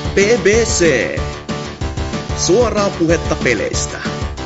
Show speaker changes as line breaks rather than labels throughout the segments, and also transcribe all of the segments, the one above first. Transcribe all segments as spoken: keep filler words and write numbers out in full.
P B C. Suoraa puhetta peleistä.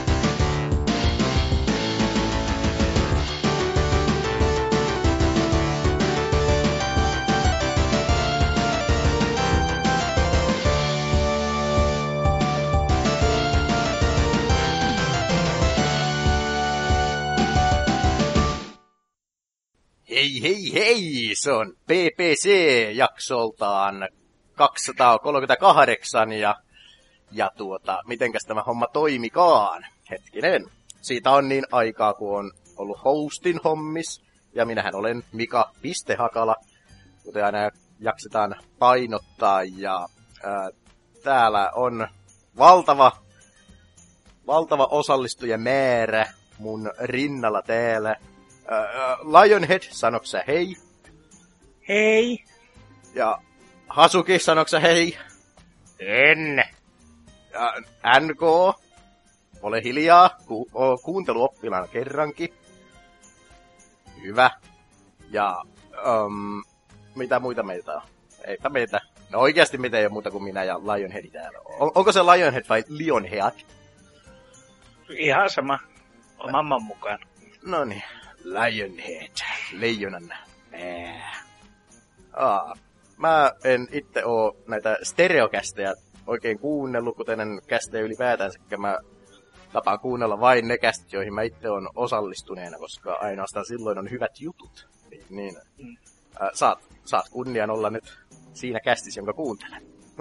Hei hei hei, se on P B C-jaksoltaan kaksisataakolmekymmentäkahdeksan ja, ja tuota, mitenkäs tämä homma toimikaan? Hetkinen, siitä on niin aikaa, kun on ollut hostin hommis, ja minähän olen Mika Pistehakala, kuten aina jaksetaan painottaa, ja ää, täällä on valtava, valtava osallistujamäärä mun rinnalla täällä. Uh, Lionhead, sanoksä hei?
Hei.
Ja Hasuki, sanoksä hei?
En.
Ja N K, ole hiljaa, Ku- o, kuunteluoppilaana kerrankin. Hyvä. Ja um, mitä muita meitä on? Eipä meitä. No oikeasti meitä ei ole muuta kuin minä ja Lionhead täällä. On, onko se Lionhead vai Lionhead?
Ihan sama. Oman mukaan.
Noniin. Lionhead, leijonan pää. Aa, mä en itse oo näitä stereokästejä oikein kuunnellut, kuten en kästejä ylipäätään, sekä mä tapaan kuunnella vain ne kästit, joihin mä itse on osallistuneena, koska ainoastaan silloin on hyvät jutut. Niin, niin. Mm. Ää, saat, saat kunnian olla nyt siinä kästissä, jonka kuuntelen.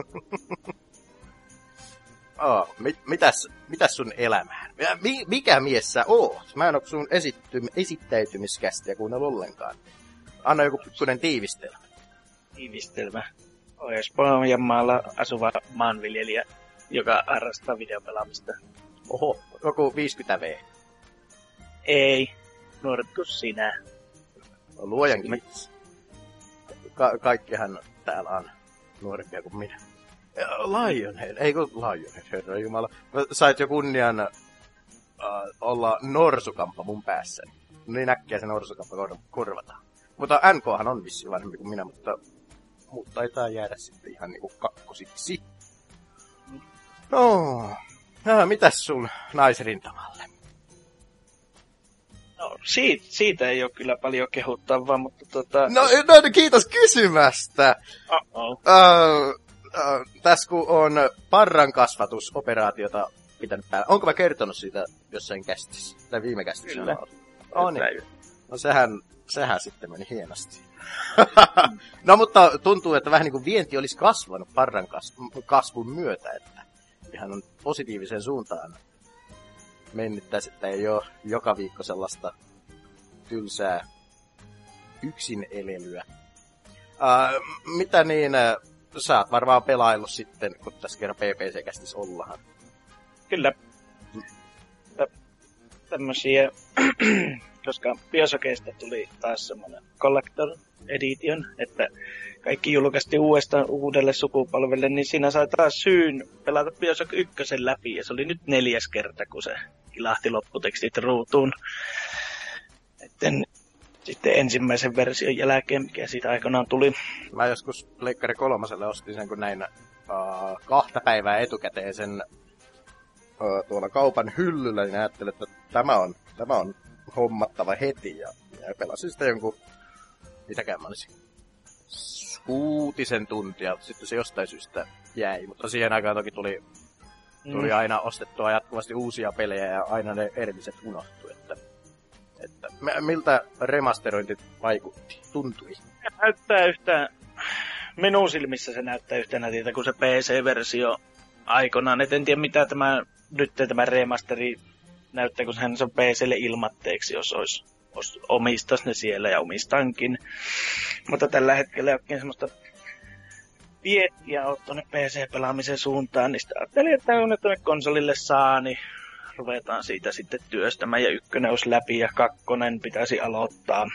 Oh, mit, mitäs, mitäs sun elämään? Mi, mikä mies sä oot? Mä en oo sun esitty, esittäytymiskästiä kuunnella ollenkaan. Anna joku pikkuinen tiivistelmä.
Tiivistelmä. Olen Espoonmaalla asuva maanviljelijä, joka harrastaa videopelaamista.
Oho, joku viisikymmentä vuotta.
Ei, nuoret kuin sinä.
No, luojan kiitos. Ka- kaikkihan täällä on nuorempia kuin minä. Lionhead, ei kun Lionhead, herra jumala. Sait jo kunnian uh, olla norsukamppa mun päässäni. Niin äkkiä se norsukamppa kor- korvataan. Mutta N K:han on vissiin vanhempi kuin minä, mutta mut taitaa jäädä sitten ihan niinku kakkosiksi. No, ja mitäs sun naisrintamalle?
No, siitä, siitä ei ole kyllä paljon kehuttavaa, mutta tota...
No, no kiitos kysymästä!
Uh-oh.
Uh, Uh, tässä kun on parran kasvatusoperaatiota pitänyt päällä. Onko mä kertonut siitä jossain kästissä? Tai viime kästissä?
Kyllä.
On niin. No sehän, sehän sitten meni hienosti. No mutta tuntuu, että vähän niin kuin vienti olisi kasvanut parran kasvun myötä. Että ihan on positiiviseen suuntaan mennyt tässä, että ei ole joka viikko sellaista tylsää yksin elelyä. Uh, mitä niin... Sä oot varmaan pelaillut sitten, kun tässä kerran P P C-kästissä ollaan.
Kyllä. Tä- tämmösiä, koska Biosokeista tuli taas semmonen Collector Edition, että kaikki julkaistiin uudestaan uudelle sukupolvelle, niin siinä sai taas syyn pelata Bioshock ykkösen läpi, ja se oli nyt neljäs kerta, kun se ilahti lopputekstit ruutuun. Etten sitten ensimmäisen version jälkeen, mikä siitä aikanaan tuli.
Mä joskus Pleikkari kolmoselle ostin sen, kun näin uh, kahta päivää etukäteen sen uh, tuolla kaupan hyllyllä, niin ajattelin, että tämä on, tämä on hommattava heti. Ja, ja pelasin sitä jonkun, mitäkään mä olisin, kuutisen tuntia. Sitten se jostain syystä jäi, mutta siihen aikaan toki tuli, tuli mm. aina ostettua jatkuvasti uusia pelejä ja aina ne erilliset unohtui. Että Että miltä remasterointi vaikutti, tuntui?
Se näyttää yhtä, minun silmissä se näyttää yhtä nätiltä kuin se P C-versio aikanaan. Et en tiedä mitä tämä, nyt tämä remasteri näyttää, kun sehän se on P C:lle ilmatteeksi, jos olisi, olisi omistas ne siellä ja omistankin. Mutta tällä hetkellä ei oikein semmoista viettiä ole tuonne P C-pelaamisen suuntaan, niin sitä ajattelin, että kun ne tuonne konsolille saa, niin ruvetaan siitä sitten työstämään ja ykkönen olisi läpi ja kakkonen pitäisi aloittaa.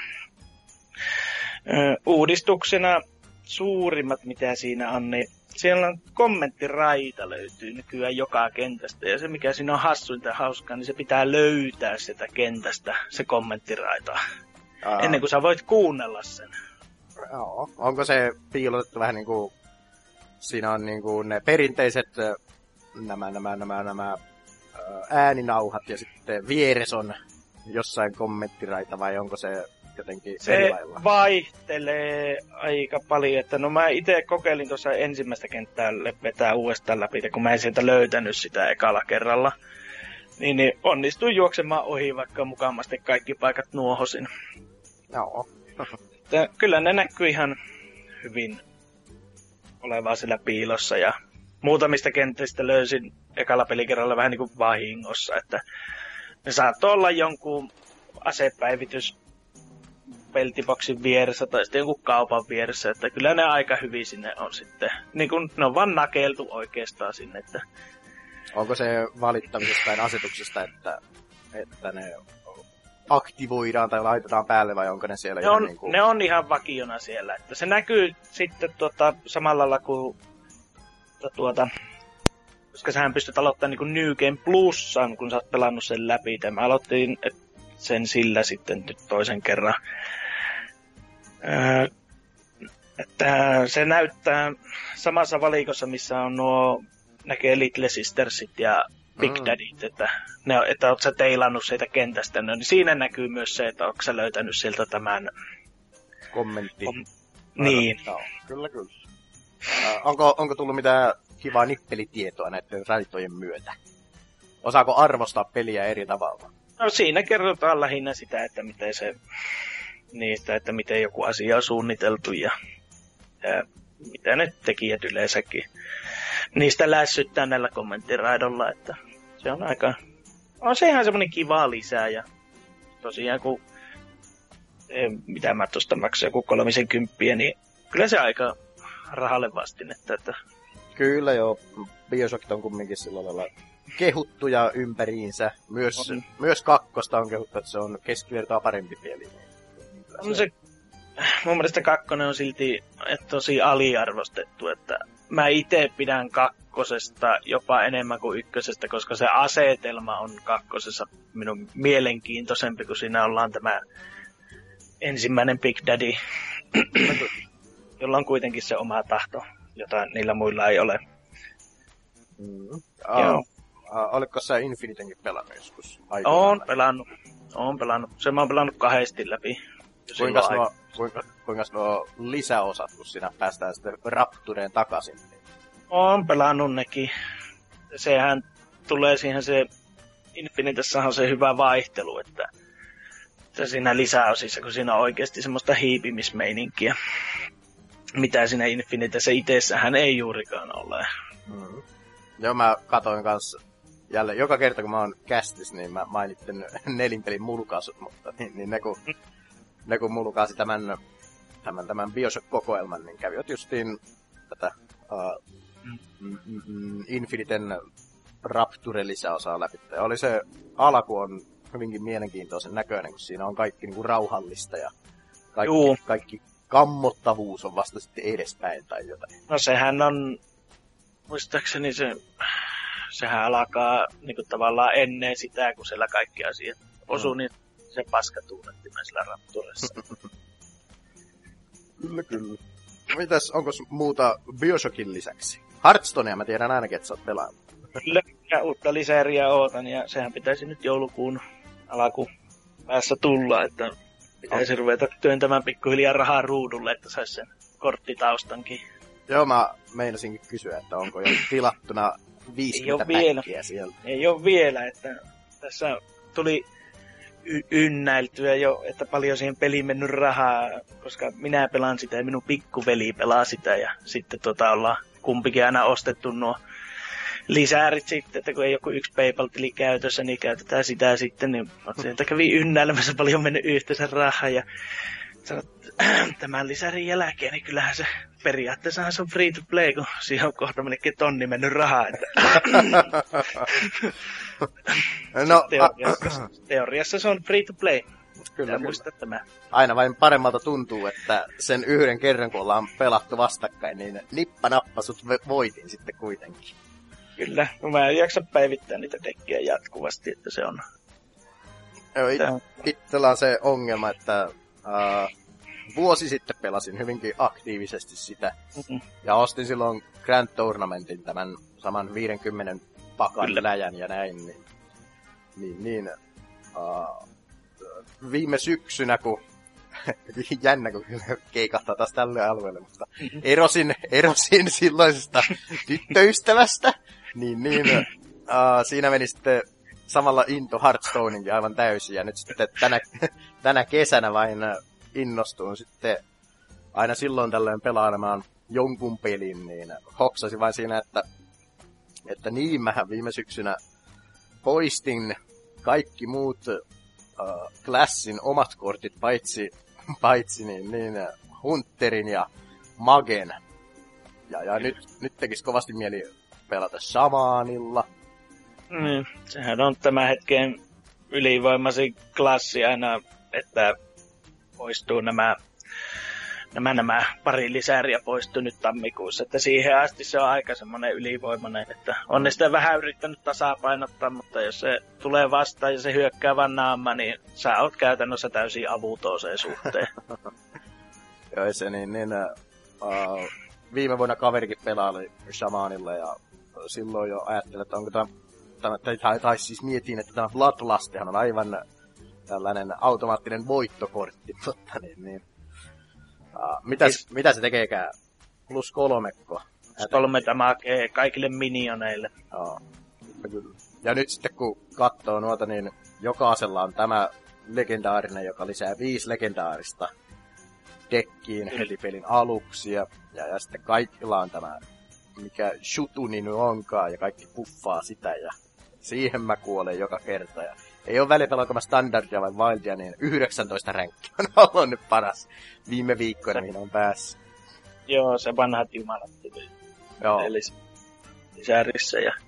Ö, uudistuksena suurimmat mitä siinä on, niin siellä on kommenttiraita löytyy nykyään joka kentästä. Ja se mikä siinä on hassuinta ja hauskaa, niin se pitää löytää sieltä kentästä se kommenttiraita. Aa. Ennen kuin sä voit kuunnella sen.
Joo. Onko se piilotettu vähän niin kuin siinä on niinku ne perinteiset nämä, nämä, nämä, nämä ääninauhat ja sitten vieressä on jossain kommenttiraita vai onko se jotenkin
se
erilailla?
vaihtelee aika paljon, että no mä itse kokeilin tuossa ensimmäistä kenttää vetää uudestaan läpi, kun mä en sieltä löytänyt sitä ekalla kerralla. Niin, niin onnistuin juoksemaan ohi, vaikka mukaamasti kaikki paikat nuohosin.
Joo.
Että kyllä ne näkyy ihan hyvin olevaa siellä piilossa ja muutamista kentistä löysin ekalla pelikerralla vähän niin kuin vahingossa, että ne saattoi olla jonkun asepäivitys peltiboksin vieressä tai sitten jonkun kaupan vieressä, että kyllä ne aika hyvin sinne on sitten, niin kuin ne on vaan nakeltu oikeastaan sinne, että
onko se valittamisesta tai asetuksesta, että, että ne aktivoidaan tai laitetaan päälle vai onko ne siellä?
Ne on,
niin kuin...
ne on ihan vakiona siellä, että se näkyy sitten tuota, samalla lailla kuin tuota, koska sähän pystyt aloittamaan niin kuin New Game Plussaan, kun sä oot pelannut sen läpi. Mä aloitin sen sillä sitten nyt toisen kerran. Öö, että se näyttää samassa valikossa, missä on nuo, näkee Little Sistersit ja Big mm. Daddyt, että, ne, että oot sä teilannut siitä kentästä, niin siinä näkyy myös se, että ootko sä löytänyt sieltä tämän
kommentti.
Kom... Niin.
No, kyllä, kyllä. Uh, onko, onko tullut mitään kivaa nippelitietoa näiden raitojen myötä? Osaako arvostaa peliä eri tavalla?
No siinä kerrotaan lähinnä sitä, että miten se, niistä, että miten joku asia on suunniteltu ja, ja mitä ne tekijät yleensäkin niistä lässyttää näillä kommenttiraidolla, että se on aika, on se ihan semmonen kiva lisää ja tosiaan kun, mitä mä tosta maksan, joku kolmisen kymppiä, niin kyllä se aika rahalle vastinetta, että
kyllä joo, Bioshockit on kumminkin sillä lailla kehuttuja ympäriinsä. Myös,
on.
myös kakkosta on kehuttu, että se on keskivertoa parempi peli.
On se, mun mielestä kakkonen on silti että tosi aliarvostettu, että mä itse pidän kakkosesta jopa enemmän kuin ykkösestä, koska se asetelma on kakkosessa minun mielenkiintoisempi, kun siinä ollaan tämä ensimmäinen Big Daddy, jolla on kuitenkin se oma tahto, jota niillä muilla ei ole.
Mm. Oh. Joo. Uh, oletko sä Infinitenkin pelannut joskus?
Oon pelannut. Oon pelannut. Se mä oon pelannut kahdesti läpi.
Kuinka nuo, kuinka, kuinka nuo lisäosat, kun siinä päästään sitten Raptureen takaisin?
Oon pelannut nekin. Sehän tulee siihen se Infinitessahan on se hyvä vaihtelu, että se siinä lisäosissa, kun siinä on oikeasti semmoista hiipimismeininkiä. Mitä siinä Infinitessä itsessähän ei juurikaan ole.
Mm. Joo, mä katoin kanssa jälleen, joka kerta kun mä oon kästis, niin mä mainittin nelinpelin mulkaasut, mutta niin, niin ne, kun, ne kun mulkaasi tämän, tämän, tämän Bioshock-kokoelman, niin kävivät justiin tätä uh, mm. mm, Infiniten Rapture-lisäosaa läpi. Ja oli se alku on hyvinkin mielenkiintoisen näköinen, kun siinä on kaikki niin kuin rauhallista ja kaikki, kaikki kammottavuus on vasta sitten edespäin tai jotain.
No sehän on, muistaakseni se, sehän alkaa niinku tavallaan ennen sitä, kun siellä kaikki asiat osuu, mm. niin se paska tunnettimen sillä Rapturessa.
Kyllä, kyllä. Mitäs, onko muuta Bioshockin lisäksi? Hearthstonea mä tiedän ainakin, että sä oot pelannut.
Kyllä, ja uutta lisäriä ootan, ja sehän pitäisi nyt joulukuun alkuun päässä tulla, että pitäisi oh. ruveta työntämään pikkuhiljaa rahaa ruudulle, että saisi sen korttitaustankin. Joo,
mä meinasinkin kysyä, että onko jo tilattuna viisikymmentä päkkiä siellä.
Ei ole vielä, että tässä tuli y- ynnäiltyä jo, että paljon siihen peliin mennyt rahaa, koska minä pelaan sitä ja minun pikkuveli pelaa sitä ja sitten tota ollaan kumpikin aina ostettu nuo lisäärit sitten, että kun ei joku yksi PayPal-tili käytössä, niin käytetään sitä sitten, niin sieltä kävi ynnäilemässä paljon mennyt yhteensä rahaa ja sanot, tämän lisärin jälkeen, niin kyllähän se periaatteessahan se on free to play, kun siihen on kohta melkein tonni mennyt rahaa. Että
no,
teoriassa, teoriassa se on free to play.
Kyllä,
muista tämä.
Aina vain paremmalta tuntuu, että sen yhden kerran, kun ollaan pelattu vastakkain, niin nippanappa sut voitin sitten kuitenkin.
Kyllä, no mä en jaksa päivittää niitä dekkiä jatkuvasti, että se on...
Joo, it- itsellä on se ongelma, että uh, vuosi sitten pelasin hyvinkin aktiivisesti sitä.
Mm-mm.
Ja ostin silloin Grand Tournamentin, tämän saman viidenkymmenen pakan
Kyllä.
läjän ja näin. Niin, niin, niin uh, viime syksynä, kun jännä, kun keikahtaa taas tälle alueelle, mutta erosin, erosin silloisesta tyttöystävästä, niin, niin uh, siinä meni sitten samalla into Hearthstoneinkin aivan täysin, ja nyt sitten tänä, tänä kesänä vain innostuin sitten aina silloin tällöin pelaamaan jonkun pelin, niin hoksasin vain siinä, että, että niin mähän viime syksynä poistin kaikki muut uh, Classin omat kortit, paitsi, paitsi niin, niin, Hunterin ja Magen. Ja, ja nyt, nyt tekisi kovasti mieli pelata Shamanilla.
Niin, sehän on tämän hetken ylivoimaisin klassi aina, että poistuu nämä, nämä, nämä pari lisääriä poistuu nyt tammikuussa. Että siihen asti se on aika semmoinen ylivoimainen, että on ne sitä vähän yrittänyt tasapainottaa, mutta jos se tulee vastaan ja se hyökkää vaan naama, niin sä oot käytännössä täysin avuton sen suhteen.
Joo, se niin, niin uh, viime vuonna kaverikin pelaali Shamanilla ja silloin jo ajattelin, että onko tämä, tämä tai, tai siis mietin, että tämä Bloodlustihan on aivan tällainen automaattinen voittokortti, mutta niin, niin. Uh, mitä,
Is...
mitä se tekeekään? Plus kolmekko.
Kolme damakee kaikille minioneille.
Joo, kyllä. Ja nyt sitten kun katsoo noita, niin jokaisella on tämä legendaarinen, joka lisää viisi legendaarista dekkiin heti pelin aluksi. Ja, ja, ja sitten kaikilla on tämä, mikä Shutuni nyt onkaan, ja kaikki puffaa sitä. Ja siihen mä kuolen joka kerta. Ja ei ole väliä pelaako mä standardia vai wildia, niin yhdeksäntoista ränkki on ollut nyt paras viime viikkoina, mihin on päässyt.
Joo, se vanhat jumalat tuli.
Joo.
Eli lisärissä ja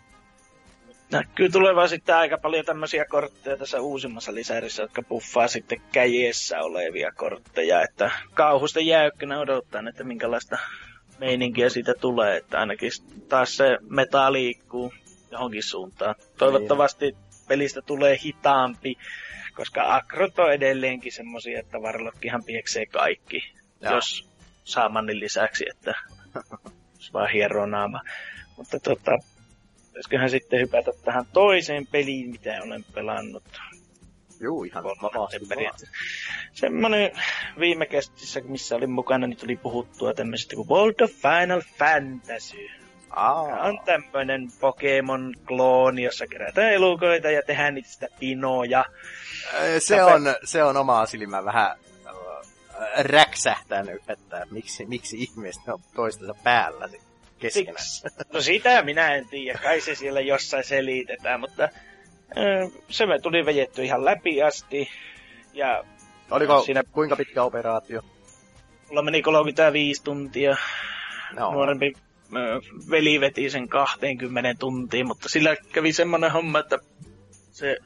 näkyy tulevan sitten aika paljon tämmöisiä kortteja tässä uusimmassa lisärissä, jotka puffaa sitten käjessä olevia kortteja, että kauhusta jäykkänä odottaa, että minkälaista meininkiä siitä tulee, että ainakin taas se meta liikkuu johonkin suuntaan. Toivottavasti pelistä tulee hitaampi, koska akrot on edelleenkin semmosia, että Warlockihan pieksee kaikki, ja. Jos saamannin lisäksi, että vaan hieroo naama. Mutta tota, pitäisiköhän sitten hypätä tähän toiseen peliin, mitä olen pelannut.
Juu, ihan vapaasti vaan.
Semmonen viime kestissä, missä olin mukana, niin tuli puhuttua tämmöisestä kuin World of Final Fantasy.
Aa.
On tämmönen Pokemon-klooni, jossa kerätään elukoita ja tehdään niistä pinoja.
Se on, se on omaa silmää vähän räksähtänyt, että miksi, miksi ihmiset on toistensa päällä keskenään.
No sitä minä en tiedä, kai se siellä jossain selitetään, mutta äh, se me tuli vejetty ihan läpi asti. Ja
oliko
siinä,
kuinka pitkä operaatio?
mulla meni kolmekymmentäviisi tuntia.
No.
Nuorempi äh, veli veti sen kaksikymmentä tuntia, mutta sillä kävi semmonen homma, että se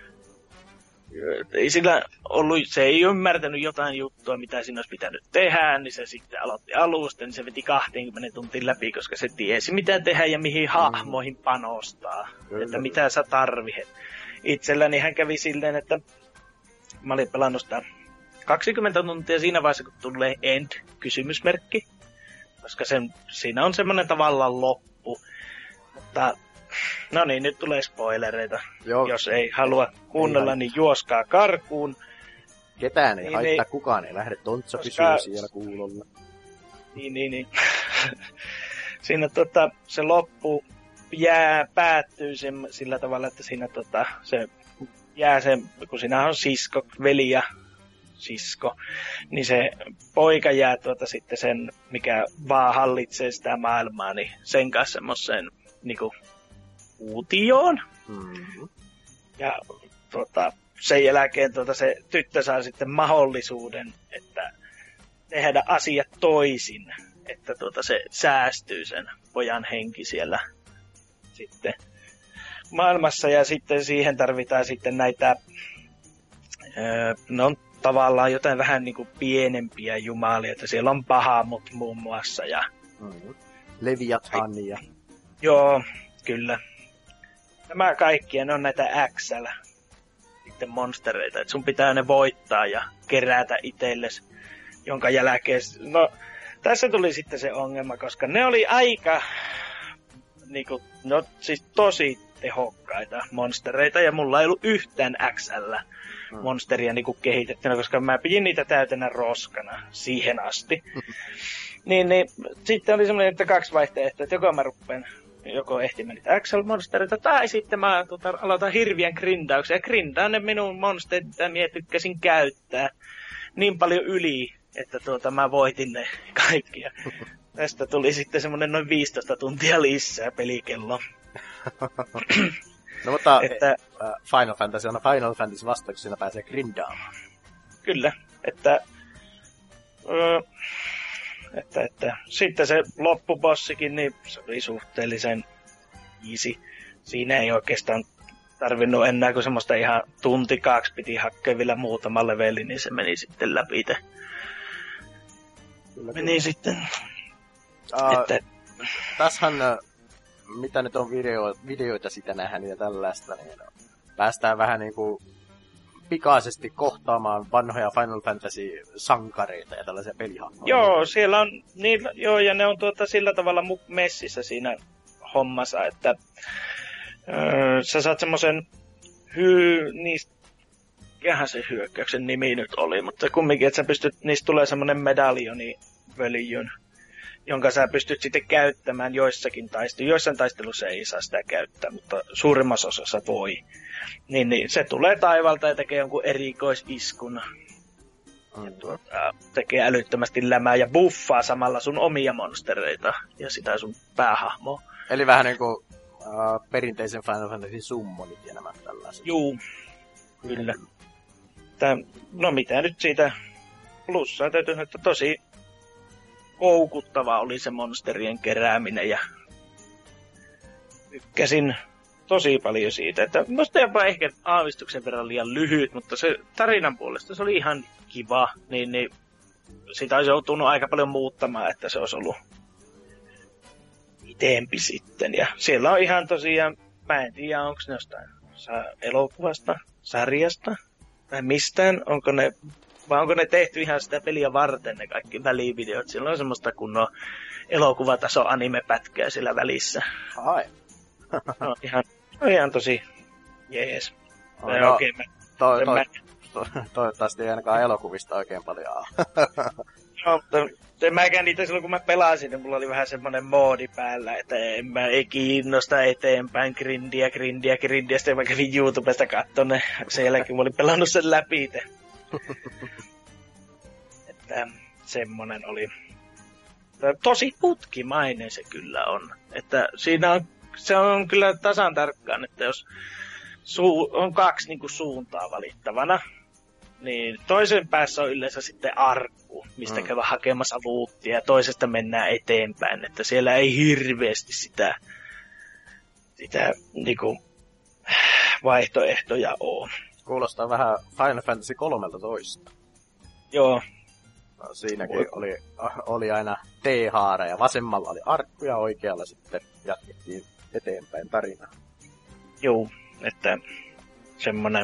ei sillä ollut, se ei ymmärtänyt jotain juttua, mitä siinä olisi pitänyt tehdä, niin se sitten aloitti alusta, niin se veti kaksikymmentä tuntia läpi, koska se tiesi mitä tehdä ja mihin hahmoihin panostaa, Kyllä. että mitä sä tarvitset. Itselläni hän kävi silleen, että mä olin pelannut sitä kaksikymmentä tuntia siinä vaiheessa, kun tulee end-kysymysmerkki, koska sen, siinä on semmoinen tavallaan loppu, mutta no niin, nyt tulee spoilereita. Joo. Jos ei halua kuunnella, ei niin juoskaa karkuun.
Ketään ei
niin,
haittaa,
niin,
kukaan ei lähde, Tontsa
koska
pysyy siellä kuulolla.
Niin, niin, niin. Siinä tota, se loppu jää, päättyy sen, sillä tavalla, että siinä tota, se jää se, kun siinä on sisko, veli ja sisko, niin se poika jää tuota sitten sen, mikä vaan hallitsee sitä maailmaa, niin sen kanssa semmoiseen niinku uutioon. Mm-hmm. Ja tuota, sen jälkeen tuota, se tyttö saa sitten mahdollisuuden, että tehdä asiat toisin, että tuota, se säästyy sen pojan henki siellä sitten maailmassa. Ja sitten siihen tarvitaan sitten näitä, öö, ne on tavallaan jotain vähän niin kuin pienempiä jumalia, että siellä on Bahamut muun muassa. Ja
mm-hmm. Leviathania.
Joo, kyllä. Nämä kaikki, ne on näitä X L sitten monstereita, että sun pitää ne voittaa ja kerätä itsellesi jonka jälkeen, no tässä tuli sitten se ongelma, koska ne oli aika, niinku, no siis tosi tehokkaita monstereita, ja mulla ei ollut yhtään X L-monsteria niinku kehitettynä, koska mä pidin niitä täytenä roskana siihen asti. niin, niin sitten oli semmoinen, että kaksi vaihtoehtoa, että joko mä ruppeen joko ehtimään niitä X L-monstereita, tai sitten mä tota, aloitan hirviän grindauksen, ja grindaan ne minun monsterit, mitä minä tykkäsin käyttää niin paljon yli, että tuota, mä voitin ne kaikki. Ja tästä tuli sitten semmoinen noin viisitoista tuntia lisää pelikello.
No mutta
että,
Final Fantasy on Final Fantasy vastaksi, siinä pääsee grindaamaan.
Kyllä, että, öö, että, että sitten se loppubossikin, niin se oli suhteellisen easy. Siinä ei oikeastaan tarvinnut enää, kun semmoista ihan tunti kaksi piti hakea vielä muutama leveli, niin se meni sitten läpi. Kyllä, meni kyllä. Sitten.
Uh,
että...
Tässähän, mitä nyt on video, videoita sitä nähdään ja tällaista, niin päästään vähän niinku pikaisesti kohtaamaan vanhoja Final Fantasy-sankareita ja tällaisia pelihahmoja.
Joo, siellä on, niin, joo, ja ne on tuota sillä tavalla messissä siinä hommassa, että öö, sä saat semmosen hyy... niistä... Mikähän se hyökkäyksen nimi nyt oli, mutta kumminkin, että sä pystyt, niistä tulee semmonen medaljoni-völjyn, jonka sä pystyt sitten käyttämään joissakin taisteluissa. Joissain taistelussa ei saa sitä käyttää, mutta suurimmassa osassa voi. Niin, niin se tulee taivalta ja tekee jonkun erikoisiskun. Mm. Ja tuota, tekee älyttömästi lämää ja buffaa samalla sun omia monstereita ja sitä sun päähahmoa.
Eli vähän niinku uh, perinteisen Final Fantasy summonit ja nämä tällaiset.
Juu, kyllä. Tää, no mitä nyt siitä plussaa täytyy sanoa, että tosi koukuttava oli se monsterien kerääminen ja tykkäsin tosi paljon siitä, että musta jopa ehkä aavistuksen verran liian lyhyt, mutta se tarinan puolesta se oli ihan kiva, niin, niin sitä olisi joutunut aika paljon muuttamaan, että se olisi ollut pitempi sitten. Ja siellä on ihan tosiaan, mä en tiedä onko ne jostain elokuvasta, sarjasta tai mistään, onko ne, vai onko ne tehty ihan sitä peliä varten ne kaikki välivideot. Siellä on semmoista kunnon elokuvataso anime-pätkää sillä välissä.
Ai.
No, ihan, no, ihan tosi jees.
Oh, no,
oikein, mä,
toi, toi,
mä...
to, toivottavasti ei ainakaan elokuvista oikein paljon ole.
No, mutta en mäkään niitä silloin kun mä pelasin, niin mulla oli vähän semmonen moodi päällä, että en mä ei kiinnosta eteenpäin grindiä, grindiä, grindiä. Sitten mä kävin YouTubesta katsoa ne. Sen jälkeen mä olin pelannut sen läpi. Että semmonen oli. Tosi putkimainen se kyllä on. Että siinä on, se on kyllä tasan tarkkaan, että jos suu, on kaksi niinku suuntaa valittavana, niin toisen päässä on yleensä sitten arkku, mistä mm. käydään hakemassa luuttia, ja toisesta mennään eteenpäin, että siellä ei hirveästi sitä, sitä niinku, vaihtoehtoja ole.
Kuulostaa vähän Final Fantasy kolmetoista.
Joo.
No, siinäkin oli, oli aina T-haara ja vasemmalla oli arkku ja oikealla sitten jatkettiin eteenpäin tarinaa.
Joo, että semmonen,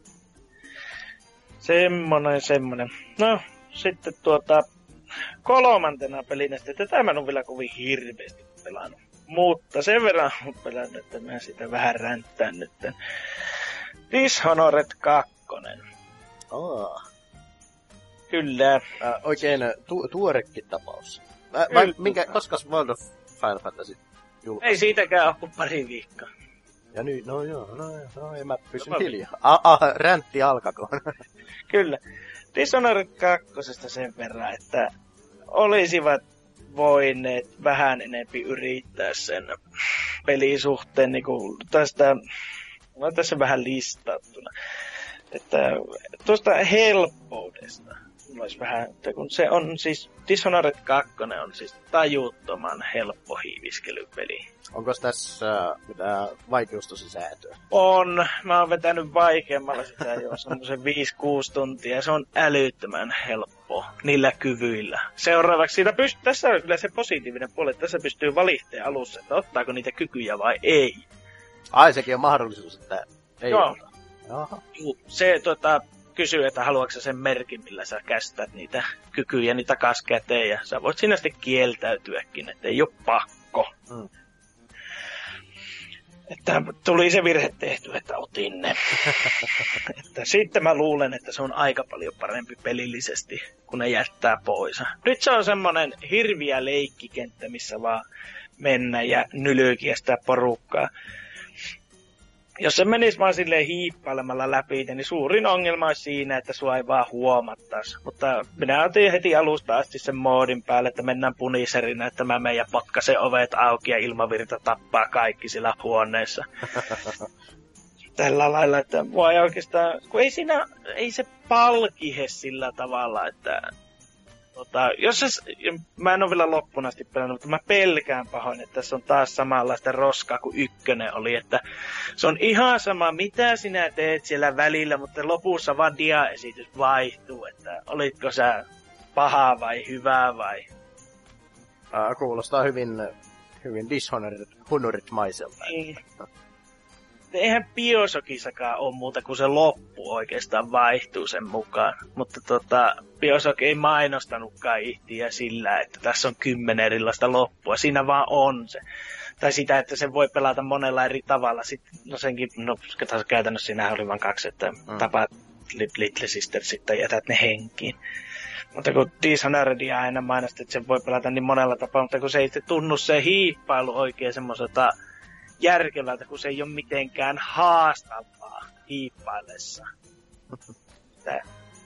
semmonen, semmonen. No, sitten tuota, kolmantena pelinä, että tämä on vielä kovin hirveästi pelannut. Mutta sen verran on pelannut, että mä sitä vähän ränttään nyt. Dishonored kaksi.
Oh.
Kyllä.
Äh, oikein tu- tuorekin tapaus. Äh, vai, minkä, koskas World of Final Fantasy julkaisi?
Ei siitäkään ole kuin pari viikkoa.
Ja nyt, no joo, no, no en mä pysyn no, hiljaa. Ah, ah, räntti alkakoon.
Kyllä. Dishonored kaksi sen verran, että olisivat voineet vähän enempi yrittää sen pelisuhteen niin kuin tästä, no tässä vähän listattuna, että tuosta helppoudesta olisi vähän, että kun se on siis, Dishonored kaksi on siis tajuttoman helppo hiiviskelypeli.
Onko tässä äh, mitään vaikeustosisäätöä?
On. Mä oon vetänyt vaikeammalla sitä jo semmoisen viisi kuusi tuntia. Se on älyttömän helppo niillä kyvyillä. Seuraavaksi siitä pystyy, tässä on kyllä se positiivinen puoli, että tässä pystyy valittamaan alussa, että ottaako niitä kykyjä vai ei.
Ai, sekin on mahdollisuus, että ei
Joo.
ota. Jaha.
Juu, se tota, kysyy, että haluatko sä sen merkin, millä sä kästät niitä kykyjä, niitä takas käteen, ja sä voit siinä sitten kieltäytyäkin, että ei ole pakko. Mm. Että tuli se virhe tehty, että otin ne. Että sitten mä luulen, että se on aika paljon parempi pelillisesti, kun ne jättää pois. Nyt se on semmonen hirviä leikkikenttä, missä vaan mennä ja nylkyä sitä porukkaa. Jos se menisi vaan silleen hiippailemalla läpi, niin suurin ongelma olisi siinä, että sua ei vaan huomattaisi. Mutta minä otin heti alusta asti sen moodin päälle, että mennään puniserinä, että mä menen ja potkaisen ovet auki ja ilmavirta tappaa kaikki sillä huoneessa. Tällä lailla, että mua ei oikeastaan, kun ei siinä, ei se palkihe sillä tavalla, että Tota, jos se, mä en ole vielä loppuun asti pelannut, mutta mä pelkään pahoin, että tässä on taas samanlaista roskaa kuin ykkönen oli, että se on ihan sama, mitä sinä teet siellä välillä, mutta lopussa vaan diaesitys vaihtuu, että olitko sä paha vai hyvä vai...
Ää, kuulostaa hyvin, hyvin Dishonored-maiselta.
Niin. Eihän Bioshockissakaan ole muuta kuin se loppu oikeastaan vaihtuu sen mukaan. Mutta tota, Bioshock ei mainostanutkaan ihtiä sillä, että tässä on kymmenen erilaista loppua. Siinä vaan on se. Tai sitä, että sen voi pelata monella eri tavalla. Sitten, no senkin, no käytännössä siinähän oli vain kaksi, että mm. tapaat Little Sister sitten jätät ne henkiin. Mutta kun Dishonoredia aina mainosti, että sen voi pelata niin monella tapaa, mutta kun se ei tunnu se hiippailu oikein semmoiselta järkevältä, kun se ei ole mitenkään haastavaa hiippaillessa. Tää,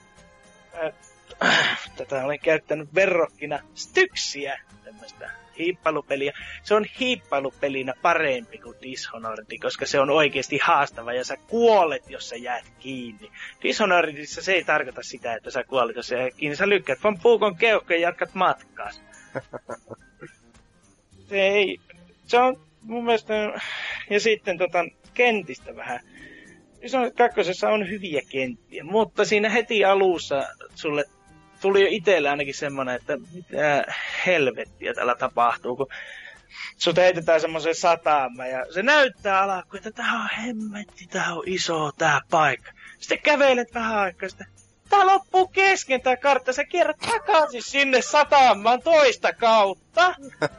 äh, tätä olen käyttänyt verrokkina Styxiä, tämmöistä hiippailupeliä. Se on hiippailupelinä parempi kuin Dishonored, koska se on oikeasti haastava ja sä kuolet, jos sä jäät kiinni. Dishonoredissa se ei tarkoita sitä, että sä kuolet, jos sä jäät kiinni. Sä lykkäät vaan puukon keuhkoon ja jatkat matkaas. Se ei... Se on mun mielestä... Ja sitten tota, kentistä vähän. Kakkosessa on hyviä kenttiä, mutta siinä heti alussa sulle tuli jo itselle ainakin semmoinen, että mitä helvettiä täällä tapahtuu, kun sut heitetään semmoiseen satamaan ja se näyttää alkuun, että tää on hemmetti, tää on iso tää paikka. Sitten kävelet vähän aikaa, sitten tää loppuu kesken tää kartta, sä kierrät takaisin sinne satamaan toista kautta.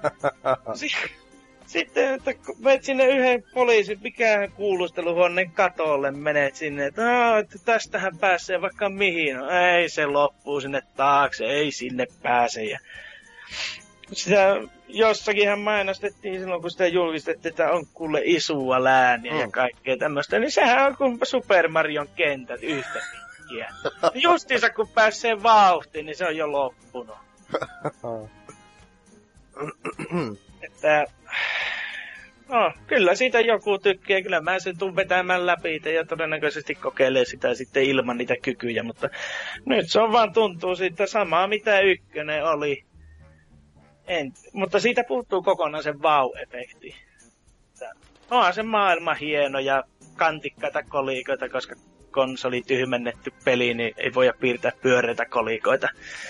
Sitten, että menet sinne yhden poliisin, mikään kuulusteluhuoneen katolle, menet sinne, että, että tästähän pääsee vaikka mihin. No, ei, se loppuu sinne taakse, ei sinne pääse. Ja sitä jossakinhan mainostettiin silloin, kun sitä julkistettiin, että on kuule isua lääniä mm. ja kaikkea tämmöistä, niin sehän on kuin Super Marion kentät yhtä pitkiä. Justiinsa kun pääsee vauhtiin, niin se on jo loppunut. Että... No, kyllä siitä joku tykkää, kyllä mä sen tuun vetämään läpi ja todennäköisesti kokeilee sitä sitten ilman niitä kykyjä, mutta nyt se on vaan tuntuu siitä samaa mitä ykkönen oli. En, mutta siitä puuttuu kokonaan se vau-efekti. Onhan se maailma hieno ja kantikkaita kolikoita, koska konsoli tyhmennetty peli, niin ei voida piirtää pyöreitä kolikoita.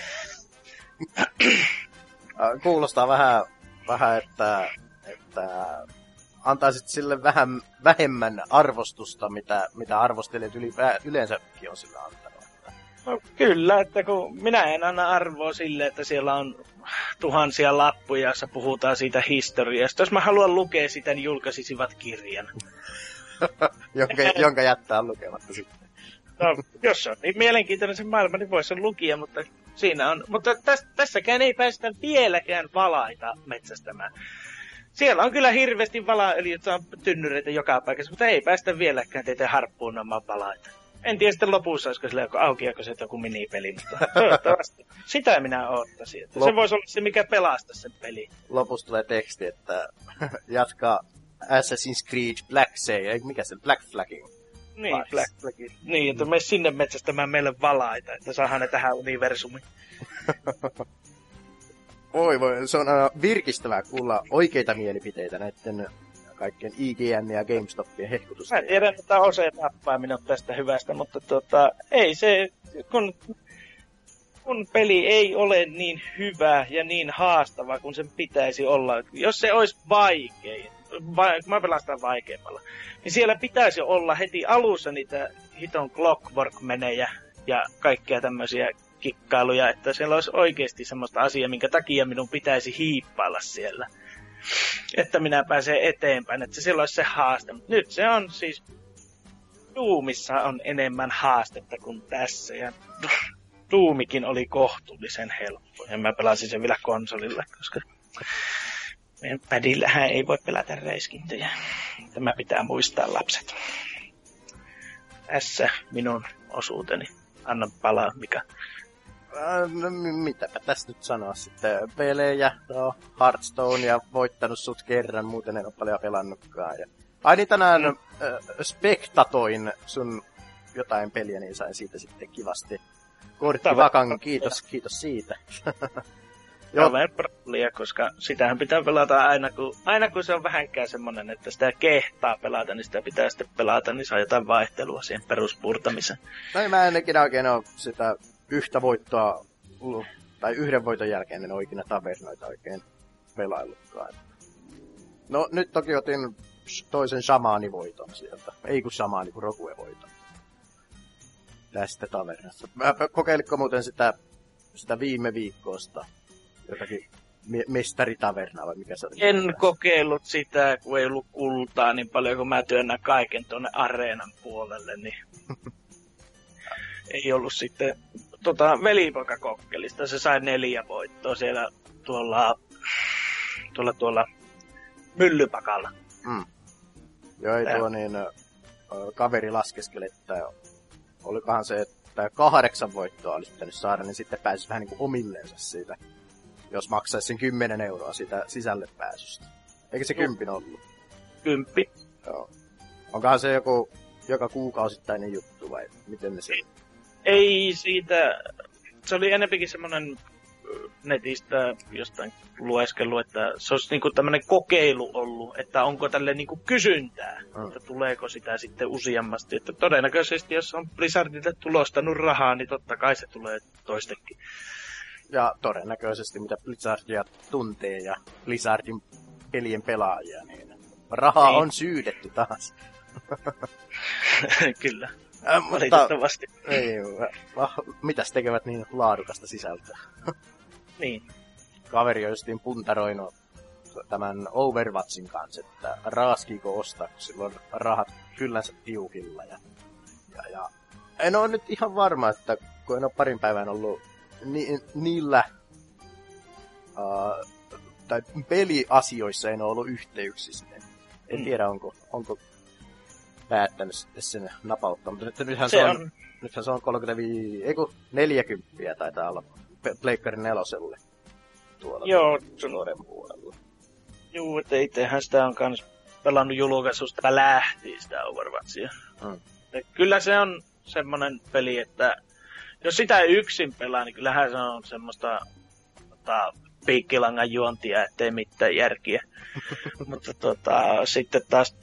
Kuulostaa vähän, vähän että, että antaisit sille vähän vähemmän arvostusta, mitä, mitä arvostelijat ylipä, yleensäkin on sillä antanut.
No, kyllä, että kun minä en anna arvoa sille, että siellä on tuhansia lappuja, jossa puhutaan siitä historiasta. Jos mä haluan lukea sitä, niin julkaisisivat kirjan.
jonka, jonka jättää lukematta sitten.
No, jos se on niin mielenkiintoinen se maailma, niin voisi sen lukia, mutta siinä on. Mutta täs, tässäkään ei päästä vieläkään valaita metsästämään. Siellä on kyllä hirveästi valaa, eli on tynnyreitä joka paikassa, mutta ei päästä vieläkään teitä harppuunamaan valaita. En tiedä sitten lopussa, olisiko sillä joku aukeako se joku minipeli, mutta toivottavasti. Sitä minä odottaisin. Että Lop- se voisi olla se, mikä pelastaa sen peli.
Lopussa tulee teksti, että jatkaa Assassin's Creed Black Say, ei mikä se, Black Flagging.
Niin, Black, Black Flagging. Niin, että me sinne metsästämään meille valaita, että saadaan ne tähän universumiin.
Oi voi, se on aina virkistävää kuulla oikeita mielipiteitä näiden kaikkien I G N ja GameStopien hehkutusta.
Mä tiedän, että Ose tappaa minut tästä hyvästä, mutta tota, ei se, kun, kun peli ei ole niin hyvä ja niin haastava kuin sen pitäisi olla. Jos se olisi vaikein, va, mä pelastan vaikeimmalla, niin siellä pitäisi olla heti alussa niitä hiton Clockwork-menejä, ja kaikkea tämmöisiä kikkailuja, että siellä olisi oikeasti semmoista asiaa, minkä takia minun pitäisi hiippailla siellä. Että minä pääsen eteenpäin, että siellä olisi se haaste. Mut nyt se on siis, Doomissa on enemmän haastetta kuin tässä, ja Doomikin oli kohtuullisen helppo. Ja mä pelasin sen vielä konsolilla, koska meidän pädillähän ei voi pelata räiskintöjä. Tämä pitää muistaa, lapset. Tässä minun osuuteni. Anna palaa, Mika.
Äh, no, mitäpä tässä nyt sanoa sitten. Pelejä, no, Hearthstonea, voittanut sut kerran, muuten en ole paljon pelannutkaan. Ja... Ai niin tänään mm. äh, spektatoin sun jotain peliä, niin sain siitä sitten kivasti korttivakan. Kiitos, kiitos siitä.
Kauhean prallia, koska sitähän pitää pelata aina kun, aina kun se on vähänkään semmonen, että sitä kehtaa pelata, niin sitä pitää sitten pelata, niin saa jotain vaihtelua siihen peruspurtamiseen.
No niin, mä en ikinä oikein ole sitä yhtä voittoa, tai yhden voiton jälkeen en ole ikinä tavernoita oikein pelaillutkaan. No nyt toki otin toisen shamaanivoiton sieltä. Ei kun shamaani, kun Rogue-voiton. Tästä tavernassa. Kokeilitko muuten sitä, sitä viime viikkoista? Jotakin me- mestaritavernaa vai mikä se oli?
En kokeillut sitä, kun ei ollut kultaa niin paljon, kun mä työnnän kaiken tuonne areenan puolelle, niin ei ollut sitten tota, velipoika kokkelista. Se sai neljä voittoa siellä tuolla, tuolla, tuolla myllypakalla.
Mm. Joo, ei tuo niin, kaveri laskeskeli, että olikohan se, että kahdeksan voittoa olisi pitänyt saada, niin sitten pääsisi vähän niin kuin omilleensa siitä, jos maksaisi sen kymmenen euroa siitä sisälle pääsystä. Eikö se kympin ollut?
Kymppi.
Joo. Onkohan se joku joka kuukausittainen juttu vai miten ne se?
Ei siitä, se oli enempikin semmoinen netistä jostain lueskellut, että se olisi niinku tämmöinen kokeilu ollut, että onko tälle niinku kysyntää, mm. että tuleeko sitä sitten useammasti. Että todennäköisesti, jos on Blizzardille tulostanut rahaa, niin totta kai se tulee toistekin.
Ja todennäköisesti, mitä Blizzardia tuntee ja Blizzardin pelien pelaajia, niin rahaa niin on syydetty taas.
Kyllä,
äh, mutta,
valitettavasti.
Ei, äh, mitäs tekevät niin laadukasta sisältöä?
Niin.
Kaveri on justiin puntaroinut tämän Overwatchin kanssa, että raaskiiko ostaa, kun sillä on rahat kyllänsä tiukilla. Ja, ja, ja en ole nyt ihan varma, että kun en ole parin päivän ollut ni, niillä uh, tai peliasioissa en ole ollut yhteyksissä. En mm. tiedä, onko, onko päättänyt sitten sen napauttaa, mutta nythän se, se on, on... Nythän se on kolmekymmentä, ei kun neljäkymmentä taitaa olla Pleikkarin neloselle tuolla
Joo,
nuoren puolella.
Juu, että itsehän sitä on kans pelannut julkaisusta lähtien sitä Overwatchia. Hmm. Kyllä se on semmonen peli, että jos sitä yksin pelaa, niin kyllähän se on semmoista tota, piikkilangan juontia, ettei mitään järkiä. Mutta tota, sitten taas,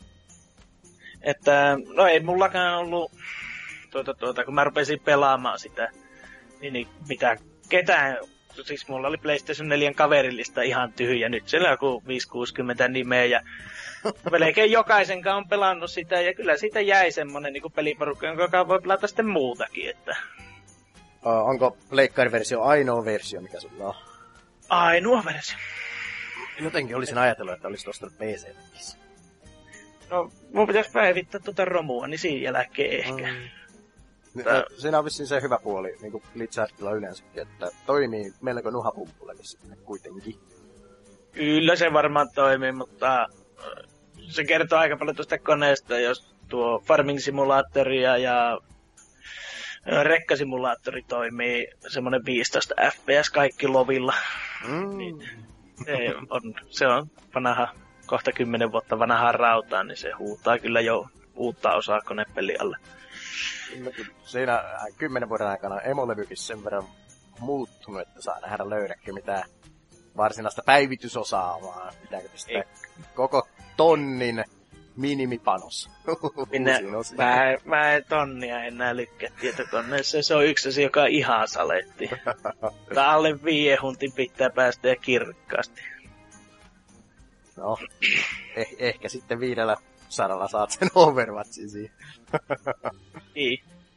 että no ei mullakaan ollut, tuota, tuota, kun mä rupesin pelaamaan sitä, niin, niin mitä ketään, siis mulla oli PlayStation neljän kaverillista ihan tyhjä, nyt siellä on joku viisi kuusikymmentä nimeä ja melkein jokaisenkaan on pelannut sitä ja kyllä siitä jäi semmonen niin peliporukka, jonka voi pelata sitten muutakin, että...
Uh, onko Pleikkari-versio ainoa versio, mikä sulla on?
Ainoa versio.
Jotenkin olisin ajatellut, että olisit ostanut P C-versio.
No, mun pitäisi päivittää tuota romua, niin siinä jälkeen ehkä. Mm.
Tää... Siinä on vissiin se hyvä puoli, niin kuin Blizzardilla yleensäkin, että toimii melko nuhapumpulevissa kuitenkin.
Kyllä se varmaan toimii, mutta se kertoo aika paljon tuosta koneesta, jos tuo farming simulaattoria ja rekkasimulaattori toimii semmoinen viisitoista F P S kaikki lovilla. Mm. Niin, se, on, se on vanha, kohta kymmenen vuotta vanhaa rautaa, niin se huutaa kyllä jo uutta osaa konepeli alle.
Siinä kymmenen vuoden aikana emolevykin sen verran muuttunut, että saa nähdä löydäkö mitään varsinaista päivitysosaa, vaan pitääkö pistää koko tonnin minimipanos.
Minä, mä, mä en tonnia enää lykkää tietokoneessa, se on yksi asia, joka on ihan saletti. Tää alle viiden huntin pitää päästä ja kirkkaasti.
No, eh- ehkä sitten viidellä saralla saat sen Overwatchin siihen.
Niin.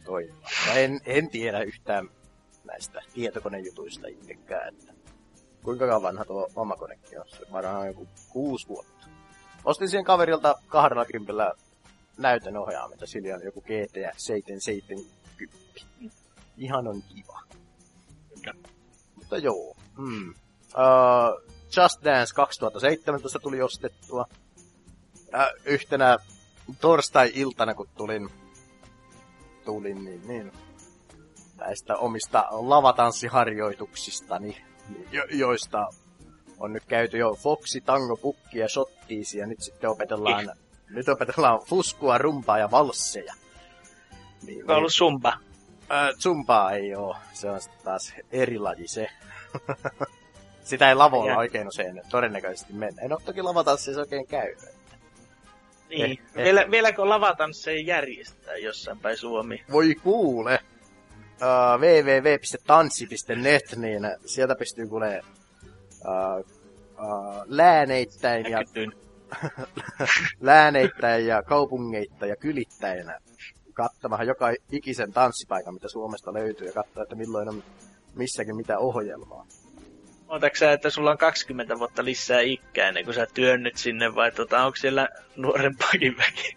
toimimaan. Ja en, en tiedä yhtään näistä tietokonejutuista itsekään, että kuinka vanha tuo oma konekin on. Se varmaan joku kuusi vuotta. Ostin siihen kaverilta kahdella kympillä näytön ohjaaminta. Sillä oli joku G T A seitsemänsataaseitsemänkymmentä. Ihan on kiva. Mutta joo. Hmm. Uh, Just Dance kaksituhattaseitsemäntoista tuli ostettua. Uh, yhtenä torstai-iltana, kun tulin, tulin niin, niin, näistä omista lavatanssiharjoituksistani, jo, joista on nyt käyty jo Foxi, Tango, Pukki ja Shottiisi, ja nyt sitten opetellaan, eh. nyt opetellaan fuskua, rumpaa ja valsseja. Niin,
Onko ollut zumba?
Äh, zumbaa ei oo, se on sitten taas eri laji se. Sitä ei lavoilla oikein usein todennäköisesti mennä. En ole toki lavatanssissa oikein käynyt.
Niin. Eh, Vielä, eh. Vieläkö lavatansseja järjestää jossain päin Suomi?
Voi kuule. Uh, double-u double-u double-u piste tanssi piste net, niin sieltä pystyy kuulee uh, uh, lääneittäin ja lääneittäin ja kaupungeittain ja kylittäin kattamaan joka ikisen tanssipaikan, mitä Suomesta löytyy, ja katsoa, että milloin on missäkin mitä ohjelmaa.
Ootatko sä, että sulla on kaksikymmentä vuotta lisää ikää ennen kuin sä työnnyt sinne, vai tota, onko siellä nuorempaakin väki?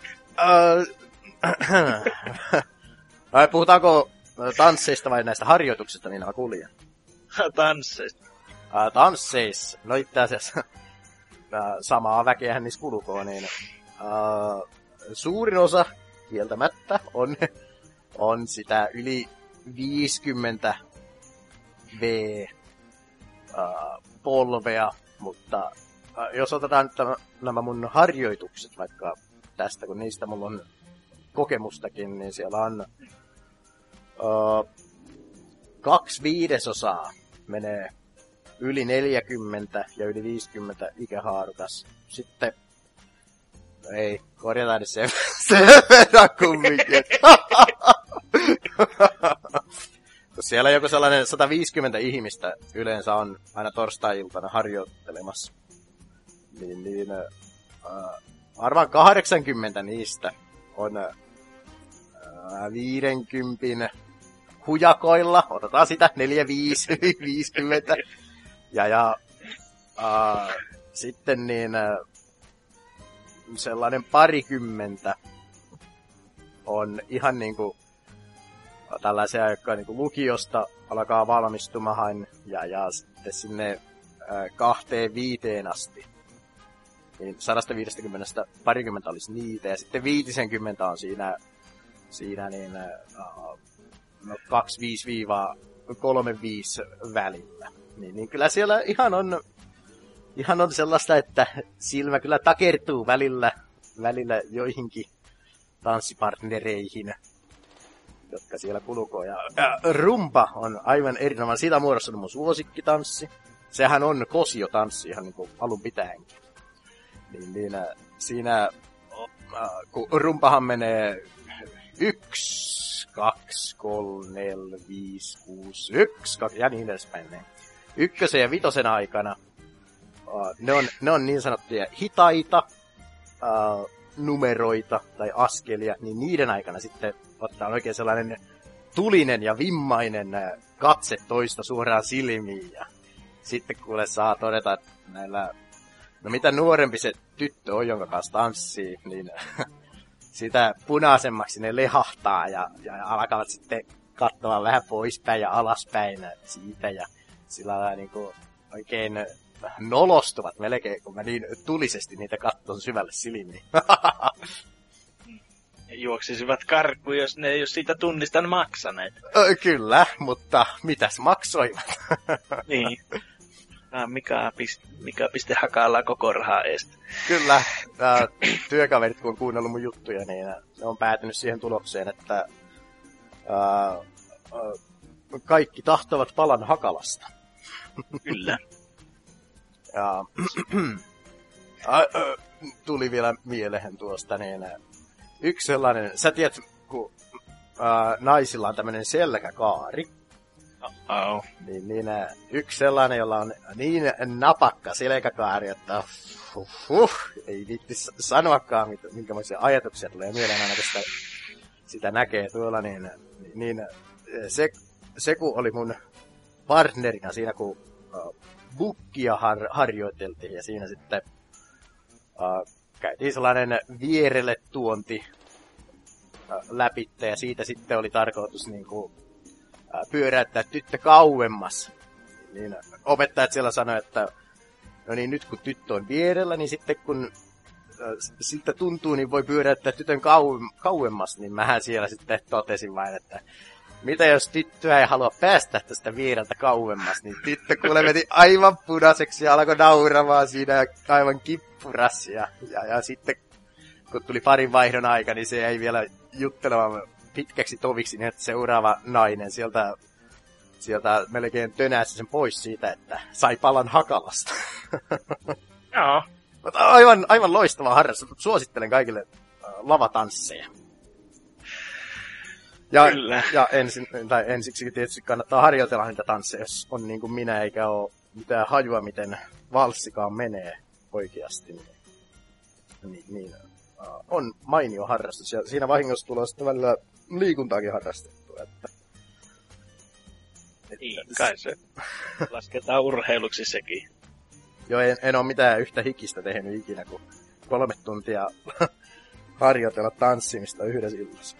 Uh, puhutaanko tansseista vai näistä harjoituksista, niin mä kuljen?
Tansseista.
Uh, tansseissa. No itse asiassa uh, samaa väkeähän niissä kulukoo, niin uh, suurin osa kieltämättä on, on sitä yli viisikymmentä V uh, polvea, mutta uh, jos otetaan nyt tämän, nämä mun harjoitukset vaikka tästä, kun niistä mulla on kokemustakin, niin siellä on uh, kaksi viidesosaa menee yli neljäkymmentä ja yli viisikymmentä ikähaarukas. Sitten ei, korjataan nyt sen, sen verran kumminkin. Siellä joku sellainen sata viisikymmentä ihmistä yleensä on aina torstai-iltana harjoittelemassa. Niin, niin äh, arvaan kahdeksankymmentä niistä on äh, viidenkympin hujakoilla. Otetaan sitä neljä viisi viisikymmentä. Ja, ja äh, sitten niin äh, sellainen parikymmentä on ihan niinku tällaisia, jotka niinku lukiosta alkaa valmistumahan ja, ja sitten sinne äh, kahteen viiteen asti. Niin sata viisikymmentä parikymmentä olisi niitä ja sitten viisikymmentä on siinä, siinä niin, äh, no, kaksikymmentäviisi kolmekymmentäviisi välillä. Niin, niin kyllä siellä ihan on, ihan on sellaista, että silmä kyllä takertuu välillä, välillä joihinkin tanssipartnereihin, jotka siellä kulkoo. Ja, ja rumba on aivan erinomainen. Siitä muodossa on mun suosikkitanssi. Sehän on kosiotanssi ihan niin kuin alun pitäenkin. Niin, niin siinä, kun rumpahan menee yksi, kaksi, kolme, neljä, viisi, kuusi, yksi, kaksi ja niin edespäin. Ykkösen ja vitosen aikana ne on, ne on niin sanottuja hitaita uh, numeroita tai askelia, niin niiden aikana sitten ottaa oikein sellainen tulinen ja vimmainen katse toista suoraan silmiin. Ja sitten kuule saa todeta, että näillä, no mitä nuorempi se tyttö on, jonka kanssa tanssii, niin sitä punaisemmaksi ne lehahtaa ja, ja alkavat sitten katsoa vähän poispäin ja alaspäin siitä ja sillä lailla niin kuin oikein nolostuvat melkein, kun mä niin tulisesti niitä katson syvälle silmiin.
Juoksisivat karkuun, jos ne ei ole siitä tunnistan maksaneet.
Ö, kyllä, mutta mitäs maksoivat?
Niin. Ah, mikä, piste, mikä piste hakaillaan koko rahaa eestä.
Kyllä. Äh, työkaverit, kun on kuunnellut mun juttuja, niin ne on päätynyt siihen tulokseen, että äh, äh, kaikki tahtovat palan hakalasta.
Kyllä.
Ja äh, äh, tuli vielä mieleen tuosta, niin yksi sellainen, sä tiedät, kun äh, naisilla on tämmönen selkäkaari.
Oh.
Niin, niin yksi sellainen, jolla on niin napakka selkäkaari, että huh, huh, ei viitti sanoakaan, minkälaisia ajatuksia tulee mieleen aina tästä sitä näkee tuolla, niin, niin se, se kun oli mun partnerina siinä, kun uh, bukkia har, harjoiteltiin, ja siinä sitten uh, käytiin sellainen vierelle tuonti uh, läpitte, ja siitä sitten oli tarkoitus niin kuin, uh, pyöräyttää tyttö kauemmas. Niin opettajat siellä sanoi, että no niin, nyt kun tyttö on vierellä, niin sitten kun siltä tuntuu, niin voi pyöräyttää tytön kauem- kauemmas, niin mähän siellä sitten totesin vain, että mitä jos tyttöä ei halua päästä tästä viereltä kauemmas, niin tyttö kuule meni aivan punaiseksi ja alkoi nauramaan siinä aivan kippurassa. Ja, ja, ja sitten kun tuli parin vaihdon aika, niin se ei vielä juttelemaan pitkäksi toviksi, niin että seuraava nainen sieltä, sieltä melkein tönäsi sen pois siitä, että sai palan Hakalasta.
Joo.
Aivan, aivan loistava harrastus. Suosittelen kaikille uh, lavatansseja. Ja,
Kyllä.
ja ensin, tai ensiksi tietysti kannattaa harjoitella niitä tansseja, jos on niin kuin minä, eikä ole mitään hajua, miten valssikaan menee oikeasti. Niin, niin, niin uh, on mainio harrastus. Ja siinä vahingossa tulee sitten välillä liikuntaakin harrastettua. Että,
niin, kai se lasketaan urheiluksi sekin.
Joo, en, en ole mitään yhtä hikistä tehnyt ikinä, kuin kolme tuntia harjoitella tanssimista yhdessä illassa.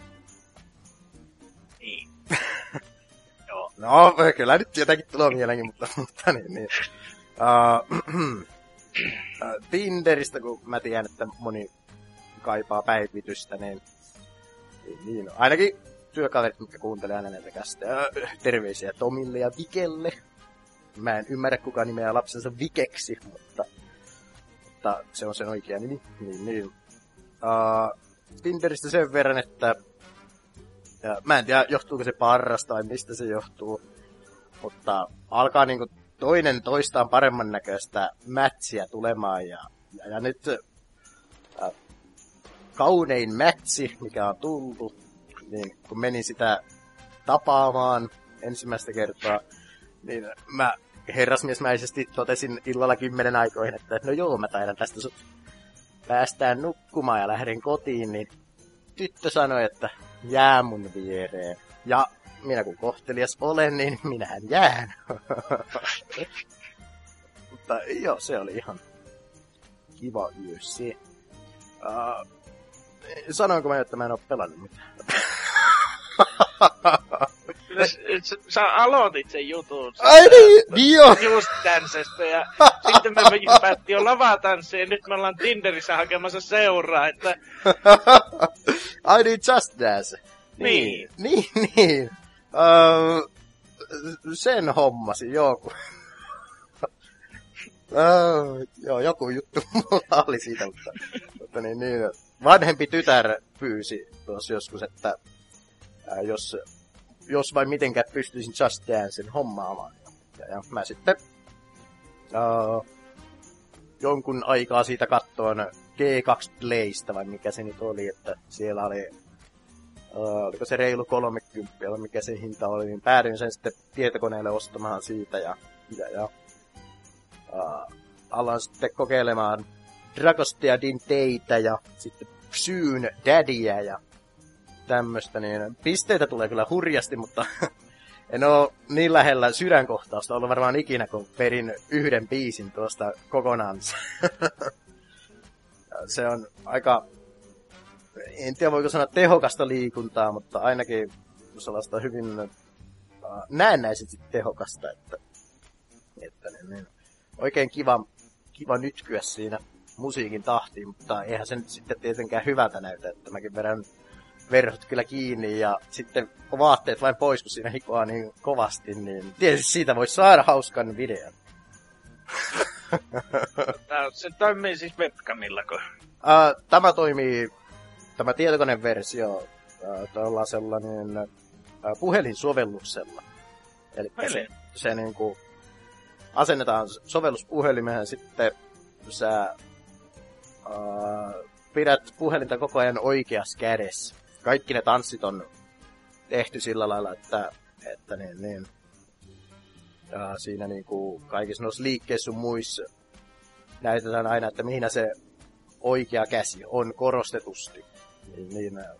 Niin. Joo.
No, kyllä nyt jotakin tulee mielenkin, mutta, mutta niin, niin. Uh, Tinderistä, kun mä tiedän, että moni kaipaa päivitystä, niin, niin, niin ainakin työkaverit, mitkä kuuntelee aina näitä kästä. Terveisiä Tomille ja Vikelle. Mä en ymmärrä, kuka nimeää lapsensa Vikeksi, mutta, mutta se on sen oikea nimi. Niin, niin. Uh, Tinderistä sen verran, että ja mä en tiedä, johtuuko se parrasta vai mistä se johtuu, mutta alkaa niinku toinen toistaan paremman näköistä mätsiä tulemaan. Ja, ja, ja nyt uh, kaunein mätsi, mikä on tullut, niin kun menin sitä tapaamaan ensimmäistä kertaa, niin mä herrasmiesmäisesti totesin illalla kymmenen aikoihin, että no joo, mä taidan tästä sut päästään nukkumaan ja lähden kotiin, niin tyttö sanoi, että jää mun viereen. Ja minä kun kohtelias olen, niin minähän jään. Mutta joo, se oli ihan kiva yö se. Uh, sanoinko mä, että mä en oo pelannut mitään?
Sä aloitit sen jutun.
Ai niin, niin joo.
Just Dancestä ja sitten me päättiin jo lavatanssia ja nyt me ollaan Tinderissä hakemassa seuraa, että...
Ai niin, Just Dance.
Niin.
Niin, niin. Uh, sen hommasin, joo. uh, joo, joku juttu mulla oli siitä, mutta, mutta niin, niin. Vanhempi tytär pyysi tuossa joskus, että uh, jos... jos vain mitenkään pystyisin Just Dancen hommaamaan. Ja, ja mä sitten uh, jonkun aikaa siitä kattoon G kaksi Playsta, vai mikä se nyt oli, että siellä oli, uh, oliko se reilu kolmekymmentä, vai mikä se hinta oli, niin päädyin sen sitten tietokoneelle ostamaan siitä, ja, ja, ja uh, alan sitten kokeilemaan Dragostea Dinteitä, ja sitten Psyyn Daddyä, ja tämmöstä, niin pisteitä tulee kyllä hurjasti, mutta en oo niin lähellä sydänkohtausta ollut varmaan ikinä, kun perin yhden biisin tuosta kokonaan. Se on aika, en tiedä voiko sanoa tehokasta liikuntaa, mutta ainakin sellaista hyvin uh, näennäisesti tehokasta, että, että niin, niin, oikein kiva, kiva nytkyä siinä musiikin tahtiin, mutta eihän se nyt sitten tietenkään hyvältä näytä, että mäkin vedän verhot kyllä kiinni ja sitten vaatteet vain pois, kun siinä hikoaa niin kovasti, niin tietysti siitä voi saada hauskan videon.
Se toimii siis webcamillako?
Uh, tämä toimii, tämä tietokoneversio, uh, tuolla sellainen uh, puhelinsovelluksella. Eli se, se niinku asennetaan sovellus puhelimeen ja sitten sä uh, pidät puhelinta koko ajan oikeassa kädessä. Kaikki ne tanssit on tehty sillä lailla, että, että niin, niin, ja siinä niinku kaikissa noissa liikkeissä sun muissa näytetään aina, että mihin se oikea käsi on korostetusti. Niin, niin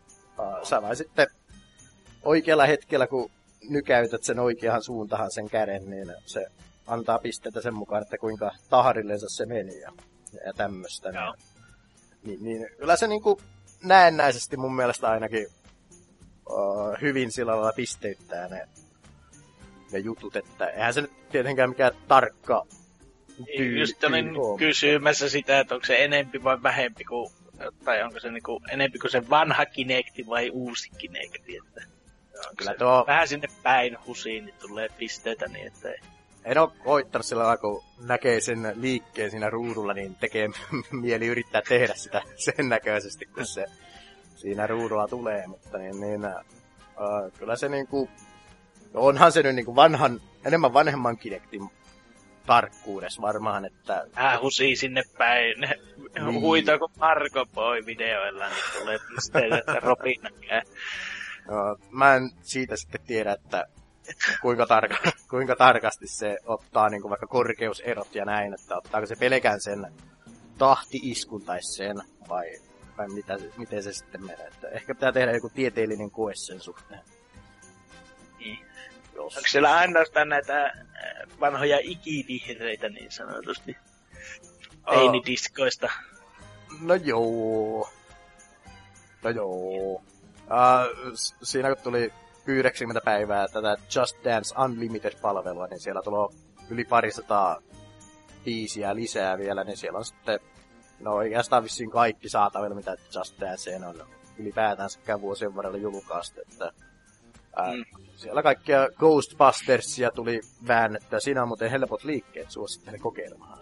uh, sä vai sitten oikealla hetkellä, kun nykäytät sen oikeaan suuntaan sen käden, niin se antaa pisteitä sen mukaan, että kuinka tahrillensa se meni ja, ja tämmöistä.
Joo.
Niin, niin, kyllä se niinku näennäisesti mun mielestä ainakin uh, hyvin sillä lailla pisteyttää ne, ne jutut, että eihän se nyt tietenkään mikään tarkka tyyli.
Just olin kysymässä sitä, että onko se enempi vai vähempi kuin, tai onko se niinku enempi kuin se vanha Kinecti vai uusi Kinecti, että kyllä tuo vähän sinne päin husiin, niin tulee pisteitä niin, että ei.
En oo koittanut sillä lailla, kun näkee sen liikkeen siinä ruudulla, niin tekee mieli yrittää tehdä sitä sen näköisesti, kun se siinä ruudulla tulee, mutta niin, niin äh, kyllä se niinku, onhan se nyt niinku vanhan, enemmän vanhemman Kinectin tarkkuudessa varmaan, että
Vähän husii sinne päin, niin. Huitaa kun Marko Boy videoilla, niin tulee pisteitä, että Robin käy.
No, mä en siitä sitten tiedä, että kuinka, tarka- kuinka tarkasti se ottaa niin kuin vaikka korkeuserot ja näin, että ottaako se pelkään sen tahti-iskun tai sen, vai, vai mitä, miten se sitten menee. Että ehkä pitää tehdä joku tieteellinen koe sen suhteen.
Niin. Onko siellä ainoastaan näitä vanhoja ikivihreitä niin sanotusti?
Oh.
Teinidiskoista.
No joo. No joo. Uh, siinä kun tuli yhdeksänkymmentä päivää tätä Just Dance Unlimited-palvelua, niin siellä tulee yli parisataa biisiä lisää vielä, niin siellä on sitten, no oikeastaan vissiin kaikki saatavilla, mitä Just Danceen on ylipäätänsäkään vuosien varrella julkaistu, että ää, mm. siellä kaikkia Ghostbustersia tuli väännettyä. Siinä on muuten helpot liikkeet, suosittelen kokeilemaan.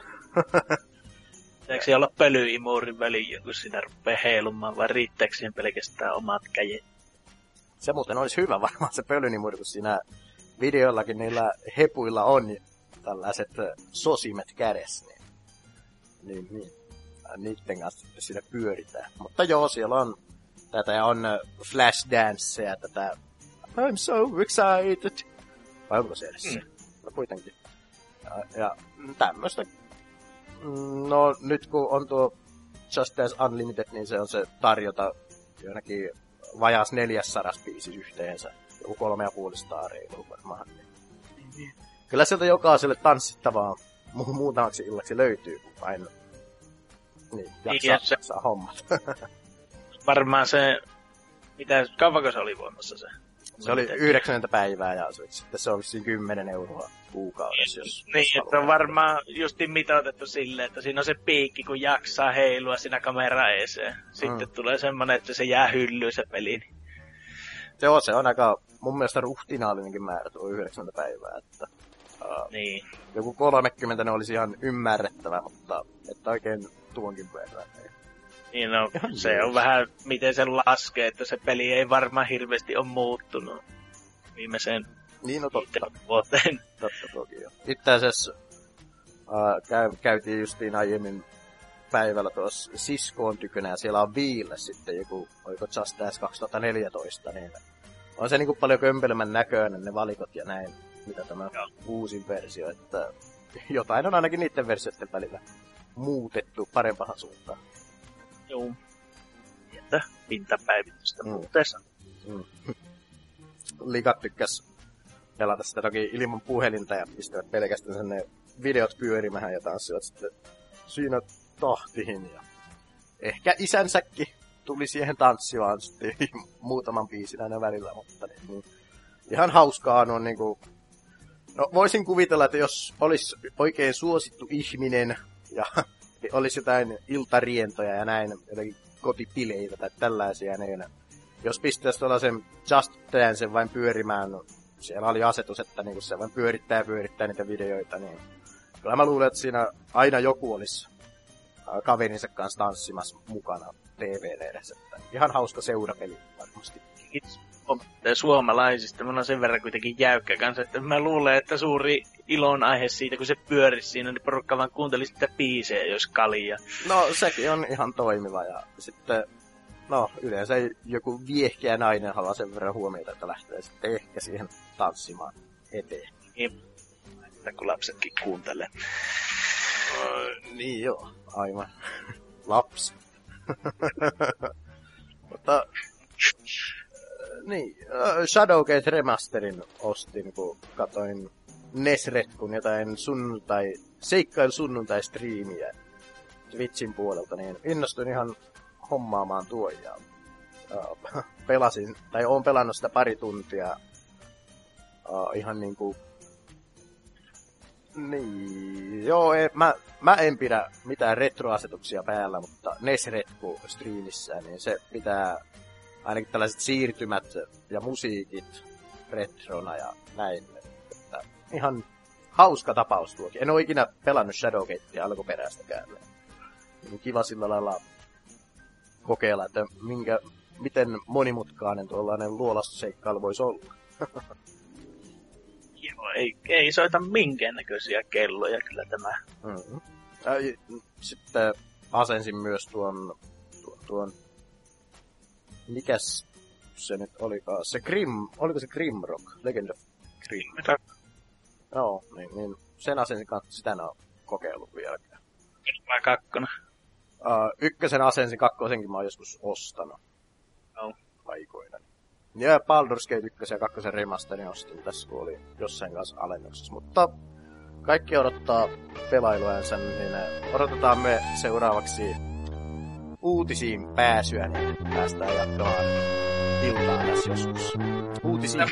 Pitääkö siellä olla pölyimuurin väliin, kun siinä rupeaa heilumaan, vai riittääkö siihen pelkästään omat käjet?
Se muuten olisi hyvä varmaan se pölynimuri, kun siinä videollakin niillä hepuilla on tällaiset sosimet kädessä. Niin, niin, niin. Niitten kanssa sitten siinä pyöritään. Mutta joo, siellä on tätä on Flashdance ja tätä I'm so excited. Vai onko se edes se? Mm. No kuitenkin. Ja, ja tämmöistä. No nyt kun on tuo Just Dance Unlimited, niin se on se tarjota jonnekin vajaas neljäsataa biisis yhteensä. Joku kolme ja puoli staaria varmaan. Mm-hmm. Kyllä sieltä jokaiselle tanssittavaa mu- muutamaksi illaksi löytyy, kun vain niin, jaksaa, se... jaksaa hommat.
Varmaan se, mitä, kauanko se oli voimassa se?
Se oli yhdeksänkymmentä päivää ja se, sitten se on vissiin kymmenen euroa kuukaudessa. Jos,
niin, jos että on varmaan justiin mitoitettu silleen, että siinä on se piikki, kun jaksaa heilua siinä kamera eeseen. Sitten mm. tulee semmonen, että se jää hyllyyn se peli.
Se on, se on aika mun mielestä ruhtinaallinenkin määrä tuo yhdeksänkymmentä päivää. Että, uh,
niin.
Joku kolmekymmentä ne olisi ihan ymmärrettävä, mutta että oikein tuonkin verran.
Niin no, se on vähän miten se laskee, että se peli ei varmaan hirveästi ole muuttunut viimeiseen
niin, no totta.
vuoteen.
Totta toki jo. Itse asiassa äh, käy, käytiin justiin aiemmin päivällä tuossa Siskoon tykönä ja siellä on Viille sitten joku, oliko Just Dance kaksituhattaneljätoista, niin on se niinku paljon kömpelemmän näköinen ne valikot ja näin, mitä tämä Joo. uusin versio, että jotain on ainakin niiden versioiden välillä muutettu parempaan suuntaan.
Joo. Että pintapäivitystä mm. muuteessa.
Mm. Likat tykkäs pelata sitä toki ilman puhelinta ja pistävät pelkästään sen ne videot pyörimään ja tanssivat sitten siinä tahtiin. Ja ehkä isänsäkin tuli siihen tanssimaan sitten muutaman biisin aina välillä, mutta niin, ihan hauskaa on niinku. No voisin kuvitella, että jos olisi oikein suosittu ihminen ja olisi jotain iltarientoja ja näin, jotenkin kotipileitä tai tällaisia, niin jos pistäisi tuollaisen Just Dancen vain pyörimään, no, siellä oli asetus, että niin se vain pyörittää ja pyörittää niitä videoita, niin kyllä mä luulen, että siinä aina joku olisi kaverinsa kanssa tanssimassa mukana T V:n edessä. Ihan hauska seurapeli varmasti.
Suomalaisista, mä oon sen verran kuitenkin jäykkä kanssa, että mä luulen, että suuri ilon aihe siitä, kun se pyörisi siinä, niin porukka vaan kuuntelisi sitä biisejä, jos kalia.
No sekin on ihan toimiva ja sitten, no yleensä joku viehkeä nainen haluaa sen verran huomiota, että lähtee sitten ehkä siihen tanssimaan eteen.
Niin, että kun lapsetkin kuuntelee.
Uh, niin joo, aivan. Lapsi. Mutta Niin, Shadowgate Remasterin ostin, kun katoin Nesretkun jotain sunnuntai, seikkailu sunnuntai-striimiä Twitchin puolelta, niin innostuin ihan hommaamaan tuon ja uh, pelasin, tai oon pelannut sitä pari tuntia uh, ihan niinku niin, joo, ei, mä, mä en pidä mitään retroasetuksia päällä, mutta Nesretku striimissä, niin se pitää ainakin tällaiset siirtymät ja musiikit retrona ja näin. Että ihan hauska tapaus tuokin. En ole ikinä pelannut Shadowgatea alkuperäistäkään. Niin kiva sillä lailla kokeilla, että minkä, miten monimutkainen tuollainen luolastuseikkailu voisi olla.
Joo, ei, ei soita minkäännäköisiä kelloja kyllä tämä.
Mm-hmm. Sitten asensin myös tuon, tuon, tuon mikäs se nyt olikaan, se Grim, oliko se Grimrock, Legend of Grim?
Mitä?
Joo, niin, niin sen asensin kanssa, sitä en ole kokeillut vieläkään.
Vai kakkona?
Uh, ykkösen asensin, kakkosenkin mä oon joskus ostanut.
Joo.
Aikoina. Ja Baldur's Gate ykkösen ja kakkosen remasterin ostin tässä, kun oli jossain kanssa alennuksessa. Mutta kaikki odottaa pelailuansa, niin odotetaan me seuraavaksi uutisiin pääsyä, niin päästään jatkamaan iltaa tässä joskus. Uutisiin.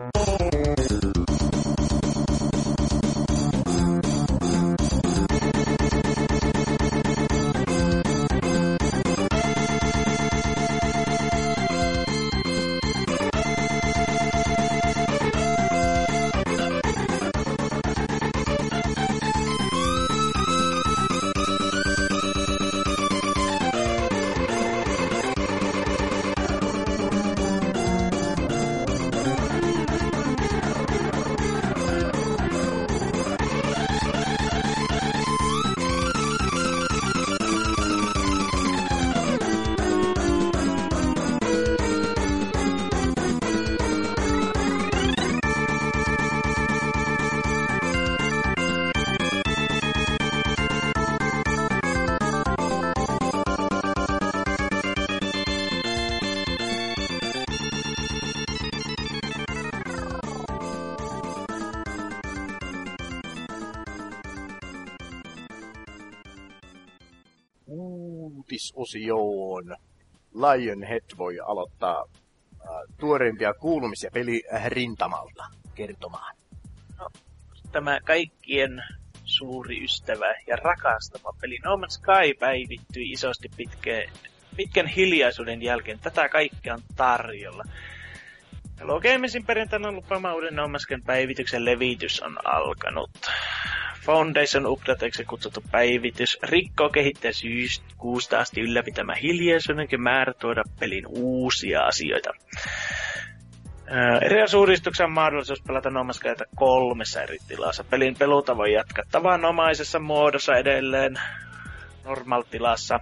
Uutisosioon. Lionhead voi aloittaa äh, tuoreimpia kuulumisia pelirintamalta kertomaan.
No, tämä kaikkien suuri ystävä ja rakastama peli No Man's Sky päivittyi isosti pitkään, pitkän hiljaisuuden jälkeen. Tätä kaikkea on tarjolla. Hello Gamesin perjantaina lupaama uuden No Man's Skyn päivityksen levitys on alkanut. Foundation updateeksi kutsuttu päivitys rikkoo kehittäjä syyskuusta asti ylläpitämään hiljaisuuden ja määrä tuoda pelin uusia asioita. Erillisuudistuksen on mahdollisuus pelata No Man's Skyta kolmessa eri tilassa. Pelin peluta voi jatkaa tavanomaisessa muodossa edelleen normal-tilassa.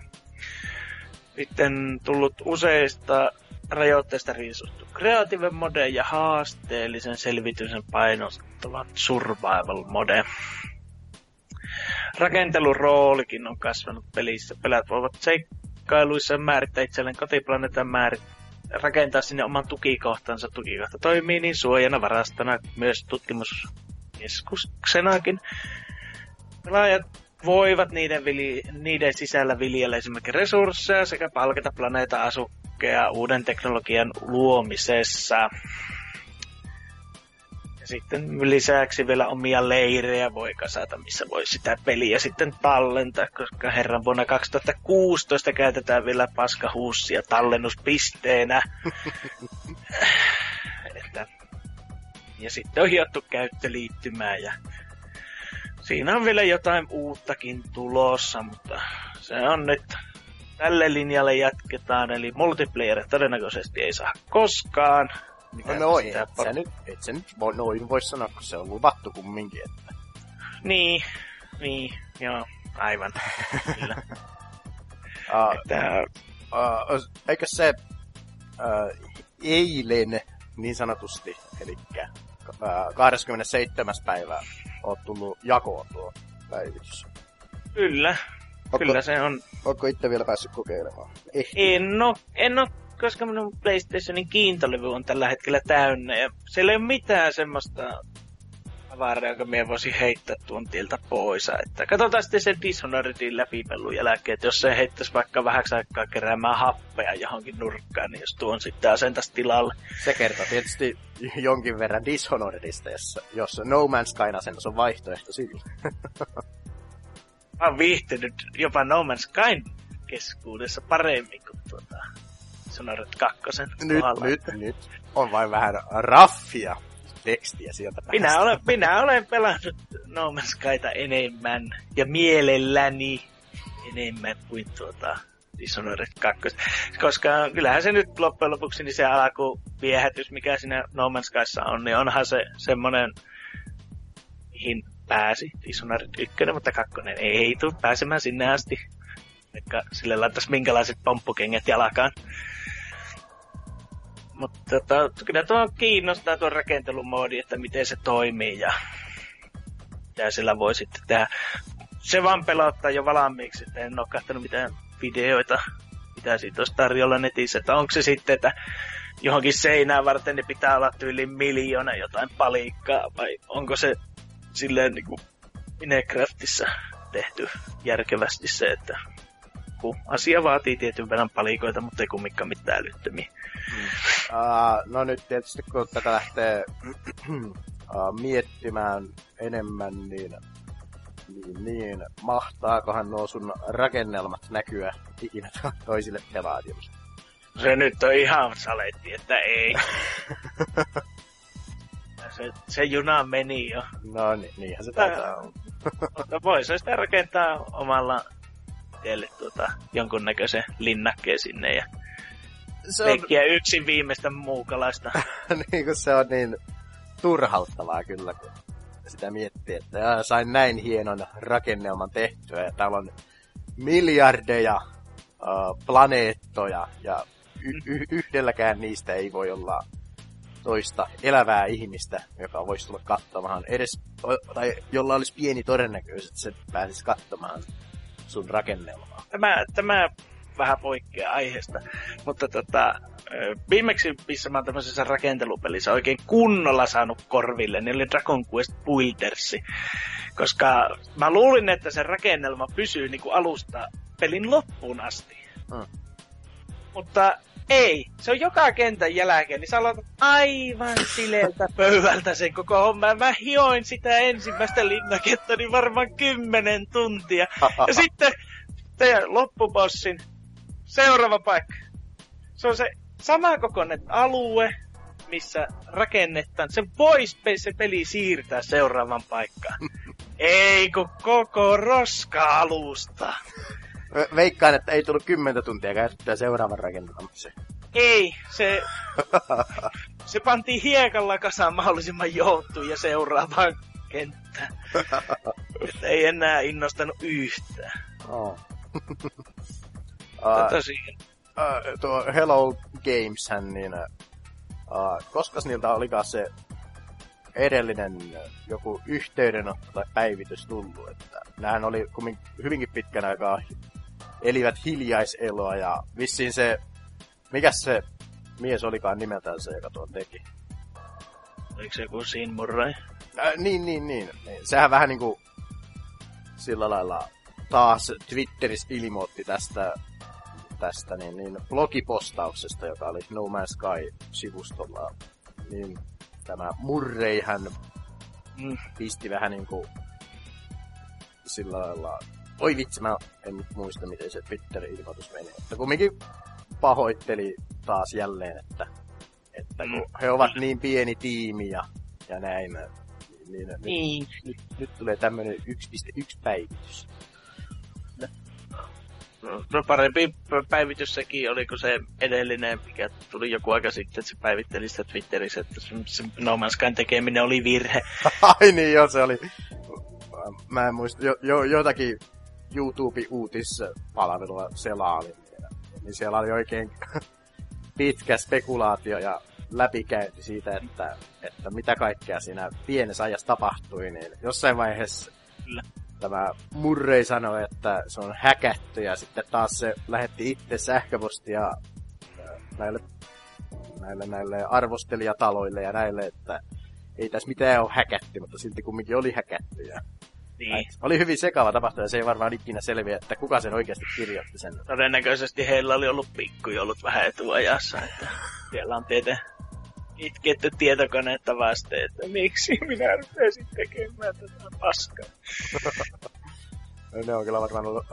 Sitten tullut useista rajoitteista riisuttu Creative Mode ja haasteellisen selvityksen painostavat Survival Mode. Rakentelun roolikin on kasvanut pelissä. Pelät voivat seikkailuissa määrittää itselleen kotiplaneetan määrit, rakentaa sinne oman tukikohtansa. Tukikohta toimii niin suojana, varastona, myös tutkimuskeskuksenakin. Pelaajat voivat niiden, vili, niiden sisällä viljellä esimerkiksi resursseja sekä palkita planeetan asukkeja uuden teknologian luomisessa. Ja sitten lisäksi vielä omia leirejä voi kasata, missä voi sitä peliä sitten tallentaa, koska herran vuonna kaksituhattakuusitoista käytetään vielä paskahuussia tallennuspisteenä. Että, ja sitten on hiottu käyttöliittymää ja siinä on vielä jotain uuttakin tulossa, mutta se on nyt tälle linjalle jatketaan, eli multiplayer todennäköisesti ei saa koskaan.
No noin, et sä, por... nyt, et sä nyt voi, noin voi sanoa, kun se on luvattu kumminkin, että...
Niin, niin, joo, aivan, kyllä.
uh, että... uh, eikö se uh, eilen niin sanotusti, eli uh, kahdeskymmenesseitsemäs päivä on tullut jakoon tuo päivitys?
Kyllä,
Onko,
kyllä se on.
Onko itse vielä päässyt kokeilemaan?
Ehti. En oo, en oo koska minun PlayStationin kiintolevy on tällä hetkellä täynnä ja siellä ei ole mitään semmoista tavaraa, jonka minä voisin heittää tuon tieltä pois. Että katsotaan sitten sen Dishonoredin läpipellun jälkeen, että jos se heittäisi vaikka vähäksi aikaa keräämään happea johonkin nurkkaan, niin jos tuon sitten asentaisi tilalle.
Se kertoo tietysti jonkin verran Dishonoredista, jos, jos No Man's Skyn asennus on vaihtoehto sille.
Mä oon viihtynyt jopa No Man's Skyn keskuudessa paremmin kuin tuota Dishonored kakkosen
Nyt,
kohdalla.
nyt, nyt. On vain vähän raffia tekstiä sieltä päästä.
Minä olen, minä olen pelannut No Man's Skyta enemmän ja mielelläni enemmän kuin tuota Dishonored kaksi. Koska kyllähän se nyt loppujen lopuksi niin se alkuviehätys, mikä siinä No Man's Skyssa on, niin onhan se semmonen, mihin pääsi Dishonored yksi, mutta kakkonen ei tule pääsemään sinne asti. Vaikka sille laittaisi minkälaiset pomppukengät jalkaan. Mutta tota, kyllä tuo kiinnostaa tuo rakentelumoodi, että miten se toimii ja mitä sillä voi sitten tehdä. Se vaan pelottaa jo valmiiksi, että en ole katsonut mitään videoita, mitä siitä olisi tarjolla netissä. Että onko se sitten, että johonkin seinään varten ne pitää olla tyyliin miljoona jotain palikkaa, vai onko se silleen niin kuin Minecraftissa tehty järkevästi se, että kun asia vaatii tietyn verran palikoita, mutta ei kumminkaan mitään älyttömiä.
Mm. Uh, no nyt tietysti kun tätä lähtee uh, miettimään enemmän, niin, niin, niin mahtaakohan nuo sun rakennelmat näkyä ikinä toisille pelaajille?
Se nyt on ihan saletti, että ei. se, se juna meni jo.
No niin, niinhän se taitaa olla.
Mutta voisi sitä rakentaa omalla teille tuota, jonkunnäköisen linnakkeen sinne ja se on... leikkiä yksin viimeistä muukalaista.
Niin kuin se on niin turhauttavaa kyllä, kun sitä miettii, että jaa, sain näin hienon rakennelman tehtyä ja täällä on miljardeja uh, planeettoja ja y- y- yhdelläkään niistä ei voi olla toista elävää ihmistä, joka voisi tulla katsomaan edes, tai jolla olisi pieni todennäköisyys, että se pääsisi katsomaan sun rakennelmaa.
Tämä, tämä vähän poikkeaa aiheesta, mutta tota, viimeksi missä mä oon tämmöisessä rakentelupelissä oikein kunnolla saanut korville, niin oli Dragon Quest Buildersi, koska mä luulin, että se rakennelma pysyy niinku alusta pelin loppuun asti. Hmm. Mutta ei, se on joka kentän jälkeen, niin sä aloitat aivan sileältä pöydältä sen koko homma. Mä hioin sitä ensimmäistä linnaketta niin varmaan kymmenen tuntia. Ja sitten teidän loppubossin seuraava paikka. Se on se sama kokoinen alue, missä rakennetaan. Se voisi se peli siirtää seuraavan paikkaan. Ei kun koko roska-alusta.
Veikkaan, että ei tullut kymmentä tuntia käytettyä seuraavan rakentamiseen.
Ei, se, se pantiin hiekalla kasaan mahdollisimman jouttuun ja seuraavaan kenttään. Että ei enää innostanut yhtään.
Oh.
uh, tosiaan.
Uh, tuo Hello Gameshän, niin uh, koska niiltä olikaan se edellinen joku yhteydenotto tai päivitys tullut, että nämähän oli hyvinkin pitkän aikaa elivät hiljaiseloa ja vissiin se, mikäs se mies olikaan nimeltään se, joka tuon teki?
Oliko se joku Sin Murray?
Äh, niin, niin, niin. Sehän vähän niinku sillä lailla taas Twitterissä ilmoitti tästä, tästä niin, niin blogipostauksesta, joka oli No Man's Sky-sivustolla. Niin tämä Murrayhän mm. pisti vähän niinku sillä lailla... Oi vitsi, mä en nyt muista, miten se Twitter-ilmoitus meni. Mutta kumminkin pahoitteli taas jälleen, että, että kun he ovat niin pieni tiimi ja, ja näin, niin, niin. Nyt, nyt, nyt tulee tämmönen yksi pilkku yksi päivitys.
No parempi päivitys sekin oli, kun se edellinen, mikä tuli joku aika sitten, että se päivitteli sitä Twitterissä, että se No Man's Skyn tekeminen oli virhe.
Ai niin joo, se oli... Mä en muista, jo, jo, jotakin YouTube-uutispalvelua selailin, niin siellä oli oikein pitkä spekulaatio ja läpikäynti siitä, että, että mitä kaikkea siinä pienessä ajassa tapahtui, niin jossain vaiheessa Kyllä. tämä Murray sanoi, että se on häkätty ja sitten taas se lähetti itse sähköpostia näille, näille, näille arvostelijataloille ja näille, että ei tässä mitään ole häkätty, mutta silti kumminkin oli häkätty. Ja
niin.
Oli hyvin sekava tapahtuma ja se ei varmaan ikinä selviä, että kuka sen oikeasti kirjoitti sen.
Todennäköisesti heillä oli ollut pikkujoulut vähän etuajassa, että siellä on tietä itketty tietokoneetta vasten, että miksi minä rupesin tekemään tätä paskaa.
Ne on kyllä varmaan ollut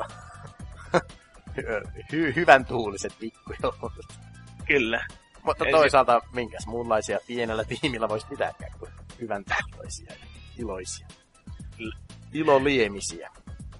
hy- hyvän tuuliset pikkujoulut.
Kyllä.
Mutta toisaalta minkäs muunlaisia pienellä tiimillä voisi pitääkään kuin hyvän tahtoisia ja iloisia.
Kyllä.
Iloliemisiä.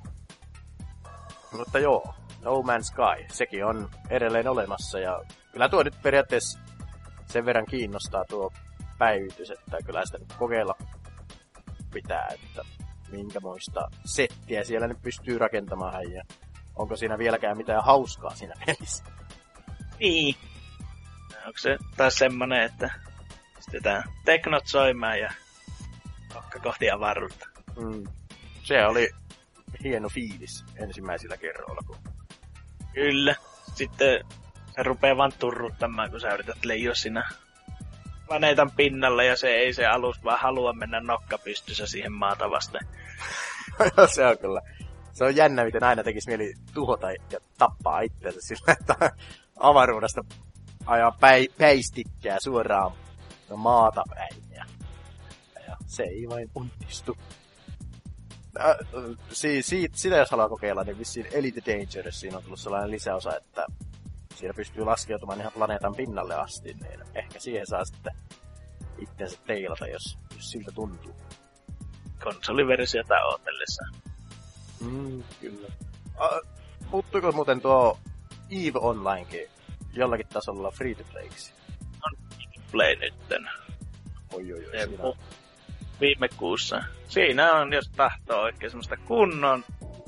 Mutta joo, No Man's Sky, sekin on edelleen olemassa ja kyllä tuo nyt periaatteessa sen verran kiinnostaa tuo päivitys, että kyllä sitä nyt kokeilla pitää, että minkämoista settiä siellä nyt pystyy rakentamaan ja onko siinä vieläkään mitään hauskaa siinä pelissä.
Niin. Onko se taas semmonen, että pistetään teknot soimaan ja kokka kohti avaruutta?
Mm. Se oli hieno fiilis ensimmäisillä kerroilla. Kun...
Kyllä. Sitten se rupeaa vaan turruttamaan, kun sä yrität leijoa siinä planeetan pinnalla ja se ei se alus vaan halua mennä nokka pystyssä siihen maata vasten.
Se on kyllä. Se on jännä, miten aina tekisi mieli tuhota ja tappaa itseänsä sillä, että avaruudesta ajaa päi, päistikkää suoraan maata päin. Ja, ja se ei vain onnistu. Äh, si, si, sitä jos haluaa kokeilla, niin vissiin Elite Dangerous siinä on tullut sellainen lisäosa, että siinä pystyy laskeutumaan ihan planeetan pinnalle asti, niin ehkä siihen saa sitten itsensä teilata, jos, jos siltä tuntuu.
Konsoliversiota ootellessa.
Mm, kyllä. Uh, puuttuiko muuten tuo EVE Onlinekin jollakin tasolla free to playksi?
On play nytten.
Oi oi oi.
Siinä... Viime kuussa. Siinä on, jos tahtoo oikein semmoista kunnon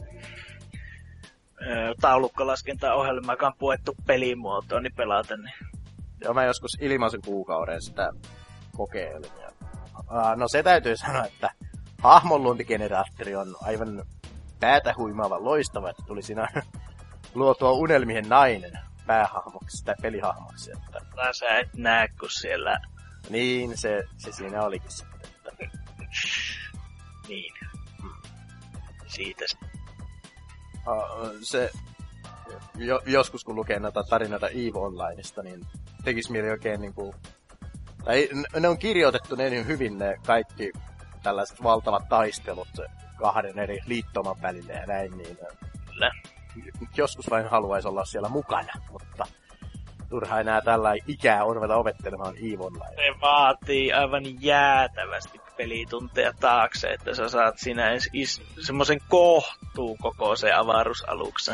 taulukkolaskintaohjelmaa, joka on puettu pelimuotoon, niin pelata. Niin.
Joo, mä joskus ilmaisen kuukauden sitä kokeilin. Ja... Uh, no se täytyy sanoa, että hahmonluontigeneraattori on aivan päätä huimaava loistava, että tuli siinä luotua unelmien nainen päähahmoksi tai pelihahmoksi. Että...
Sä et näe, kun siellä...
Niin, se, se siinä olikin sitten. Että...
niin. Hmm. Siitä se.
Uh, se jo, joskus kun lukee näitä tarinoita EVE Onlineista, niin tekisi mieli oikein niinku... Tai ne on kirjoitettu ne niin hyvin ne kaikki tällaiset valtavat taistelut kahden eri liittoman välillä ja näin, niin
kyllä.
Joskus vain haluaisi olla siellä mukana, mutta turha enää tällä ikää on ruveta opettelemaan EVE Online.
Se vaatii aivan jäätävästi pelitunteja taakse, että sä saat siinä is- semmoisen kohtuu kokoisen avaruusaluksen.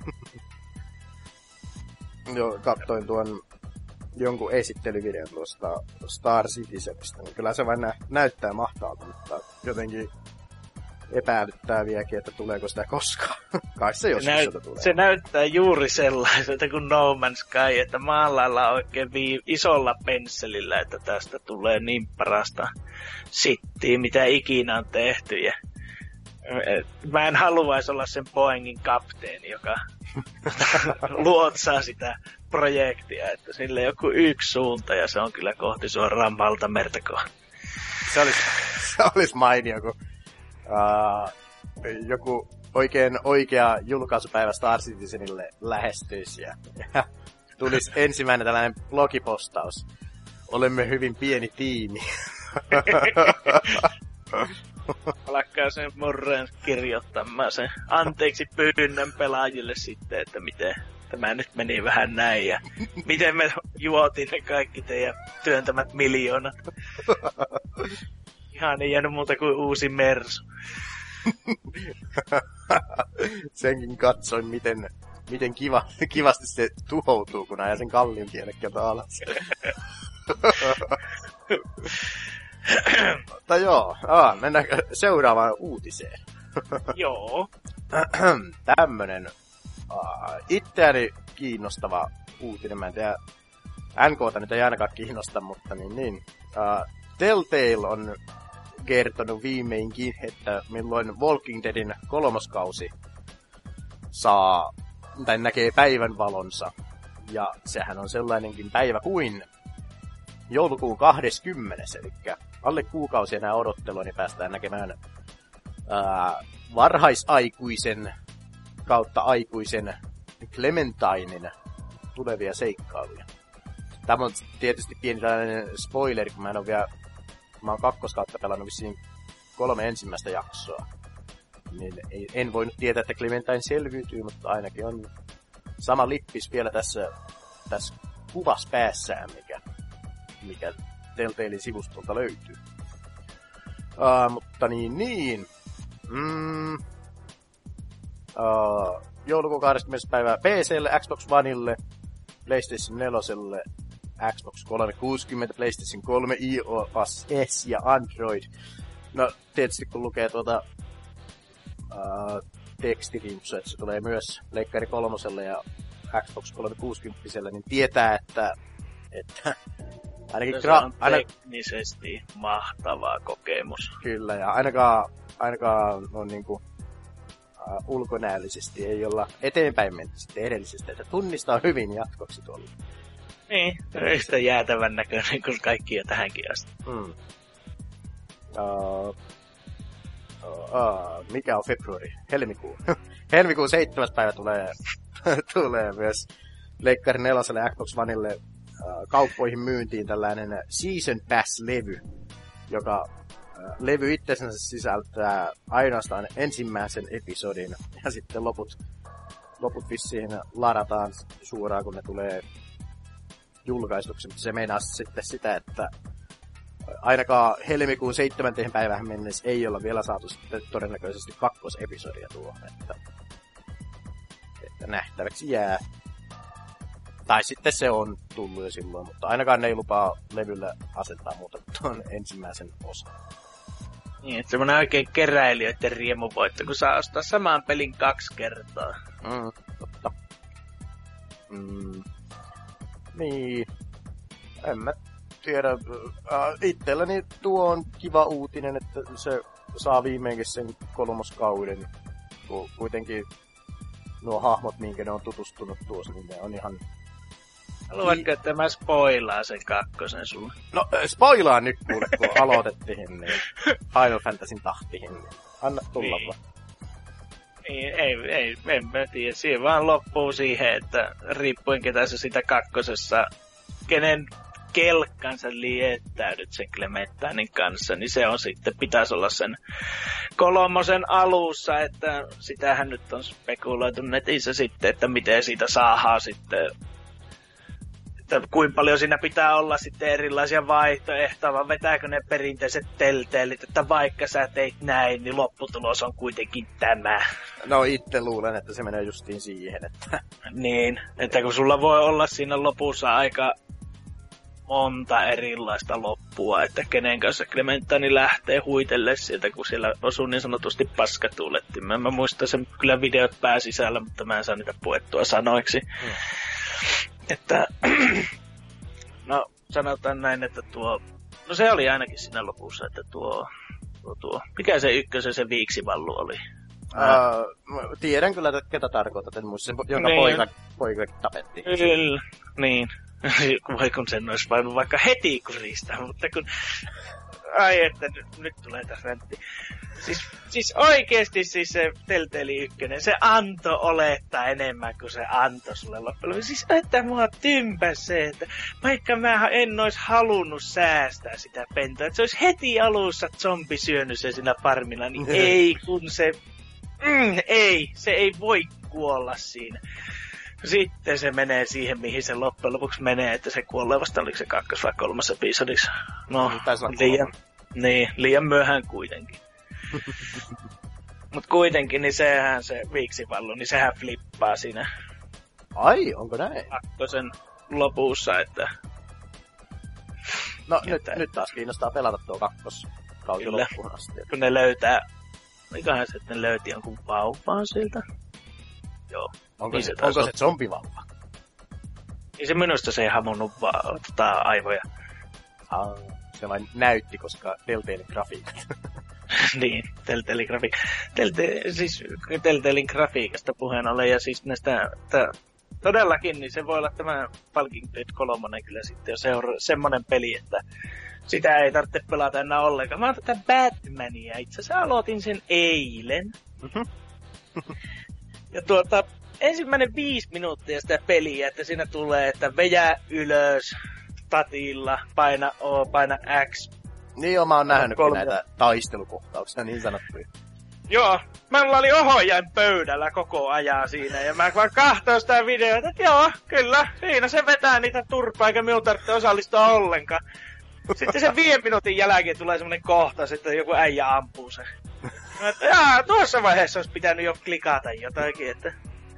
Joo, katsoin tuon jonkun esittelyvideon tuosta Star Citizenista, niin kyllä se vain nä- näyttää mahtavalta, mutta jotenkin epäilyttää vieläkin, että tuleeko sitä koskaan. Kai se joskus
näyt-
sitä tulee.
Se näyttää juuri sellaiselta kuin No Man's Sky, että maalaillaan oikein vii- isolla pensselillä, että tästä tulee niin parasta sittiä, mitä ikinä on tehty. Ja mä en haluaisi olla sen Boeingin kapteeni, joka luotsaa sitä projektia, että sillä on joku yksi suunta ja se on kyllä kohti suoraan valtamertakoon.
Se olisi, se olisi mainio, kun uh, joku oikein oikea julkaisupäivä Star Citizenille lähestyisi ja, ja tulisi ensimmäinen tällainen blogipostaus. Olemme hyvin pieni tiimi.
Alkaa sen murreen kirjoittamaan sen anteeksi pyynnön pelaajille sitten, että miten tämä nyt meni vähän näin ja miten me juotiin ne kaikki teidän työntämät miljoonat. Ihan ei jäänyt muuta kuin uusi Mersu.
Senkin katsoin, miten, miten kiva, kivasti se tuhoutuu, kun ajaa sen kallin tiedekkeltä alas. Mutta joo, aa, mennäänkö seuraavaan uutiseen?
Joo.
Tämmönen uh, itseäni kiinnostava uutinen. Mä en tiedä, N K:ta nyt ei ainakaan kiinnosta, mutta niin, niin. Uh, Telltale on kertonut viimeinkin, että milloin Walking Deadin kolmoskausi saa, tai näkee päivänvalonsa. Ja sehän on sellainenkin päivä kuin joulukuun kahdeskymmenes, eli alle kuukausi enää odottelua, niin päästään näkemään ää, varhaisaikuisen kautta aikuisen Clementinen tulevia seikkailuja. Tämä on tietysti pieni tällainen spoileri, kun mä en ole vielä, mä oon kakkoskautta pelannut vissiin kolme ensimmäistä jaksoa. Niin en voinut tietää, että Clementine selviytyy, mutta ainakin on sama lippis vielä tässä, tässä kuvas päässään, mikä, mikä Telltalein sivustolta löytyy. Uh, mutta niin, niin. Mm. Uh, joulukuun kahdeskymmenes päivä P C:lle, Xbox Oneille, PlayStation neljälle, Xbox kolmesataakuusikymmentä, PlayStation kolme, iOS S ja Android. No, tietysti kun lukee tuota uh, tekstirimpsua, että se tulee myös Pleikkari kolmoselle ja Xbox kolmesataakuusikymmentä, niin tietää, että, että ainakin
se
gra-
on
aina...
teknisesti mahtava kokemus.
Kyllä, ja ainakaan, ainakaan on niinku uh, ulkonäöllisesti ei olla eteenpäin menty sitten edellisestä, että tunnistaa hyvin jatkoksi tuolla.
Niin, yhtä jäätävän näköinen kuin kaikki jo tähänkin asti.
Mm. Uh, uh, uh, mikä on februari? Helmikuu. Helmikuun seitsemäs päivä tulee, tulee myös Pleikkari neloselle ja Xbox Oneille uh, kauppoihin myyntiin tällainen Season Pass-levy, joka uh, levy itsensä sisältää ainoastaan ensimmäisen episodin ja sitten loput, loput vissiin ladataan suoraan, kun ne tulee julkaistuksi, mutta se meinaa sitten sitä, että ainakaan helmikuun seitsemänteen päivään mennessä ei olla vielä saatu sitten todennäköisesti kakkosepisodia tuohon, että, että nähtäväksi jää. Tai sitten se on tullut jo silloin, mutta ainakaan ne ei lupaa levyllä asentaa muuta kuin tuon ensimmäisen osan.
Niin, että semmoinen oikein keräilijöiden riemuvoitto, kun saa ostaa saman pelin kaksi kertaa.
Mm, totta. Mm. Niin, en mä tiedä. Äh, itselläni tuo on kiva uutinen, että se saa viimeinkin sen kolmoskauden. Kun kuitenkin nuo hahmot, minkä ne on tutustunut tuossa, niin ne on ihan...
Haluatko, että mä spoilaan sen kakkosen sulle?
No, spoilaan nyt kuule, kun aloitettiin, niin Final Fantasyn tahtiin. Niin anna tulla
niin.
vaan.
Niin, ei, ei, en mä tiedä. Siinä vaan loppuu siihen, että riippuen ketä sä sitä kakkosessa, kenen kelkkansa liettäydyt sen Clementinin kanssa, niin se on sitten, pitäisi olla sen kolmosen alussa, että sitähän nyt on spekuloitu netissä sitten, että miten siitä saadaan sitten, että kuinka paljon siinä pitää olla sitten erilaisia vaihtoehtoja, vaan vetääkö ne perinteiset Telltalet, että vaikka sä teit näin, niin lopputulos on kuitenkin tämä.
No itse luulen, että se menee justiin siihen, että...
Niin, että kun sulla voi olla siinä lopussa aika monta erilaista loppua, että kenen kanssa Clementine lähtee huitelle sieltä, kun siellä osuu niin sanotusti paskatuulettiin. Mä, mä muistan sen kyllä videot pääsisällä, mutta mä en saa niitä puettua sanoiksi. Hmm. Että, no sanotaan näin, että tuo, no se oli ainakin siinä lopussa, että tuo, tuo, tuo mikä se ykkösen se viiksivallu oli?
Uh, tiedän kyllä, että ketä tarkoitat, en muista, jonka niin. poika, poika tapettiin.
Kyllä, niin. Voi kun sen olisi voinut vaikka heti kurista, mutta kun... Ai että nyt, nyt tulee tässä räntti. Siis, siis oikeesti siis se Telltale ykkönen, se antoi olettaa enemmän kuin se antoi sulle loppujen. Siis että mua tympäs se, että vaikka mä en ois halunnut säästää sitä pentoa, että se olisi heti alussa zombi syönyt se siinä farmilla, niin ei kun se... Mm, ei, se ei voi kuolla siinä. Sitten se menee siihen, mihin se loppujen lopuksi menee, että se kuolee vasta, oliko se kakkos vai kolmas episodiksi. No, liian, niin, liian myöhään kuitenkin. Mut kuitenkin, niin sehän se viiksivallu, niin sehän flippaa siinä.
Ai, onko näin?
Kakkosen lopussa, että...
No, nyt, nyt taas kiinnostaa pelata tuo kakkoskausi loppuun asti.
Kun ne löytää... Mikähän se, että ne löyti jonkun vauvaan sieltä? Joo.
Onko
niin
se, se, onko se zombivauva?
Niin se minusta se ei hamunnut vaan tota, aivoja.
Ah, se vain näytti, koska Telltalein grafiikat.
Niin, Telltalein grafiikat. Telltale, siis Telltalein grafiikasta puheen ollen ja siis näistä... Tää, todellakin, niin se voi olla tämä Walking Dead kolmonen kyllä sitten jo seura- semmonen peli, että sitä ei tarvitse pelata enää ollenkaan. Mä oon tätä Batmania, itse asiassa aloitin sen eilen.
Mhm.
Ja tuota, ensimmäinen viisi minuuttia sitä peliä, että siinä tulee, että vejää ylös tatilla, paina O, paina X.
Niin joo, mä oon nähnyt
Kolme.
näitä taistelukohtauksia, niin sanottuja.
Joo, mä oli ohojain pöydällä koko ajan siinä, ja mä vaan kahtoin sitä videota, että joo, kyllä, siinä se vetää niitä turpaa, eikä minun tarvitse osallistua ollenkaan. Sitten sen viiden minuutin jälkeen tulee semmonen kohtaus, että joku äijä ampuu sen. Mä että jaa, tuossa vaiheessa olisi pitänyt jo klikata jotakin, että...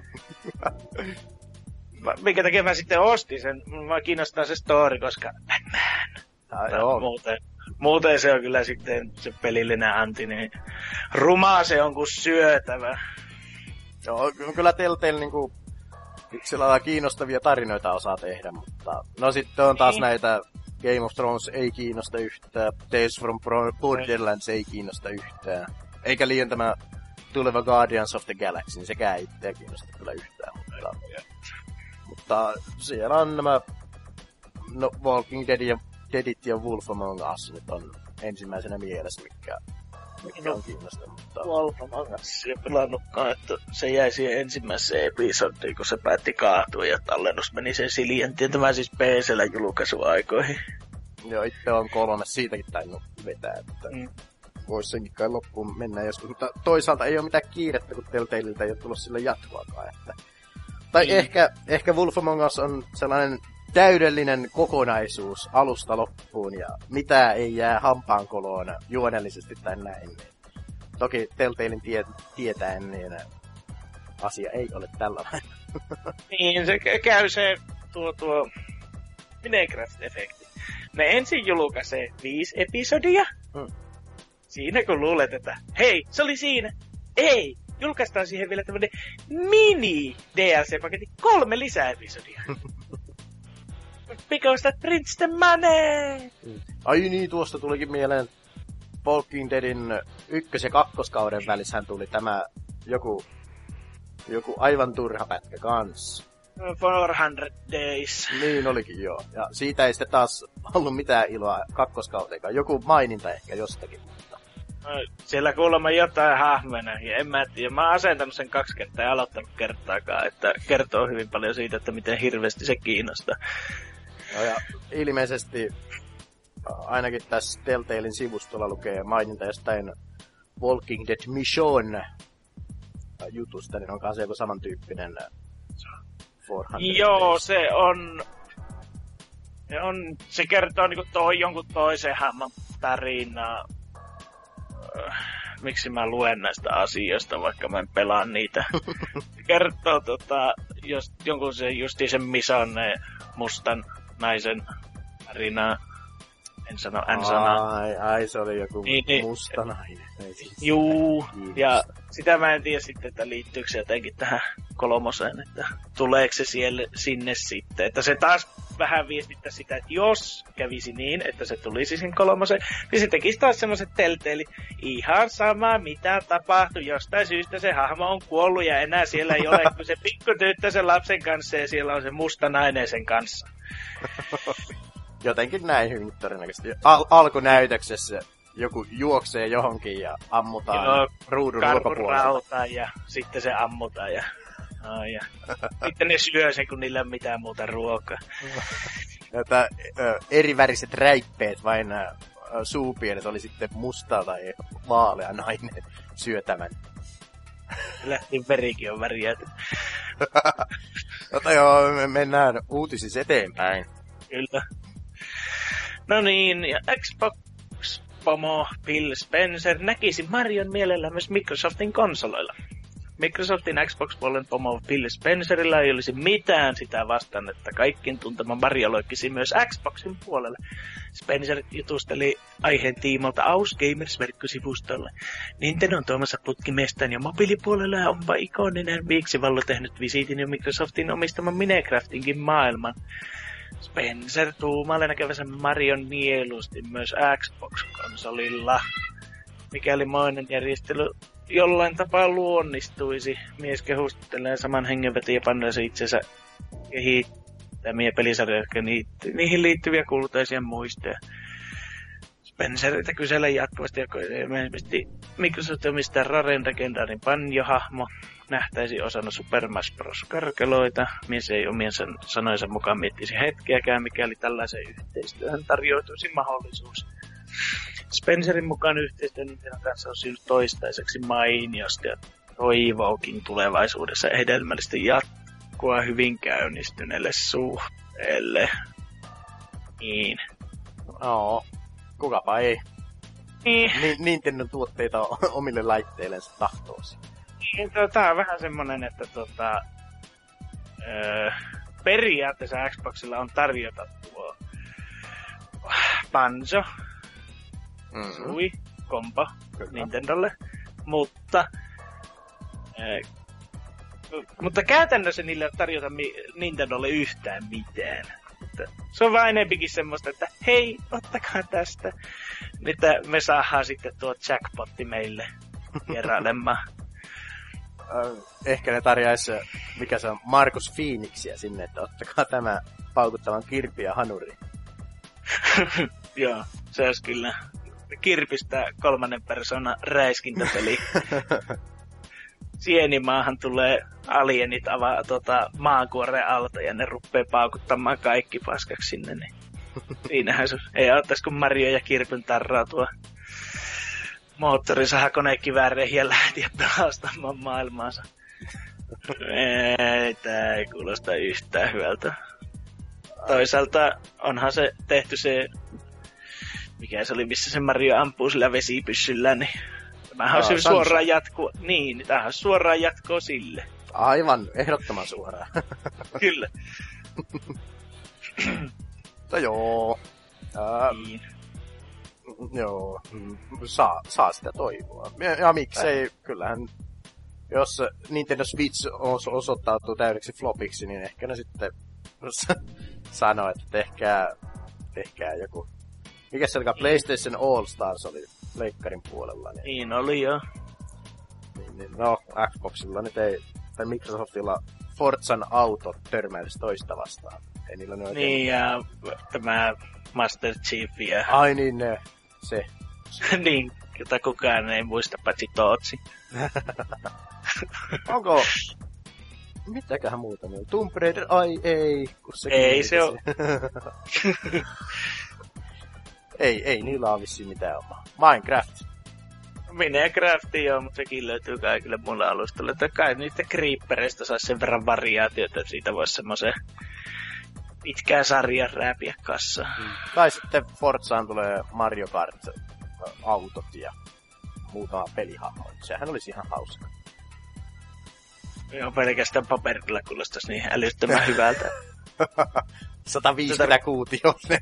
Minkä takia mä sitten ostin sen, mä kiinnostaa se story, koska Batman.
Ah, joo.
Muuten, muuten se on kyllä sitten se pelillinen anti, niin rumaa se on kuin syötävä.
Joo, kyllä Telltale niinku sillä lailla kiinnostavia tarinoita osaa tehdä, mutta no sitten on taas
niin.
näitä Game of Thrones ei kiinnosta yhtään, Tales from Borderlands ei kiinnosta yhtään, eikä liian tämä tuleva Guardians of the Galaxy, niin sekään ei itseä kiinnosta kyllä yhtään, mutta, mutta siellä on nämä no, Walking Dead ja Deadit ja Wolf Among Us nyt on ensimmäisenä mielessä, mikä, mikä on kiinnostavaa. Mutta...
Wolf Among Us ei pelannutkaan, että se jäi siihen ensimmäiseen episodiin, kun se päätti kaatua ja tallennus meni sen siljentiin. Tämä siis P C:llä julkaisuaikoihin.
Joo, itse on kolme siitäkin tainnut vetää, että mm. vois senkin kai loppuun mennä joskus. Mutta toisaalta ei ole mitään kiirettä, kun Telltaleilta ei ole tullut sille jatkoakaan. Että... Tai mm. ehkä, ehkä Wolf Among Us on sellainen täydellinen kokonaisuus alusta loppuun ja mitä ei jää hampaankoloon juonellisesti tai näin. Toki Telltalein tie, tietäen, niin asia ei ole tällainen.
Niin, se käy se tuo tuo Minecraft-efekti. Ne ensin julkaisee viisi episodia. Hmm. Siinä kun luulet, että hei, se oli siinä. Ei, julkaistaan siihen vielä tämmönen mini D L C-paketti, kolme lisäepisodia. Because that prints the money!
Ai niin, tuosta tulikin mieleen Walking Deadin ykkös- ja kakkoskauden välissähän tuli tämä joku, joku aivan turha pätkä kans.
four hundred days.
Niin olikin joo. Ja siitä ei sitten taas ollut mitään iloa kakkoskauteenkaan. Joku maininta ehkä jostakin. Mutta...
No, siellä kuulemma jotain hahmoja ja en mä tiedä. Mä oon asentanut sen kaksi kertaa ja aloittanut kertaakaan. Että kertoo hyvin paljon siitä, että miten hirveästi se kiinnostaa.
No ja ilmeisesti ainakin tässä Telltalein sivustolla lukee maininta jostain Walking Dead Mission jutusta, niin onkaan se joku samantyyppinen four hundred.
Joo, se on... Se, on, se kertoo niinku toi jonkun toisen hahmon tarinaa. Miksi mä luen näistä asioista, vaikka mä en pelaa niitä. Kertoo tota, jos, jonkun se justiin sen Misonne mustan naisen tarinaa. En sano, en sano.
Ai, ai, se oli joku
niin, niin,
musta nainen.
Juu, ja sitä mä en tiedä sitten, että liittyykö se jotenkin tähän kolmoseen, että tuleeko se siellä, sinne sitten. Että se taas vähän viestittää sitä, että jos kävisi niin, että se tulisi sinne kolmoseen, niin se tekisi taas semmoiset Telltale, ihan sama mitä tapahtui, jostain syystä se hahmo on kuollut ja enää siellä ei ole, kun se pikkutyttö sen lapsen kanssa ja siellä on se musta nainen sen kanssa.
Jotenkin näin hyvin todennäköisesti. Al- alkunäytöksessä joku juoksee johonkin ja ammutaan Joo, ruudun ulkopuolelta.
Ja sitten se ammutaan ja, oh, ja. sitten ne syö sen, kun niillä ei ole mitään muuta ruokaa.
Että ö, eriväriset räippeet, vain ö, suupienet oli sitten musta tai vaalea nainen syötävän.
Lähtiin verikin on väriäty.
Mutta joo, me mennään uutisissa eteenpäin.
Kyllä. No niin, ja Xbox-pomo Phil Spencer näkisi Marion mielellä myös Microsoftin konsoloilla. Microsoftin Xbox-puolen pomo Phil Spencerillä ei olisi mitään sitä vastaan, että kaikkien tuntema Mario loikkisi myös Xboxin puolelle. Spencer jutusteli aiheen tiimolta Aus Gamers-verkkosivustolle. Nintendo on tuomassa putkimestaan ja mobiilipuolella ja onpa ikoninen viiksivallo tehnyt visiitin jo Microsoftin omistaman Minecraftinkin maailman. Spencer tuumailee näkevänsä Marion nielusti myös Xbox-konsolilla. Mikäli moinen järjestely jollain tapaa luonnistuisi, mies kehustelee saman hengenvetin ja panneesi itsensä kehittämiä pelisarjoja, niihin liittyviä kultaisia muistoja. Spenceriltä kysellä jatkuvasti, joka ilmeisesti Microsoft omistaa Raren legendaarin Banjo-hahmo nähtäisi osana Super Smash Bros. Karkeloita. Mies ei omien sanojensa mukaan miettisi hetkeäkään, mikäli tällaisen yhteistyöhön tarjoutuisi mahdollisuus. Spencerin mukaan yhteistyö Nintendon kanssa on syynyt toistaiseksi mainiosta ja toivookin tulevaisuudessa hedelmällistä jatkoa hyvin käynnistyneelle suhteelle. Niin.
No, kukapa ei.
Niin.
Ni- Nintendon tuotteita omille laitteillensa tahtoosi.
Niin, tää on vähän semmonen, että tota... Öö, periaatteessa Xboxilla on tarjota tuo Banjo,
Mm-hmm.
Sui, Kompa Nintendolle, mutta öö, mutta käytännössä niille ei tarjota mi- Nintendolle yhtään mitään. Että se on vaan enempikin semmoista, että hei, ottakaa tästä. Mitä me saadaan sitten tuo jackpotti meille vierailemaan.
Ehkä ne tarjaisi, mikä se on, Markus Phoenixia sinne, että ottakaa tämä paukuttavan Kirpi ja Hanuri.
Joo, se olisi kyllä Kirpistä kolmannen persoonan räiskintäpeli. Sienimaahan tulee alienit avaa tota, maankuoreen alta ja ne ruppee paukuttamaan kaikki paskaksi sinne. Niin. Siinähän se ei auttaisi kun Mario ja Kirpyn tarrautua moottorinsa hakonekivääreihin ja lähtiä pelastamaan maailmaansa. Ei, tää ei kuulosta yhtään hyvältä. Toisaalta onhan se tehty se, mikä se oli, missä se Mario ampuu sillä vesipyssyllä, niin tämähän on suoraan jatkoa. Niin, tämähän on suoraan jatkoa sille.
Aivan, ehdottoman suoraan.
Kyllä.
Mutta joo. Ää,
niin.
Joo, saa, saa sitä toivoa. Ja, ja miksei, kyllähän, jos Nintendo Switch os, osoittautuu täydeksi flopiksi, niin ehkä ne sitten sanoo, että tehkää, tehkää joku. Mikä se olikaan? PlayStation All Stars oli leikkarin puolella. Niin,
niin oli jo.
Niin, niin, no, Xboxilla nyt ei, tai Microsoftilla Forzan auto törmäilisi toista vastaan. Ei niillä ne oikein...
Niin, ja tämä Master Chief ja...
Ai niin, ne, se.
niin, jota kukaan ei muista paitsi Tootsi.
Onko... Mitäköhän muuta ne on? Tomb Raider? Ai ei, kun se...
Ei se on...
ei, ei niillä on vissiin mitään omaa. Minecraft.
Minecraft joo, mutta sekin löytyy kaikille muille alustoille. Että kai niistä creepereistä saisi sen verran variaatiota, että siitä voisi semmoisen pitkää sarjan rääpiä kassaan.
Mm. Tai sitten Forzaan tulee Mario Kart-autot ja muutama pelihahmo. Sehän olisi ihan hauska.
Joo, pelkästään paperilla kuulostaisi niin älyttömän hyvältä.
sata viisikymmentä kuutioinen.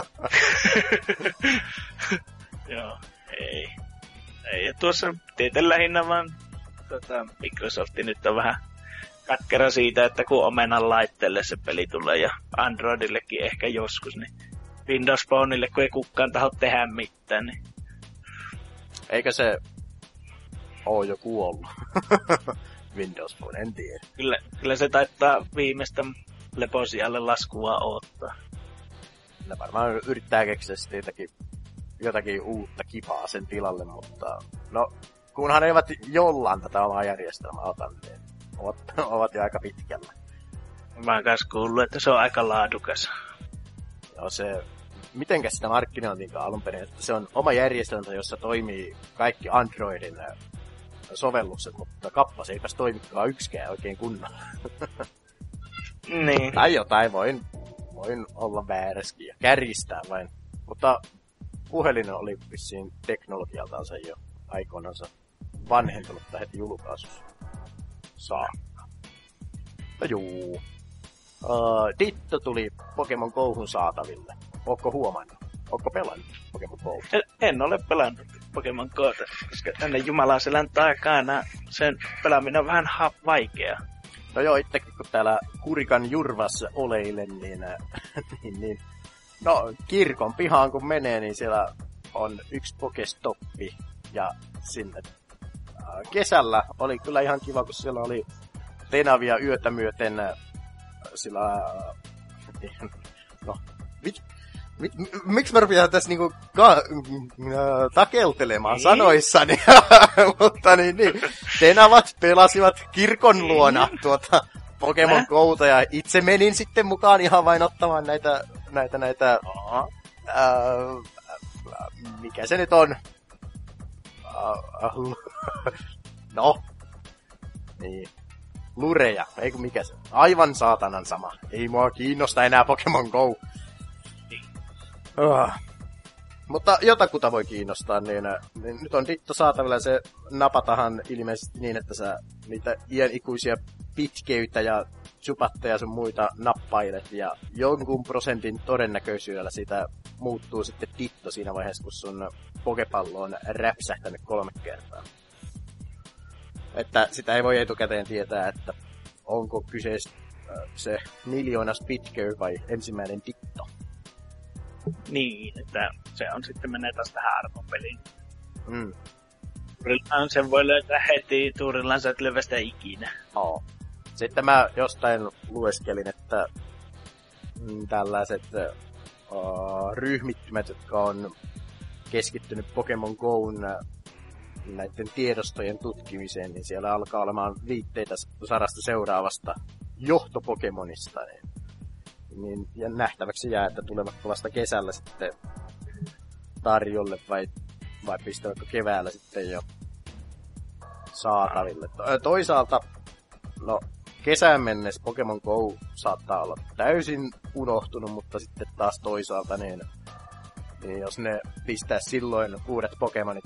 Joo, ei. Ei, ja tuossa tieten lähinnä vaan tota, Microsoft nyt on vähän katkera siitä, että kun omenan laitteelle se peli tulee ja Androidillekin ehkä joskus, niin Windows Phoneille kun ei kukaan taho tehdä mitään, niin...
Eikö se oo jo kuollut? Windows Phone, en tiedä.
Kyllä, kyllä se taittaa viimeistä leposialle laskua odottaa.
Ne varmaan yrittää keksiä sitten jotakin, jotakin uutta kivaa sen tilalle, mutta no, kunhan eivät jollain tätä omaa järjestelmää ota, niin ovat, ovat jo aika pitkällä.
Mä oon kanssa kuullut, että se on aika laadukas.
Joo, se, mitenkäs sitä markkinointiinkaan alun perin, että se on oma järjestelmä, jossa toimii kaikki Androidin sovellukset, mutta kappas eipäs toimikaan yksikään oikein kunnolla.
Niin.
Tai jotain, voin, voin olla vääräskin ja kärjistää vain. Mutta puhelin oli vissiin teknologialtaansa jo aikoinansa vanhentunut heti julkaisussa. Saa. No juu. Uh, Ditto tuli Pokemon Go'hun saataville. Ootko huomannut? Ootko pelannut Pokemon Go?
En, en ole pelannut Pokemon Go'ta, koska tänne Jumalaselän takana sen pelaaminen on vähän ha- vaikeaa.
No joo, itsekin kun täällä Kurikan Jurvassa oleilen, niin, niin, niin no kirkon pihaan kun menee, niin siellä on yksi Pokestoppi. Ja sinne äh, kesällä oli kyllä ihan kiva, kun siellä oli tenavia yötä myöten sillä... No, mit, mit, miksi mä rupean tässä niinku ka, äh, takeltelemaan niin? Sanoissani? Mutta niin, niin. Tenavat pelasivat kirkon luona tuota Pokemon Gouta ja itse menin sitten mukaan ihan vain ottamaan näitä, näitä, näitä... Äh, mikä se nyt on? Uh, uh, no. Niin. Lureja, eikö mikä se? Aivan saatanan sama. Ei mua kiinnosta enää Pokemon Go. Uh. Mutta jotakuta voi kiinnostaa, niin, niin nyt on Ditto saatavilla. Se napatahan ilmeisesti niin, että sä niitä iän ikuisia pitkeyttä ja chupatteja sun muita nappailet. Ja jonkun prosentin todennäköisyydellä siitä muuttuu sitten Ditto siinä vaiheessa, kun sun Pokepallo on räpsähtänyt kolme kertaa. Että sitä ei voi etukäteen tietää, että onko kyseessä se miljoonas pitköy vai ensimmäinen Ditto.
Niin, että se on sitten menee taas tähän arvopeliin.
Mm.
Tuurillaan sen voi löytää heti, Tuurillaan sä et löyvä sitä ikinä.
Oo. Sitten mä jostain lueskelin, että mm, tällaiset uh, ryhmittymät, jotka on keskittynyt Pokemon Go'n näiden tiedostojen tutkimiseen, niin siellä alkaa olemaan viitteitä sadasta seuraavasta johtopokemonista. Niin, niin, ja nähtäväksi jää, että tulevatko vasta kesällä sitten tarjolle vai, vai pistävätkö keväällä sitten jo saataville. To- toisaalta, no kesään mennessä Pokemon Go saattaa olla täysin unohtunut, mutta sitten taas toisaalta, niin, niin jos ne pistää silloin uudet Pokemonit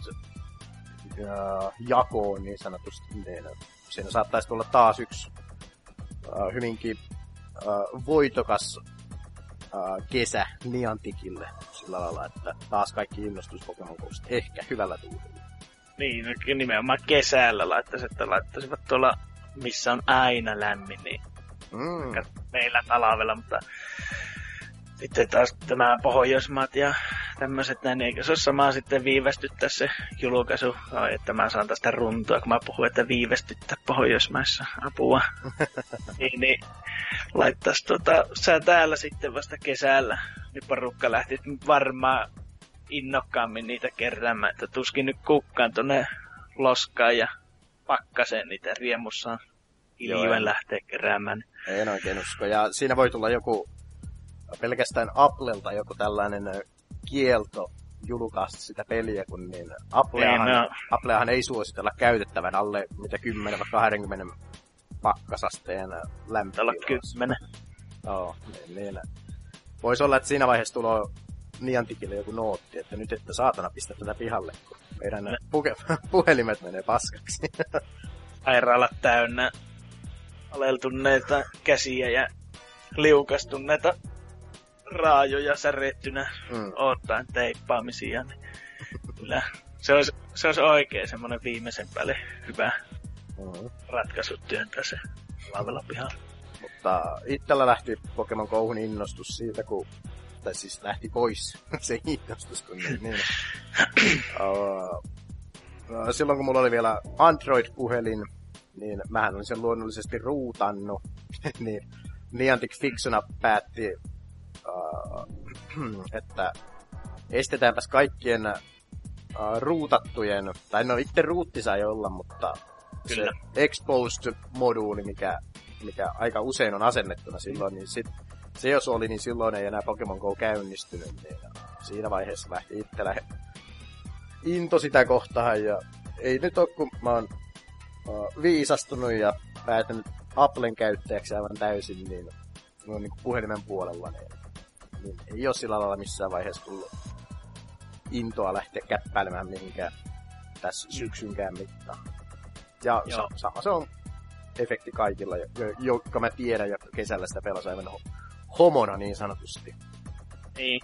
äh, jakoon niin sanotusti, niin siinä saattaisi tulla taas yksi äh, hyvinkin äh, voitokas äh, kesä Nianticille sillä lailla, että taas kaikki innostus Pokemon Gosta ehkä hyvällä tuulilla.
Niin, nimenomaan kesällä laittaisivat, että laittaisivat tuolla, missä on aina lämmin, niin mm. meillä talvella, mutta sitten taas tämä Pohjoismaat ja tämmöiset näin, eikö se ole samaa sitten viivästyttää se julkaisu, Ai, että mä saan tästä runtua, kun mä puhun, että viivästyttää Pohjoismaissa apua, niin, niin laittaisi tota, sä täällä sitten vasta kesällä, niin porukka lähti varmaan innokkaammin niitä keräämään, että tuskin nyt kukkaan tonne loskaan ja pakkaseen niitä riemussaan iljoen lähtee keräämään.
En oikein usko, ja siinä voi tulla joku pelkästään Applelta joku tällainen kielto julkaista sitä peliä, kun niin Appleahan, ei, no. Appleahan ei suositella käytettävän alle mitä kymmenen kaksikymmentä pakkasasteen lämpötilassa.
kymmenen.
Joo, niin, niin. Voisi olla, että siinä vaiheessa tulee Nianticille joku nootti, että nyt että saatana pistä tätä pihalle, kun meidän no. puke- puhelimet menee paskaksi.
Airaalat täynnä aleltuneita käsiä ja liukastuneita raajoja särettynä mm. ottaen teippaamisia, niin kyllä se olisi, se olisi oikein semmoinen viimeisen päälle hyvä mm. ratkaisu työntää se lavella pihalle.
Mutta itsellä lähti Pokemon Go'hun innostus siitä, kun tai siis lähti pois se innostus, kun niin, niin. Uh, silloin kun mulla oli vielä Android-puhelin, niin mähän olin sen luonnollisesti ruutannut, niin Niantic fiksuna päätti, uh, että estetäänpäs kaikkien uh, ruutattujen, tai no itse ruutti sai olla, mutta Kyllä. se Exposed-moduuli, mikä, mikä aika usein on asennettuna silloin, niin sit, se jos oli, niin silloin ei enää Pokemon Go käynnistynyt, niin siinä vaiheessa lähti itsellä into sitä kohtaan, ja ei nyt ole, kun mä oon uh, viisastunut ja päätänyt Applen käyttäjäksi aivan täysin, niin, no, niin puhelimen puolella, niin, niin ei ole sillä lailla missään vaiheessa tullut intoa lähteä käppäilemään mihinkään tässä syksynkään mittaan. Ja sa- sama se on efekti kaikilla, jotka mä tiedän, jotka kesällä sitä pelasi aivan homona niin sanotusti.
Niin.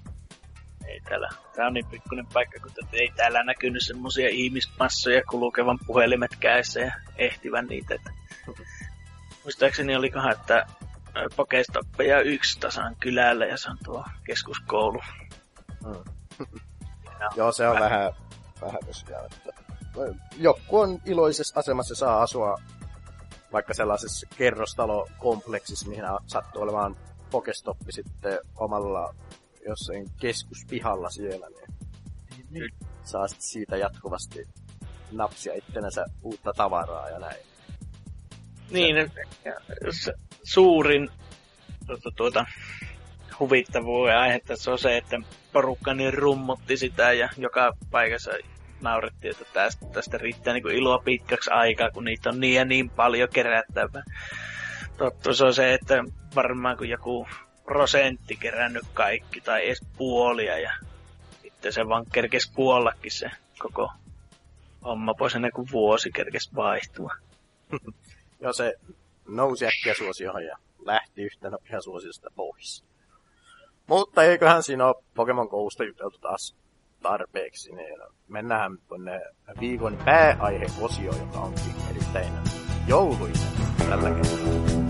Ei täällä. Tää on niin pikkuinen paikka, kun ei täällä näkynyt semmosia ihmismassoja kulkevan puhelimet kädessä ja ehtivän niitä. Että muistaakseni olikohan, että Pokestoppeja yksi tasan kylällä ja se on tuo keskuskoulu.
Hmm. Joo, se on vähän, vähän, vähän tosiaan, että joku on iloisessa asemassa saa asua vaikka sellaisessa kerrostalokompleksissa, mihin sattuu olemaan Pokestoppi sitten omalla jossain keskuspihalla siellä, niin saa sitten siitä jatkuvasti napsia ittenänsä uutta tavaraa ja näin.
Niin, se suurin tuota, tuota, huvittavuuden aihe tässä on se, että porukka niin rummutti sitä ja joka paikassa naurettiin, että tästä, tästä riittää niin kuin iloa pitkäksi aikaa, kun niitä on niin ja niin paljon kerättävää. Totuus on se, että varmaan kun joku prosentti kerännyt kaikki tai edes puolia ja sitten se vaan kerkesi kuollakin se koko homma pois ennen kuin vuosi kerkesi vaihtua.
Joo, se nousi äkkiä suosioon ja lähti yhtenä ihan suosiosta pois. Mutta eiköhän siinä ole Pokemon Go'sta juteltu taas tarpeeksi, niin mennään tuonne viikon pääaihe-osioon, joka onkin erittäin jouluinen tällä kertaa.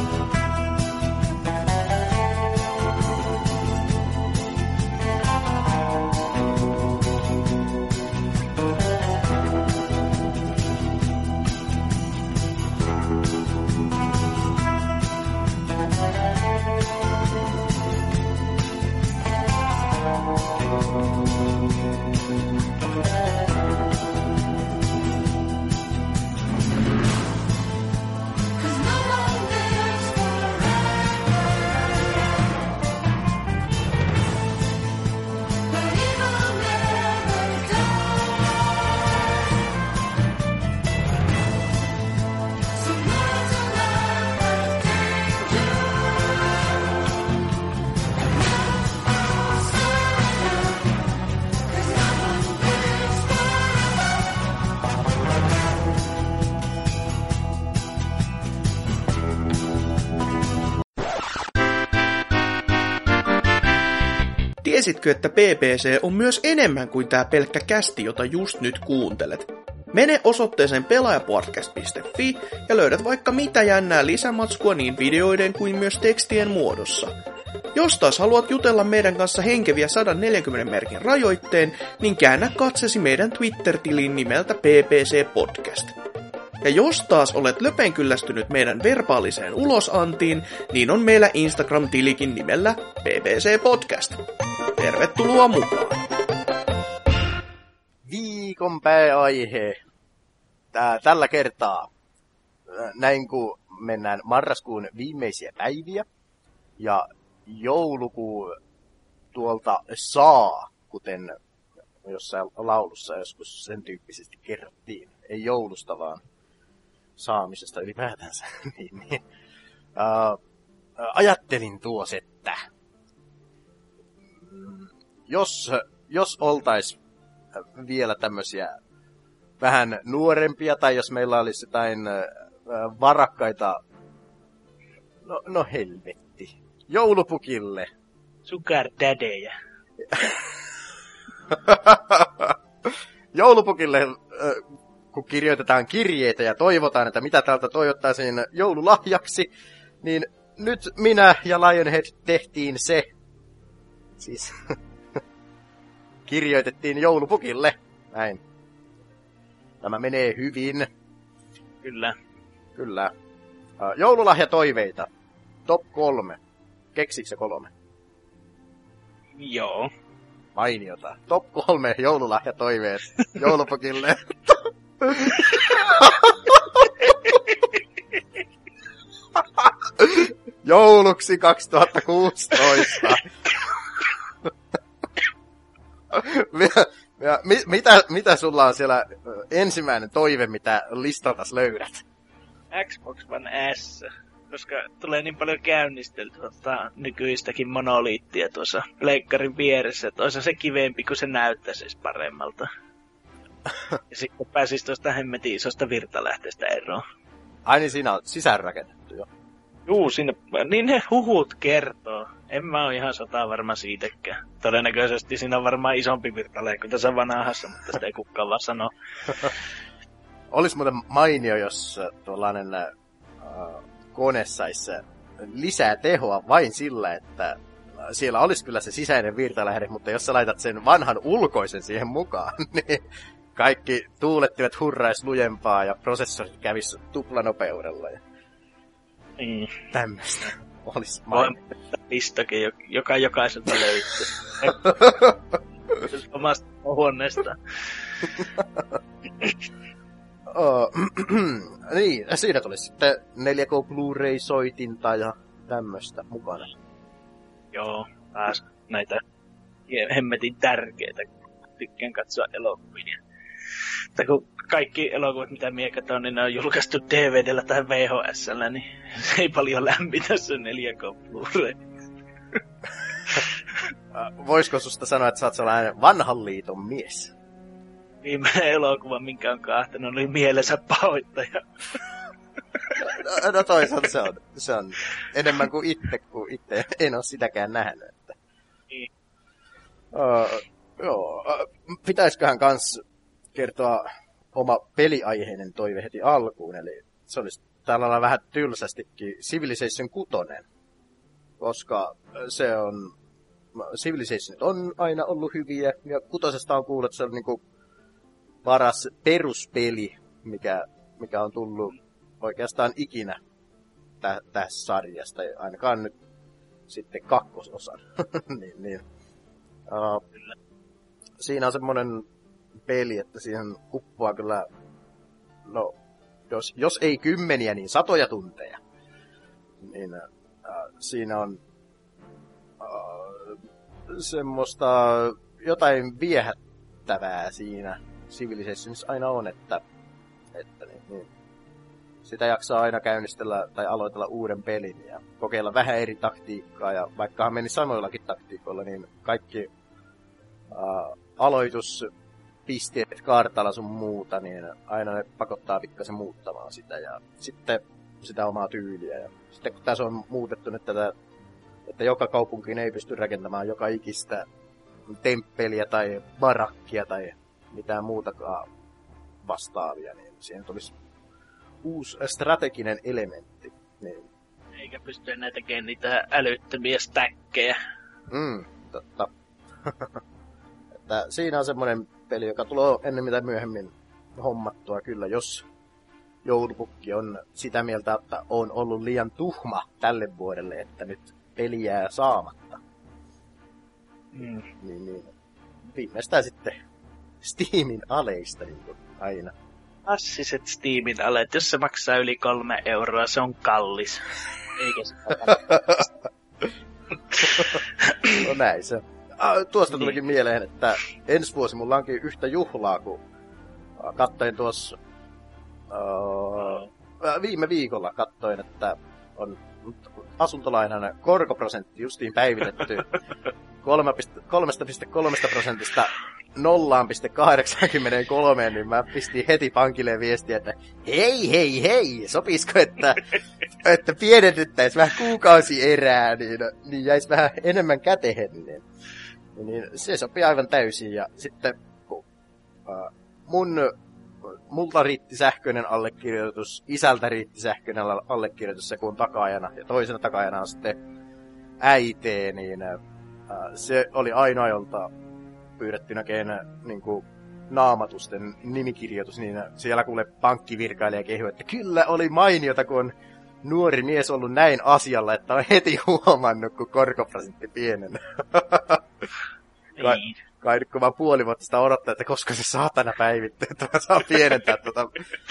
Tiesitkö, että P B C on myös enemmän kuin tää pelkkä kästi, jota just nyt kuuntelet? Mene osoitteeseen pelaajapodcast piste fi ja löydät vaikka mitä jännää lisämatskua niin videoiden kuin myös tekstien muodossa. Jos taas haluat jutella meidän kanssa henkeviä sata neljäkymmentä merkin rajoitteen, niin käännä katsesi meidän Twitter-tilin nimeltä P B C Podcast. Ja jos taas olet löpen kyllästynyt meidän verbaaliseen ulosantiin, niin on meillä Instagram-tilikin nimellä P B C Podcast. Tervetuloa mukaan!
Viikon pääaihe. Tää, tällä kertaa, näin kun mennään marraskuun viimeisiä päiviä, ja joulukuu tuolta saa, kuten jossain laulussa joskus sen tyyppisesti kerrottiin. Ei joulusta, vaan saamisesta ylipäätänsä. niin, niin. Uh, ajattelin tuos, että jos, jos oltais vielä tämmöisiä vähän nuorempia, tai jos meillä olisi jotain uh, varakkaita, no, no helvetti, joulupukille.
Sugar daddyjä.
Joulupukille, uh, kun kirjoitetaan kirjeitä ja toivotaan, että mitä täältä toivottaisiin joululahjaksi, niin nyt minä ja Lionhead tehtiin se. Siis kirjoitettiin joulupukille. Näin. Tämä menee hyvin.
Kyllä.
Kyllä. Uh, joululahjatoiveita. Top kolme. Keksikö se kolme?
Joo.
Mainiota. Top kolme joululahjatoiveet joulupukille. Jouluksi kaksituhattakuusitoista. ja, mi, mitä, mitä sulla on siellä ensimmäinen toive, mitä listaltas löydät?
Xbox One S, koska tulee niin paljon käynnisteltyä nykyistäkin monoliittia tuossa pleikkarin vieressä, että olisi se kivempi, kun se näyttäisi paremmalta. Ja sitten pääsis tuosta hemmetin isosta virtalähteestä eroon.
Ai niin, siinä on sisäänrakennettu jo.
Juu, siinä, niin ne huhut kertoo. En mä oo ihan sata varma siitäkään. Todennäköisesti siinä on varmaan isompi virtalähe kuin tässä vanhassa, mutta sitä ei kukaan vaan sano.
Olis muuten mainio, jos tuollainen äh, kone sais lisää tehoa vain sillä, että siellä olisi kyllä se sisäinen virtalähde, mutta jos sä laitat sen vanhan ulkoisen siihen mukaan, niin kaikki tuulettivat hurrais lujempaa ja prosessorit kävis tuplanopeudella ja
niin.
tämmöistä. Olis
mainittu. Listakin, joka jokaiselta löytyy. Omasta huoneesta.
oh, niin, siinä tuli sitten neljä K Blu-ray-soitinta ja tämmöistä mukana.
Joo, taas näitä hemmetin tärkeitä. Tykkään katsoa elokuvia. Mutta kun kaikki elokuvat, mitä mie katson, niin ne on julkaistu D V D:llä tai V H S:llä, niin se ei paljon lämmitä se neljä K Blu-ray.
Voisiko susta sanoa, että sä oot sellainen vanhan liiton mies?
Viimeinen elokuva, minkä on kahtanut, oli Mielensä pahoittaja.
No, no toisaalta se on, se on enemmän kuin itse, kun itse en ole sitäkään nähnyt. Että.
Niin.
Uh, joo, uh, pitäisiköhän kans kertoa oma peliaiheinen toive heti alkuun, eli se olisi tällainen vähän tylsästikin Civilization kuusi, koska se on, Civilizationit on aina ollut hyviä, ja kutosesta on kuullut, että se on niinku paras peruspeli, mikä, mikä on tullut oikeastaan ikinä tä, tässä sarjasta, ainakaan nyt sitten kakkososan. niin, niin. Uh, siinä on semmoinen peli, että siihen uppoaa kyllä, no, jos, jos ei kymmeniä, niin satoja tunteja. Niin uh, siinä on uh, semmoista jotain viehättävää siinä Civilizationissa aina on, että, että niin, niin, sitä jaksaa aina käynnistellä tai aloitella uuden pelin ja kokeilla vähän eri taktiikkaa. Ja vaikkahan meni samoillakin taktiikoilla, niin kaikki uh, aloituspisteet kartalla sun muuta, niin aina ne pakottaa pikkasen muuttamaan sitä ja sitten sitä omaa tyyliä. Ja sitten kun tässä on muutettu nyt tätä, että joka kaupunkiin ei pysty rakentamaan joka ikistä temppeliä tai barakkia tai mitään muutakaan vastaavia, niin siihen tulisi uusi strateginen elementti. Niin.
Eikä pysty enää tekemään niitä älyttömiä stäkkejä.
Mm, totta. Että siinä on semmoinen peli, joka tulee ennen mitä myöhemmin hommattua kyllä, jos joulupukki on sitä mieltä, että on ollut liian tuhma tälle vuodelle, että nyt peli jää saamatta.
Mm.
Niin, niin. Viimeistään sitten Steamin aleista niin kuin aina.
Klassiset Steamin alet, jos se maksaa yli kolme euroa, se on kallis. Eikä se
no näin se. Ah, tuosta tulikin
niin.
mieleen, että ensi vuosi mulla onkin yhtä juhlaa, kun katsoin tuossa uh, viime viikolla katsoin, että on asuntolainan korkoprosentti justiin päivitetty kolme pilkku kolme prosentista nolla pilkku kahdeksankymmentäkolme, niin mä pistin heti pankille viestiä, että hei, hei, hei, sopisiko, että, että pienennettäisiin vähän kuukausi erää, niin, niin jäisi vähän enemmän käteen. Niin, niin se sopii aivan täysin. Ja sitten kun uh, mun, multa riitti sähköinen allekirjoitus, isältä riitti sähköinen allekirjoitus se kun takaajana, ja toisena takaajana on sitten äitee, niin uh, se oli ainoa, jolta pyydetty näkeen niin kuin naamatusten nimikirjoitus, niin siellä kuule pankkivirkailija kehui, että kyllä oli mainiota, kun on nuori mies ollut näin asialla, että on heti huomannut, kun korkoprosentti pienenee. Kai, kai kun mä puoli vuotta sitä odottaa, että koska se saatana päivittyy, että mä saan pienentää tuota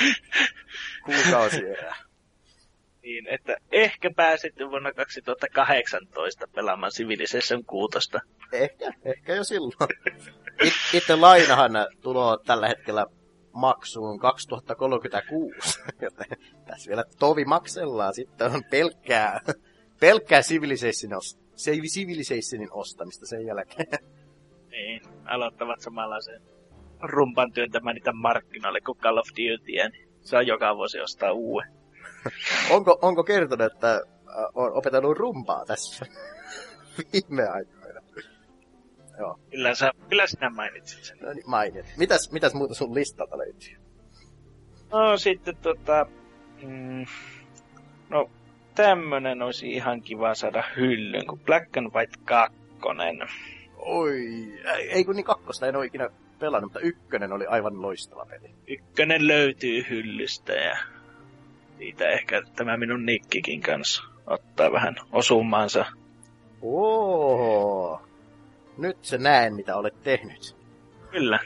kuukausierää.
Niin, että ehkä pääsitte vuonna kaksituhattakahdeksantoista pelaamaan Civilization kuusi.
Ehkä, ehkä jo silloin. It, itse lainahan tulee tällä hetkellä maksuun kaksituhattakolmekymmentäkuusi, joten tässä vielä tovi maksellaan. Sitten on pelkkää, pelkkää Civilizationin, Civilizationin ostamista sen jälkeen.
Niin, aloittavat samanlaisen rumpan työntämään niitä markkinoille kuin Call of Duty, niin saa joka vuosi ostaa uuden.
onko, onko kertonut, että on opetellut rumpaa tässä viime aikoina? Joo.
Kyllä, sä, kyllä sinä mainitsit sen.
No niin, mainit. Mitäs, mitäs muuta sun listalta löytyy?
No sitten tota... Mm, no tämmönen olisi ihan kiva saada hyllyn, kuin Black and White kaksi.
Oi, ei kun niin kakkosta en ole ikinä pelannut, mutta ykkönen oli aivan loistava peli.
Ykkönen löytyy hyllystä ja siitä ehkä tämä minun nikkikin kanssa ottaa vähän osumaansa.
Oo, nyt se näen, mitä olet tehnyt.
Kyllä.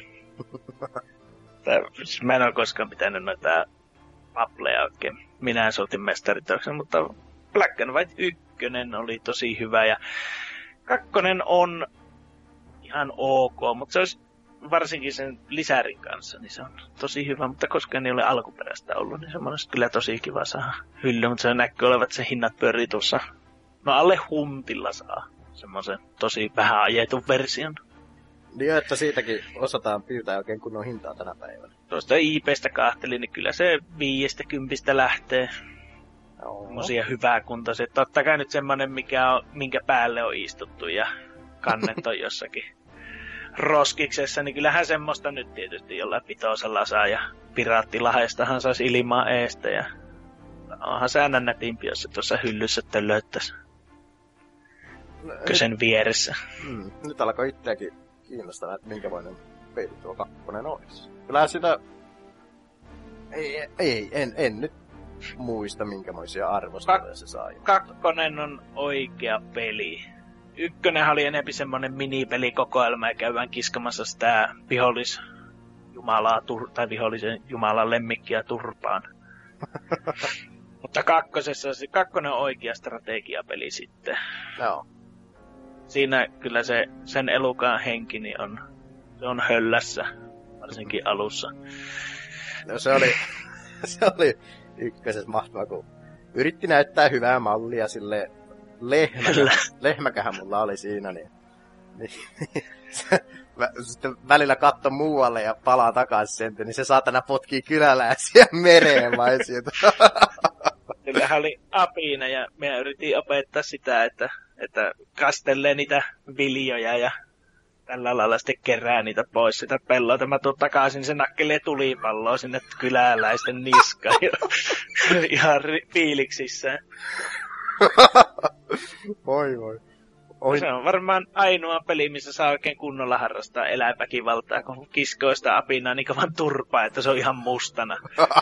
Tää, siis mä en ole koskaan pitänyt noita Appleja oikein. Minä soitin mestariteoksen, mutta Black and White ykkönen oli tosi hyvä ja kakkonen on ihan ok, mutta se olisi varsinkin sen lisärin kanssa, niin se on tosi hyvä, mutta koska ei ole alkuperäistä ollut, niin se on kyllä tosi kiva saada hylly, mutta se näkyy olevan, että se hinnat pyörii tuossa, no alle huntilla saa semmoisen tosi vähän ajetun version.
Niin, että siitäkin osataan pyytää oikein kunnon hintaa tänä päivänä.
Tuosta I P:stä kahtelin, niin kyllä se viiestä kympistä lähtee. Semmoisia hyväkuntoisia. Totta kai nyt semmonen, mikä on, minkä päälle on istuttu ja kannet on jossakin roskiksessa, niin kyllähän semmoista nyt tietysti jollain pitoisella saa ja Piraattilahestahan saisi ilmaa eestä ja onhan se aina nätimpi, jos se tuossa hyllyssä tölöttäisi
no,
sen vieressä.
Mm, nyt alkoi itseäkin kiinnostaa, että minkälainen peli tuo kakkonen olisi. Kyllähän sitä ei, ei en, en nyt muista minkämoisia arvosteluja se saa.
Kakkonen on oikea peli. Ykkönenhän oli enemmän semmonen minipelikokoelma ja käydään kiskamassa sitä vihollis jumalaa tur- tai vihollisen jumalan lemmikkiä turpaan. Mutta kakkosessa, kakkonen on oikea strategiapeli sitten.
Joo.
Siinä kyllä se, sen elukan henki niin on, se on höllässä, varsinkin alussa.
No se oli, se oli ykkösessä mahtavaa, kun yritti näyttää hyvää mallia sille lehmäkä, lehmäkähän mulla oli siinä, niin, niin se, sitten välillä katto muualle ja palaa takaisin sen, niin se saatana potkii kyläläisiä mereen vai sieltä.
Sillähän oli apina ja minä yritin opettaa sitä, että, että kastelee niitä viljoja ja tällä lailla sitten kerää niitä pois sitä pelloa. Mä tuun takaisin, se nakkelee tulipalloa sinne kyläläisten niskaan ihan fiiliksissä.
Voi voi. Oi.
Se on varmaan ainoa peli, missä saa oikein kunnolla harrastaa eläinväkivaltaa, kun kiskoo sitä apinaa niin kovan turpaa, että se on ihan mustana.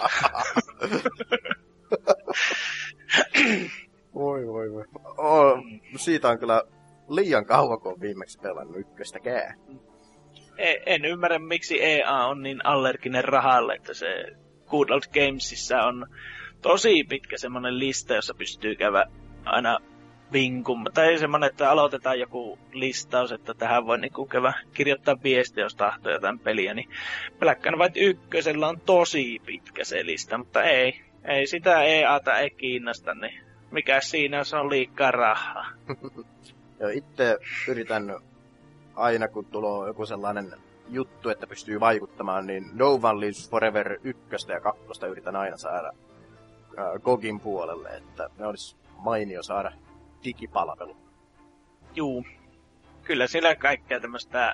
Voi voi voi. Oh, siitä on kyllä liian kauan, kun on viimeksi pelannut ykköstäkään.
En, en ymmärrä, miksi E A on niin allerginen rahalle, että se Good Old Gamesissa on tosi pitkä semmoinen lista, jossa pystyy käydä aina vinkum, tai semmoinen, että aloitetaan joku listaus, että tähän voi niinku käydä kirjoittaa viestiä, jos tahtoo jotain peliä, niin Black and White ykkösellä on tosi pitkä se lista, mutta ei, ei sitä E A:ta ei kiinnosta, niin mikä siinä se on liikaa rahaa.
Joo, itse yritän aina, kun tulee joku sellainen juttu, että pystyy vaikuttamaan, niin No One Lives Forever ykköstä ja kakkosta yritän aina saada äh, Gogin puolelle, että ne olisi mainio saada digipalvelu.
Juu, kyllä siellä kaikkea tämmöistä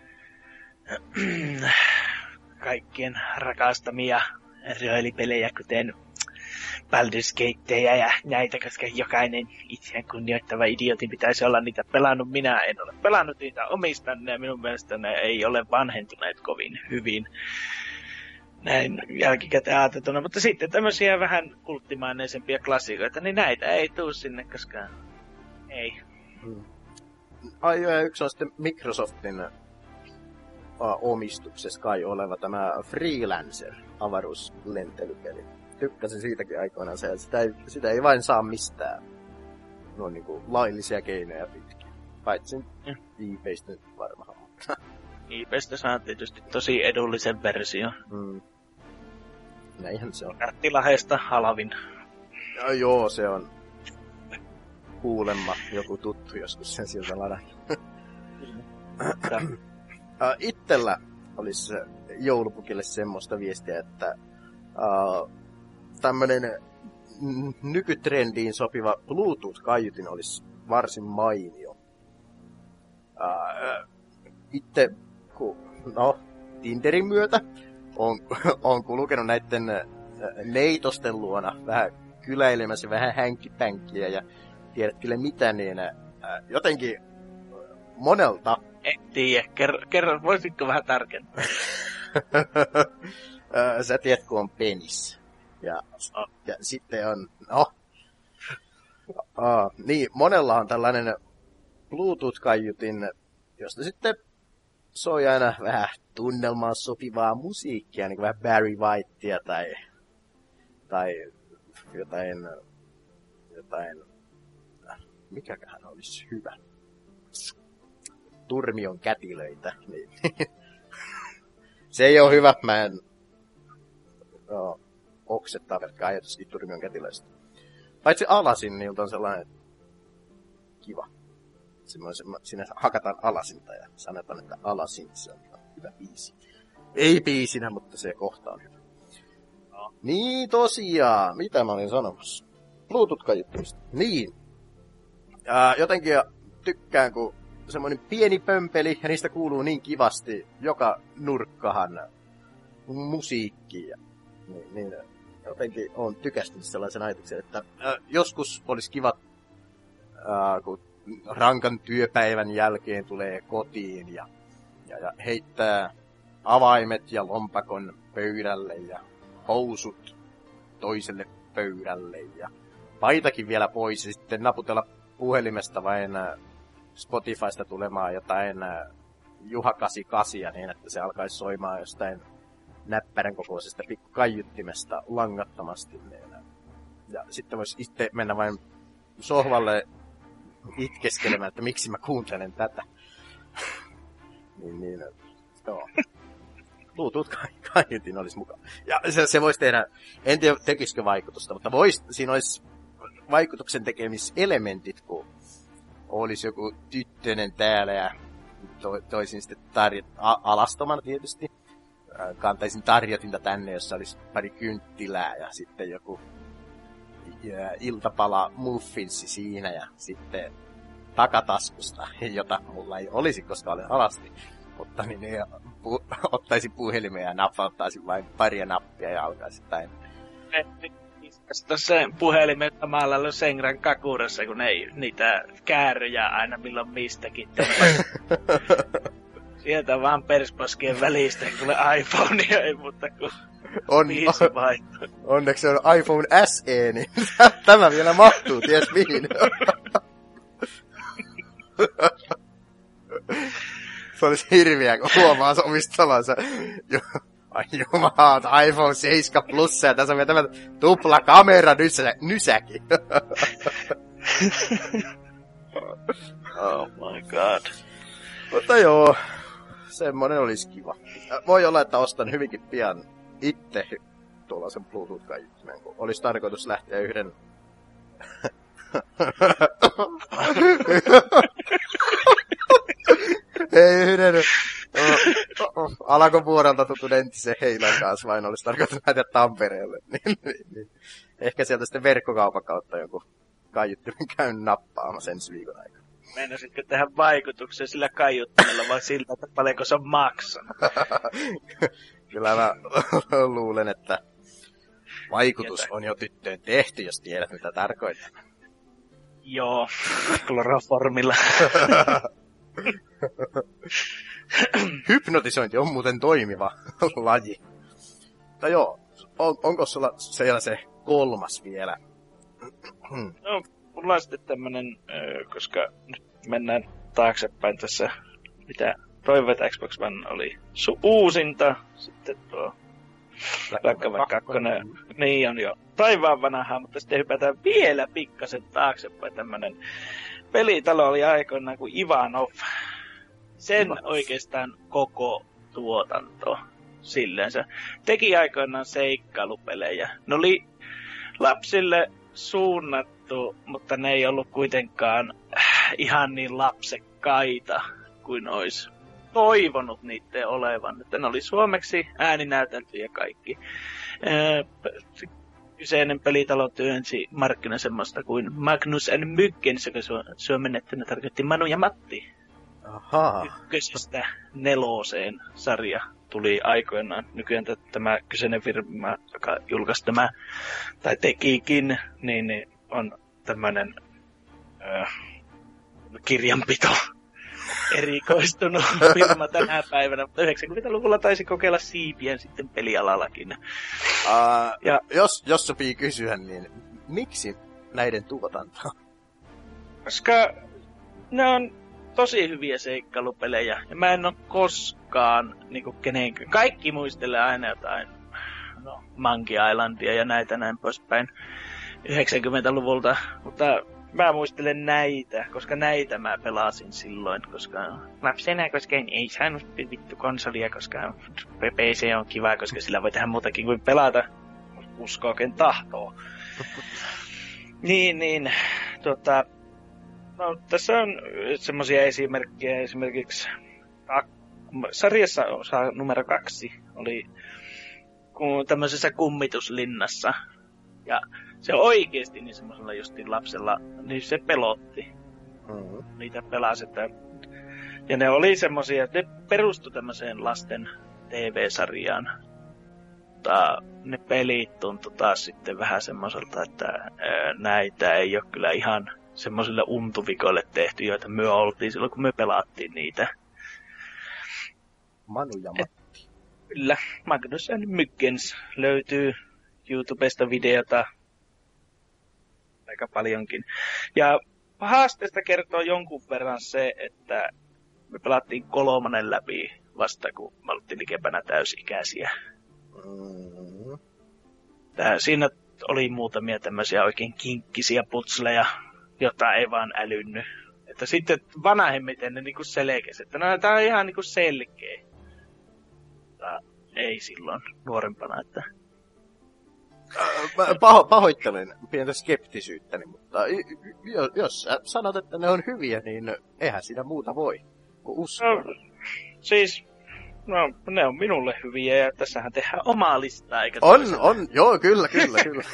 kaikkien rakastamia roolipelejä, kuten Baldur's Gateja ja näitä, koska jokainen itseään kunnioittava idiotin pitäisi olla niitä pelannut. Minä en ole pelannut niitä omistanne ja minun mielestä ne ei ole vanhentuneet kovin hyvin. Näin jälkikäteen ajateltuna, mutta sitten tämmöisiä vähän kulttimaineisempia klassikoita, niin näitä ei tuu sinne, koska ei.
Hmm. Ai ja yksi on sitten Microsoftin uh, omistuksessa kai oleva tämä Freelancer avaruuslentelypeli. Tykkäsin siitäkin aikoinaan se, että sitä ei, sitä ei vain saa mistään no, niin kuin laillisia keinoja pitkin. Paitsi mm. I P:stä nyt varmaan.
I P:stä saa tietysti tosi edullisen versio.
Mm. Näinhän se on.
Piraattilahesta halvin.
Ja, joo, se on kuulemma joku tuttu joskus sen sieltä ladan. Ittellä olisi joulupukille semmoista viestiä, että uh, tämmönen nykytrendiin sopiva Bluetooth-kaiutin olisi varsin mainio. Uh, itse, ku, no, Tinderin myötä on, on kulkenut näitten neitosten luona vähän kyläilemässä, vähän hänkipänkkiä ja tiedät kyllä mitä, niin uh, jotenkin monelta
En tiedä. Kerro, kerro, voisitko vähän tarkentaa?
Sä tiedät, kun on penis. Ja,
oh.
ja sitten on, no, uh, niin, monella on tällainen Bluetooth-kaiutin, josta sitten soi aina vähän tunnelmaan sopivaa musiikkia, niin kuin vähän Barry Whitea tai, tai jotain, jotain, mikäköhän olisi hyvä. Turmion kätilöitä. Niin. Se ei ole hyvä, mä en no, oksettaa verkkaan ajatuskin Turmion kätilöistä. Paitsi Alasin, niin on sellainen kiva. Semmoinen, siinä hakataan Alasinta ja sanotaan, että Alasin, se on hyvä biisi. Ei biisinä, mutta se kohta on hyvä. No. Niin tosiaan, mitä mä olin sanomassa? Bluetooth-kaiuttimista. Niin. Ja jotenkin tykkään, kun semmoinen pieni pömpeli, ja niistä kuuluu niin kivasti joka nurkkahan musiikki. Ja, niin, niin, jotenkin olen tykästynyt sellaisen ajatuksen, että äh, joskus olisi kiva, äh, kun rankan työpäivän jälkeen tulee kotiin ja, ja, ja heittää avaimet ja lompakon pöydälle ja housut toiselle pöydälle ja paitakin vielä pois ja sitten naputella puhelimesta vain Spotifysta tulemaan jotain Juha kahdeksankymmentäkahdeksan niin, että se alkaisi soimaan jostain näppärän kokoisesta pikku kaiuttimesta langattomasti. Ja sitten voisi itse mennä vain sohvalle itkeskelemään, että miksi mä kuuntelen tätä. niin, niin, joo. Bluetooth-kaiutin olisi mukaan. Ja se, se voisi tehdä, en tiedä tekisikö vaikutusta, mutta vois, siinä olisi vaikutuksen tekemiselementit, kun olisi joku tyttönen täällä ja to, toisin sitten tarjot, a, alastomana tietysti. Kantaisin tarjotinta tänne, jossa olisi pari kynttilää ja sitten joku ja, iltapala muffinssi siinä ja sitten takataskusta, jota mulla ei olisi, koska olen alasti. Mutta niin ei, pu, ottaisin puhelimeen ja napauttaisin vain paria nappia ja alkaisin päin.
Tuossa puhelimet samalla Sengran kakurassa, kun ei niitä kääröjä aina milloin mistäkin. Sieltä vaan persposkien välistä, kun iPhonea ei muuta kuin
on,
viisi vaihtoa.
Onneksi on iPhone S E, niin tämä vielä mahtuu, ties mihin. Se olisi hirviä, kun huomaa omistavansa. Ai jumalaa, iPhone seitsemän Plus ja tässä on vielä tämä tupla kamera nysä, nysäkin.
Oh my god.
Mutta joo, semmonen olisi kiva. Voi olla, että ostan hyvinkin pian itse tuollaisen Bluetooth-kaiuttimen, kun olisi tarkoitus lähteä yhden... Ei yhden alakopuorelta tutun entisen Heilan kanssa, vain olisi tarkoitus lähteä Tampereelle. Ehkä sieltä sitten verkkokaupan kautta joku kaiuttimen käyn nappaamassa ensi viikon aikana.
Meinasitkö tehdä vaikutuksia sillä kaiuttimella vai sillä, että paljonko se on maksanut?
Kyllä mä luulen, että vaikutus on jo tyttöön tehty, jos tiedät mitä tarkoittaa.
Joo, kloroformilla.
Hypnotisointi on muuten toimiva laji. Mutta joo, on, onko sulla siellä se kolmas vielä?
No, mulla on sitten tämmönen, koska nyt mennään taaksepäin tässä, mitä Private Xbox One oli su- uusinta, sitten tuo Black Ops kaksi, niin on jo taivaan vanhaa, mutta sitten hypätään vielä pikkasen taaksepäin. Tämmönen pelitalo oli aikoinaan kuin Ivanov. Sen oikeastaan koko tuotanto silleensä. Teki aikoinaan seikkailupelejä. Ne oli lapsille suunnattu, mutta ne ei ollut kuitenkaan ihan niin lapsekkaita kuin olisi toivonut niiden olevan. Että ne oli suomeksi ääninäytelty ja kaikki. Kyseinen pelitalo työnsi markkina semmoista kuin Magnus and Myggens, joka su- suomennettynä tarkoitti Manu ja Matti.
Ahaa.
Ykkösestä neloseen sarja tuli aikoinaan. Nykyään tämä kyseinen firma, joka julkaisi tämä, tai tekikin, niin, niin on tämmöinen äh, kirjanpito erikoistunut firma tänä päivänä, mutta yhdeksänkymmentäluvulla taisi kokeilla siipien sitten pelialallakin.
Uh, ja jos, jos sopii kysyä, niin miksi näiden tuotanto?
Koska ne on tosi hyviä seikkailupelejä, ja mä en oo koskaan niinku kenenkään. Kaikki muistelee aina jotain, no, Monkey Islandia ja näitä näin poispäin yhdeksänkymmentäluvulta, mutta mä muistelen näitä, koska näitä mä pelasin silloin, koska lapsena, koska ei saanut vittu konsolia, koska P C on kiva, koska sillä voi tehdä muutakin kuin pelata, uskoo ken tahtoo. niin, niin, tota, no tässä on semmosia esimerkkejä, esimerkiksi sarjassa osa numero kaksi oli tämmöisessä kummituslinnassa, ja se oikeesti niin semmoisella justiin lapsella, niin se pelotti. Mm-hmm. Niitä pelasi, että... Ja ne oli semmosia, ne perustu tämmöiseen lasten T V-sarjaan. Mutta ne pelit tuntui taas sitten vähän semmoiselta, että ää, näitä ei ole kyllä ihan semmoisille untuvikoille tehty, joita me oltiin silloin, kun me pelattiin niitä.
Manu ja Matti.
Kyllä, Magnus and Myggens löytyy YouTubesta videota aika paljonkin. Ja haasteesta kertoo jonkun verran se, että me pelattiin kolmannen läpi vasta, kun me oltiin likempänä täysikäisiä. Mm-hmm. Tää, siinä oli muutamia tämmöisiä oikein kinkkisiä putsleja, jota ei vaan älynny. Että sitten vanhemmiten ne niinku selkesi, että no tää on ihan niinku selkeä. Mutta ei silloin nuorempana, että...
Mä paho, pahoittelen pientä skeptisyyttäni, mutta jos sä sanot, että ne on hyviä, niin eihän siinä muuta voi kuin uskoa.
No, siis, no ne on minulle hyviä ja tässähän tehdään omaa listaa, eikä
On,
toisella.
on, joo, kyllä, kyllä, kyllä.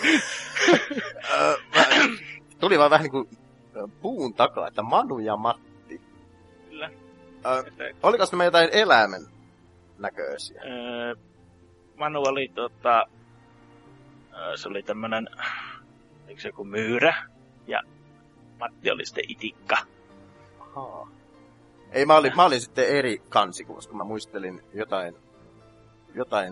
Tuli vaan vähän niin kuin puun takaa, että Manu ja Matti.
Kyllä.
Ö, oliko nämä jotain eläimen näköisiä?
Öö, Manu oli tota... Se oli tämmönen, eikö se joku myyrä, ja Matti oli sitten itikka.
Ahaa. Ei, mä olin, mä olin sitten eri kansikuvassa, kun mä muistelin jotain, jotain...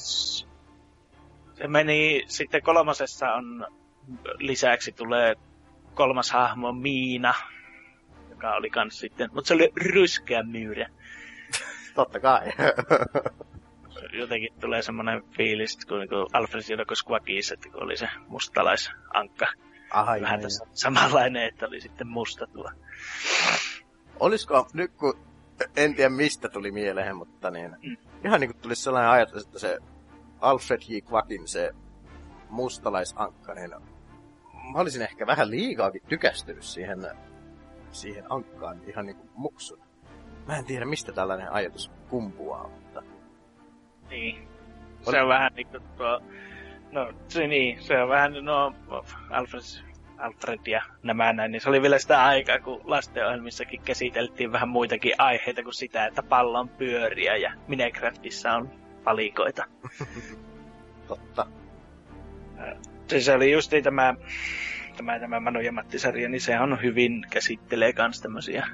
Se meni, sitten kolmosessa on, lisäksi tulee kolmas hahmo Miina, joka oli kans sitten, mutta se oli ryskeä myyrä.
Totta kai.
Jotenkin tulee semmoinen fiilis, kun niinku Alfred Jodocus Quackis, että kun oli se mustalaisankka.
Aha,
vähän tässä samanlainen, että oli sitten musta tuo.
Olisiko, nyt kun en tiedä mistä tuli mieleen, mutta niin, mm. ihan niin kuin tulisi sellainen ajatus, että se Alfred J. Quackin se mustalaisankka, niin mä olisin ehkä vähän liikaakin tykästynyt siihen, siihen ankkaan ihan niin kuin muksuna. Mä en tiedä, mistä tällainen ajatus kumpuaa, mutta...
Niin. Se on vähän niinku tuo... No, se niin. Se on vähän no... Alfred, Alfred ja nämä näin. Niin se oli vielä sitä aikaa, kun lastenohjelmissakin käsiteltiin vähän muitakin aiheita kuin sitä, että pallo on pyöriä ja Minecraftissa on palikoita.
Totta.
Se, se oli just tämä... Tämä, tämä Manu ja Matti-sarja, niin se on hyvin käsittelee kans tämmösiä...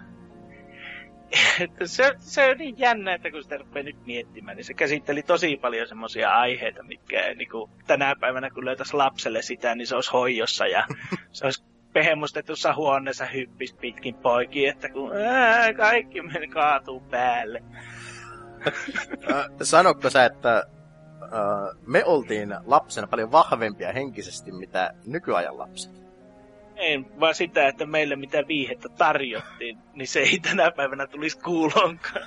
se, se on niin jännä, että kun sitä rupeaa nyt miettimään, niin se käsitteli tosi paljon semmosia aiheita, mitkä niin kuin, tänä päivänä kun löytäisi lapselle sitä, niin se olisi hoijossa ja se olisi pehemustetussa huoneessa hyppis pitkin poikin, että kun ää, kaikki meni kaatuu päälle.
Sanokko sä, että uh, me oltiin lapsena paljon vahvempia henkisesti, mitä nykyajan lapset?
Ei, vaan sitä, että meille mitä viihettä tarjottiin, niin se ei tänä päivänä tulisi kuulonkaan.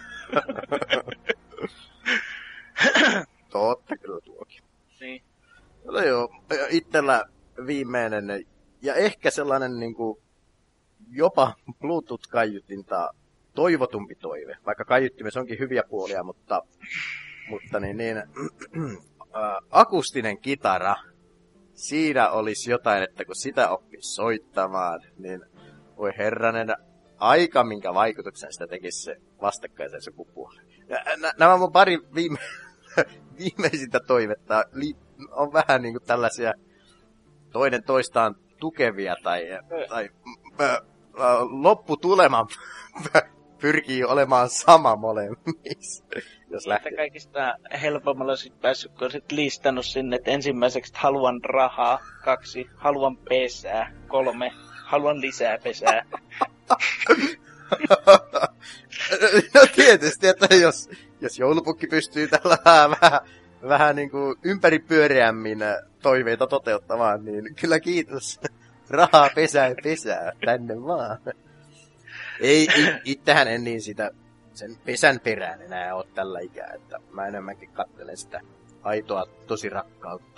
Totta kyllä tuokin.
Niin.
No joo, itsellä viimeinen, ja ehkä sellainen niinku, jopa Bluetooth-kaiutinta toivotumpi toive, vaikka kaiuttimessa onkin hyviä puolia, mutta, mutta niin, niin äh, akustinen kitara, siinä olisi jotain, että kun sitä oppisi soittamaan, niin voi herranen, aika minkä vaikutuksen sitä tekisi se vastakkaisen sukupuolen. N- nämä mun pari viime, viimeisintä toivetta on vähän niin kuin tällaisia toinen toistaan tukevia tai, tai äh, äh, lopputuleman pyrkii olemaan sama molemmissa. Jos
Siitä
lähtee.
kaikista helpommalla sit päässyt, kun sit listannut sinne, että ensimmäiseksi haluan rahaa, kaksi, haluan pesää, kolme, haluan lisää pesää.
No tietysti, että jos, jos joulupukki pystyy tällä vähän, vähän niin kuin ympäripyöreämmin toiveita toteuttamaan, niin kyllä kiitos. Rahaa pesää pesää, tänne vaan. Ei, it, itsehän en niin sitä sen pesän perään enää ole tällä ikää, että mä enemmänkin katselen sitä aitoa tosi rakkautta.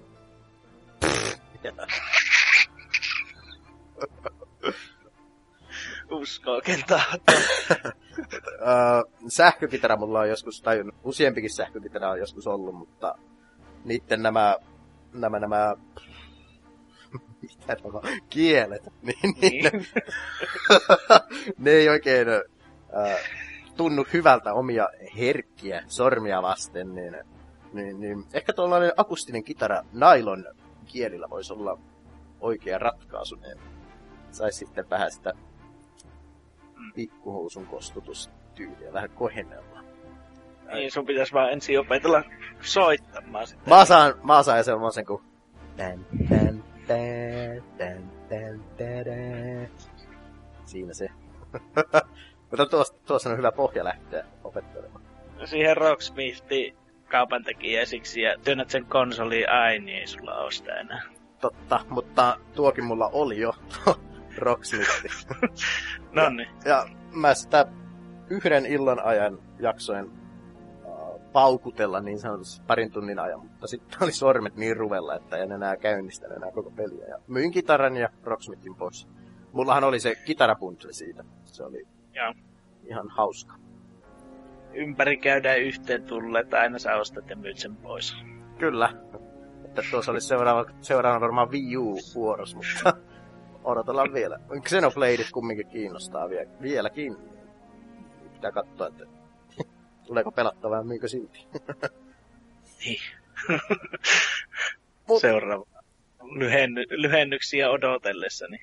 Uskoo ken tahtoo.
uh, sähkökitara mulla on joskus, tai useampikin sähkökitara on joskus ollut, mutta niitten nämä, nämä, nämä, mitä nämä kielet, niin, niin. Ne, ne ei oikein uh, tunnu hyvältä omia herkkiä sormia vasten, niin, niin, niin ehkä tuollainen akustinen kitara nailon kielillä voisi olla oikea ratkaisu, niin saisi sitten vähän sitä pikkuhousun kostutustyyliä vähän kohennella.
Niin, sun pitäis vaan ensin opetella soittamaan sitä.
Mä saan, mä saan semmoisen kuin tän, tän, tän, tän, tän, tän. Siinä se. Mutta tuossa, tuossa on hyvä pohja lähteä opettelemaan.
Siihen Rocksmithin kaupantekijäisiksi ja työnnät sen konsoliin, ai niin, ei sulla oo sitä enää.
Totta, mutta tuokin mulla oli jo Rocksmithi.
Nonni.
Ja, ja mä sitä yhden illan ajan jaksoin uh, paukutella niin sanotusti parin tunnin ajan, mutta sitten oli sormet niin ruvella, että en enää käynnistänyt enää koko peliä. Ja myin kitaran ja Rocksmithin pois. Mullahan oli se kitarabundle siitä. Se oli
ja.
ihan hauska.
Ympäri käydään yhteen tulleet, aina sä ostat ja myyt sen pois.
Kyllä. Että tuossa oli seuraava, seuraava varmaan Wii U-vuoros, mutta odotellaan vielä. Xenobladeit kumminkin kiinnostaa vie, vieläkin. Pitää katsoa, että tuleeko pelattavaa ja myykö silti.
Niin.
Mut...
Seuraava. Lyhenny, lyhennyksiä odotellessani.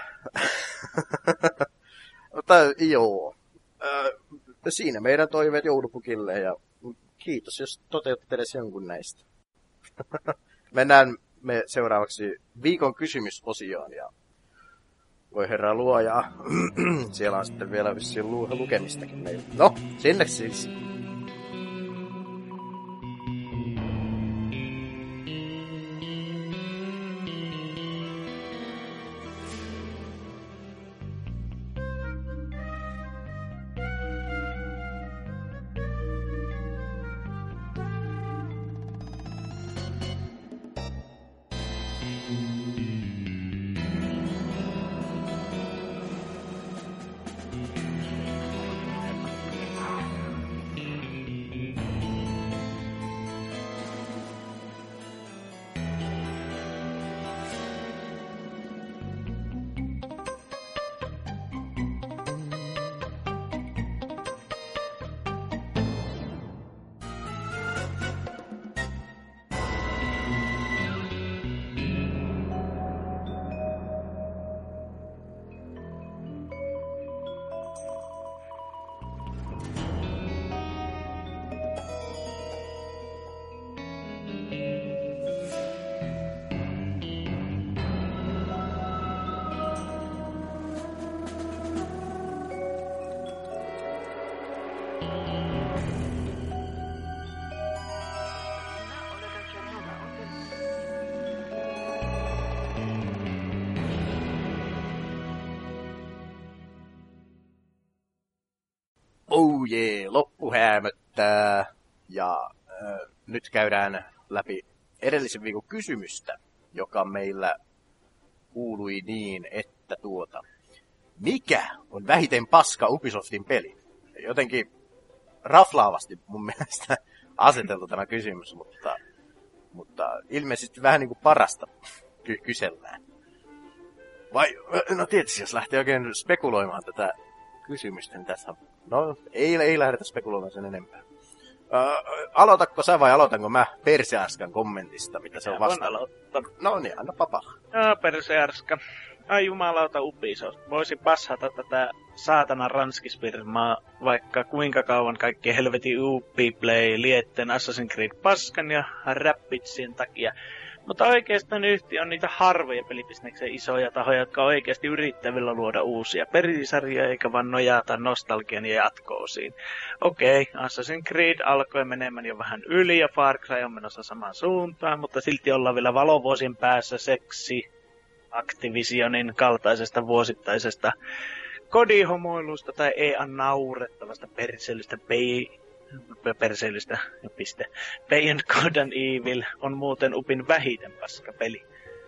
Mutta joo. Ö, siinä meidän toiveet joulupukille ja kiitos, jos toteutat edes jonkun näistä. Mennään me seuraavaksi viikon kysymysosioon ja voi herra luoja. Siellä on sitten vielä vissiin lu- lukemistakin meillä. No, sinne siis. Oh jee, yeah, loppu häämöttää. Ja äh, nyt käydään läpi edellisen viikon kysymystä, joka meillä kuului niin, että tuota... Mikä on vähiten paska Ubisoftin peli? Jotenkin raflaavasti mun mielestä aseteltu tämä kysymys, mutta, mutta ilmeisesti vähän niin kuin parasta ky- kysellään. Vai, no tietysti jos lähtee oikein spekuloimaan tätä kysymystä, niin tässä no ei, ei lähdetä spekuloimaan sen enempää. Öö, aloitatko sä vai aloitanko mä Perseaskan kommentista, mitä se on vastaan?
aloittaa.
No niin, anna papa.
Joo, Perseaska. ai jumalauta Ubisoft, voisi passata tätä saatana ranskisfirmaa vaikka kuinka kauan kaikki helvetin Ubiplay, Lietten, Assassin's Creed paskan ja Rapidsin takia. Mutta oikeastaan yhtiö on niitä harvoja pelibisneksen isoja tahoja, jotka oikeasti yrittävillä luoda uusia pelisarjoja, eikä vaan nojata nostalgian ja jatko-osiin. Okei, Assassin's Creed alkoi menemään jo vähän yli ja Far Cry on menossa samaan suuntaan, mutta silti ollaan vielä valovuosien päässä seksi Activisionin kaltaisesta vuosittaisesta kodihomoilusta tai ei naurettavasta perseilystä pei... perseilystä ja piste. Beyond Good and Evil on muuten Upin vähiten paska peli.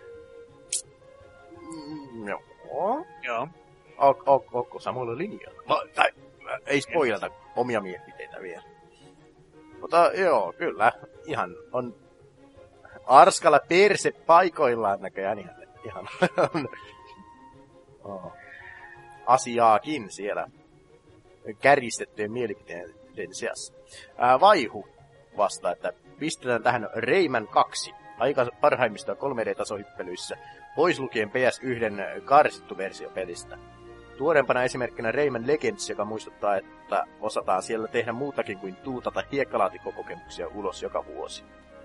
Mm, joo.
Joo.
O- o- onko samoilla linjoilla? No, tai ei spoilata omia mielipiteitä vielä. Mutta joo, kyllä. Ihan on Arskalla perse paikoillaan näköjään ihan, ihan oh. asiaakin siellä kärjistettyjen mielipiteiden seassa. Ää, Vaihu vastaa, että pistetään tähän Rayman kaksi aika parhaimmista kolme D-tasohyppelyissä, pois lukien P S yksi karsittu versio pelistä. Tuorempana esimerkkinä Rayman Legends, joka muistuttaa, että osataan siellä tehdä muutakin kuin tuutata hiekkalaatikokokemuksia ulos joka vuosi.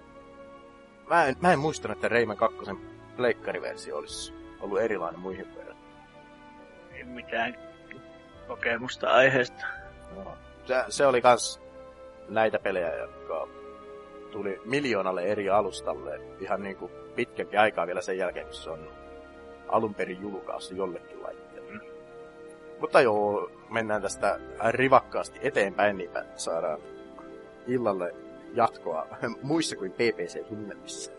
Mä en, mä en muistanut, että Rayman kaksi pleikkariversio olisi ollut erilainen muihin verran.
Ei mitään kokemusta aiheesta.
No, se, se oli kans näitä pelejä, jotka tuli miljoonalle eri alustalle ihan niinku pitkänkin aikaa vielä sen jälkeen, kun se on alun perin julkaistu jollekin laitteelle. Mm. Mutta joo, mennään tästä rivakkaasti eteenpäin, niin saadaan illalle jatkoa muissa kuin P P C-tunnelmissa.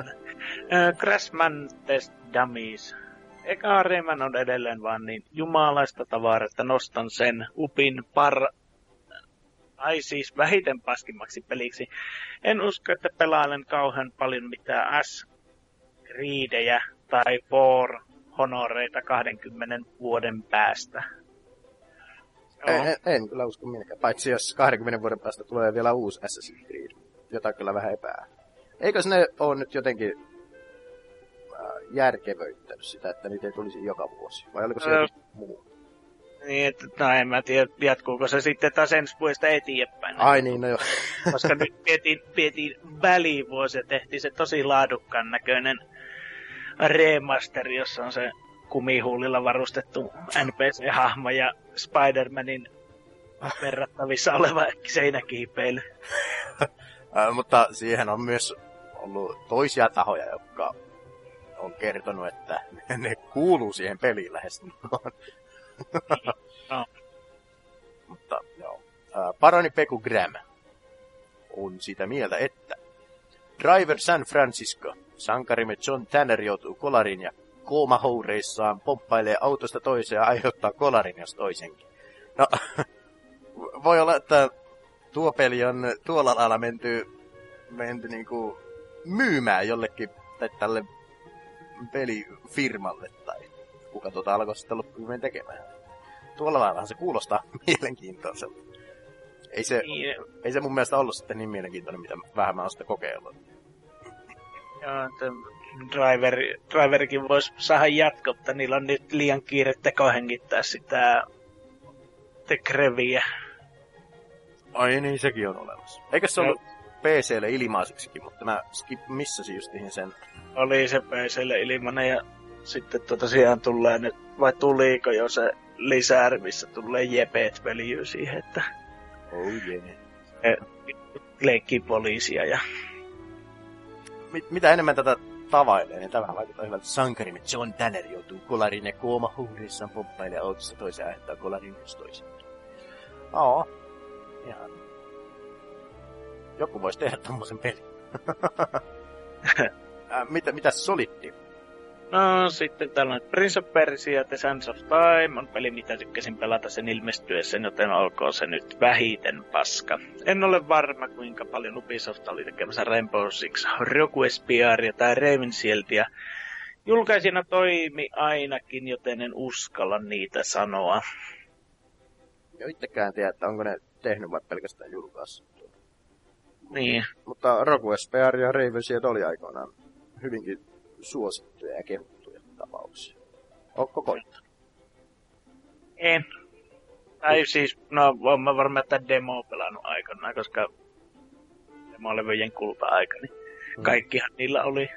Crashman Test Dummies. Eka Rayman on edelleen vaan niin jumalaista tavaraa, että nostan sen Upin par... Ai siis vähiten paskimmaksi peliksi. En usko, että pelailen kauhean paljon mitään S-riidejä tai For Honoreita kaksikymmentä vuoden päästä.
En, en, en kyllä usko minäkään, paitsi jos kaksikymmentä vuoden päästä tulee vielä uusi Assassin's Creed, jota kyllä vähän epää. Eikös ne ole nyt jotenkin äh, järkevöittänyt sitä, että niitä ei tulisi joka vuosi? Vai oliko se joku muu?
Niin, että no en mä tiedä, jatkuuko se sitten taas ensi vuodesta eteenpäin.
Ai niin, no joo.
Koska nyt vietiin, vietiin välivuosi ja tehtiin se tosi laadukkaan näköinen remaster, jossa on se kumihuulilla varustettu N P C-hahmo ja Spider-Manin verrattavissa oleva seinäkiipeily.
äh, mutta siihen on myös ollut toisia tahoja, jotka on kertonut, että ne kuuluu siihen peliin lähestulkoon.
No.
Mutta joo. Äh, Paroni Peku Graham on sitä mieltä, että Driver San Francisco, sankarimme John Tanner joutuu kolariin ja koomahoureissaan pomppailee autosta toiseen ja aiheuttaa kolarin jos toisenkin. No, voi olla, että tuo peli on tuolla lailla menty, menty niinku myymään jollekin tai tälle pelifirmalle tai kuka tuota alkoi sitten loppuun tekemään. Tuolla laillahan se kuulostaa mielenkiintoiselta. Ei se, niin. ei se mun mielestä ollut sitten niin mielenkiintoinen, mitä vähän mä oon sitten kokeillut.
Joo, että driver, driverikin voisi saada jatkoa, mutta niillä on nyt liian kiire tekohengittää sitä The Greviä.
Ai niin, sekin on olemassa. Eikö se no. ollut P C:lle ilmaiseksikin, mutta mä skip missasin justiin sen. Oli
se P C:lle ilmainen ja sitten tosiaan tulee nyt, vai tuliiko jo se lisääri, missä tulee jepet veliä siihen, että
oh yeah.
leikkii poliisia ja
Mit, mitä enemmän tätä tavailee, niin tämä vaikuttaa hyvältä. Sankarimme John Tanner joutuu kolariin ja koomahuurissaan pomppailee autosta toiseen aiheuttaa kolarin myös toiseen. Oo. Ihan. Joku voisi tehdä tommosen pelin. äh, mitä, mitä solitti?
No sitten tällainen Prince of Persia The Sands of Time on peli, mitä tykkäsin pelata sen ilmestyessä, joten olkoon se nyt vähiten paska. En ole varma, kuinka paljon Ubisoft oli tekemässä Rainbow Six Rogue-Espiaria tai Ravenshieldia. Julkaisijana toimi ainakin, joten en uskalla niitä sanoa.
Jo itsekään tiedä, että onko ne tehnyt vai pelkästään julkaissut.
Niin.
Mutta Rogue-Espiaria ja Ravenshield oli aikoinaan hyvinkin suosittuja ja kehuttuja tapauksia. Ootko koittanut?
En. Tai siis, no oon mä varmaan että demo pelannut aikanaan, koska demolevyjen kulta-aika, niin mm. kaikkihan niillä oli.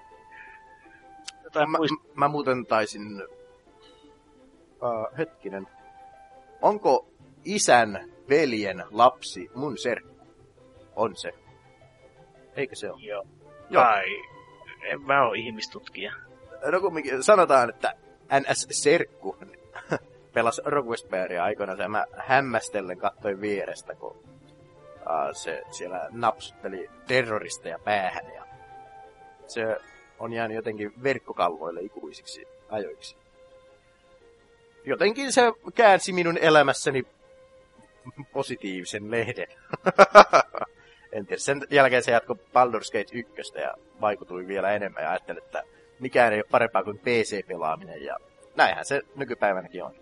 Mä, mä muuten taisin... Uh, hetkinen. Onko isän veljen lapsi mun serkku? On se. Eikö se ole?
Joo. Joo. Tai en mä oo ihmistutkija.
No kumminkin sanotaan, että N S-serkku pelasi Rogue Wesperia aikoinaan, ja mä hämmästellen katsoin vierestä, kun uh, se siellä napsutteli terroristeja päähän, ja se on jäänyt jotenkin verkkokalvoille ikuisiksi ajoiksi. Jotenkin se käänsi minun elämässäni positiivisen lehden. En tiedä, sen jälkeen se jatkoi Baldur's Gate yksi ja vaikutui vielä enemmän ja ajattelin, että mikään ei ole parempaa kuin P C-pelaaminen ja näinhän se nykypäivänäkin on.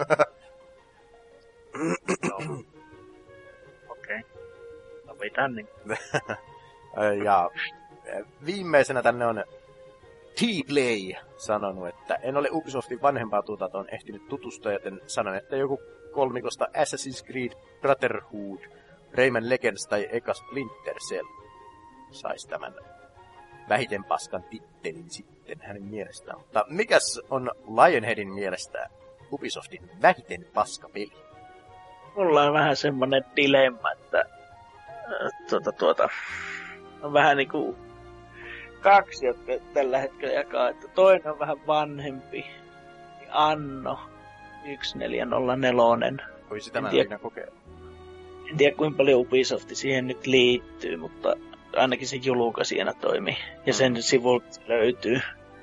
No. Okei. Okay. Sovitaan niin.
Ja viimeisenä tänne on T-Play sanonut, että en ole Ubisoftin vanhempaa tuotantoon ehtinyt tutustua, joten sanon, että joku kolmikosta Assassin's Creed Brotherhood, Rayman Legends tai eka Splinter Cell saisi tämän vähiten paskan tittelin sitten hänen mielestään. Mutta mikäs on Lionheadin mielestä Ubisoftin vähiten paska peli?
Mulla on vähän semmonen dilemma, että äh, tuota, tuota, on vähän niinku kaksi, jotka tällä hetkellä jakaa, että toinen on vähän vanhempi, Anno yksi neljä nolla neljä.
Voi sitä mä en kokeilla.
En tiedä kuinka paljon Ubisofti siihen nyt liittyy, mutta ainakin se julkaisijana toimii. Ja sen mm. sivulta löytyy.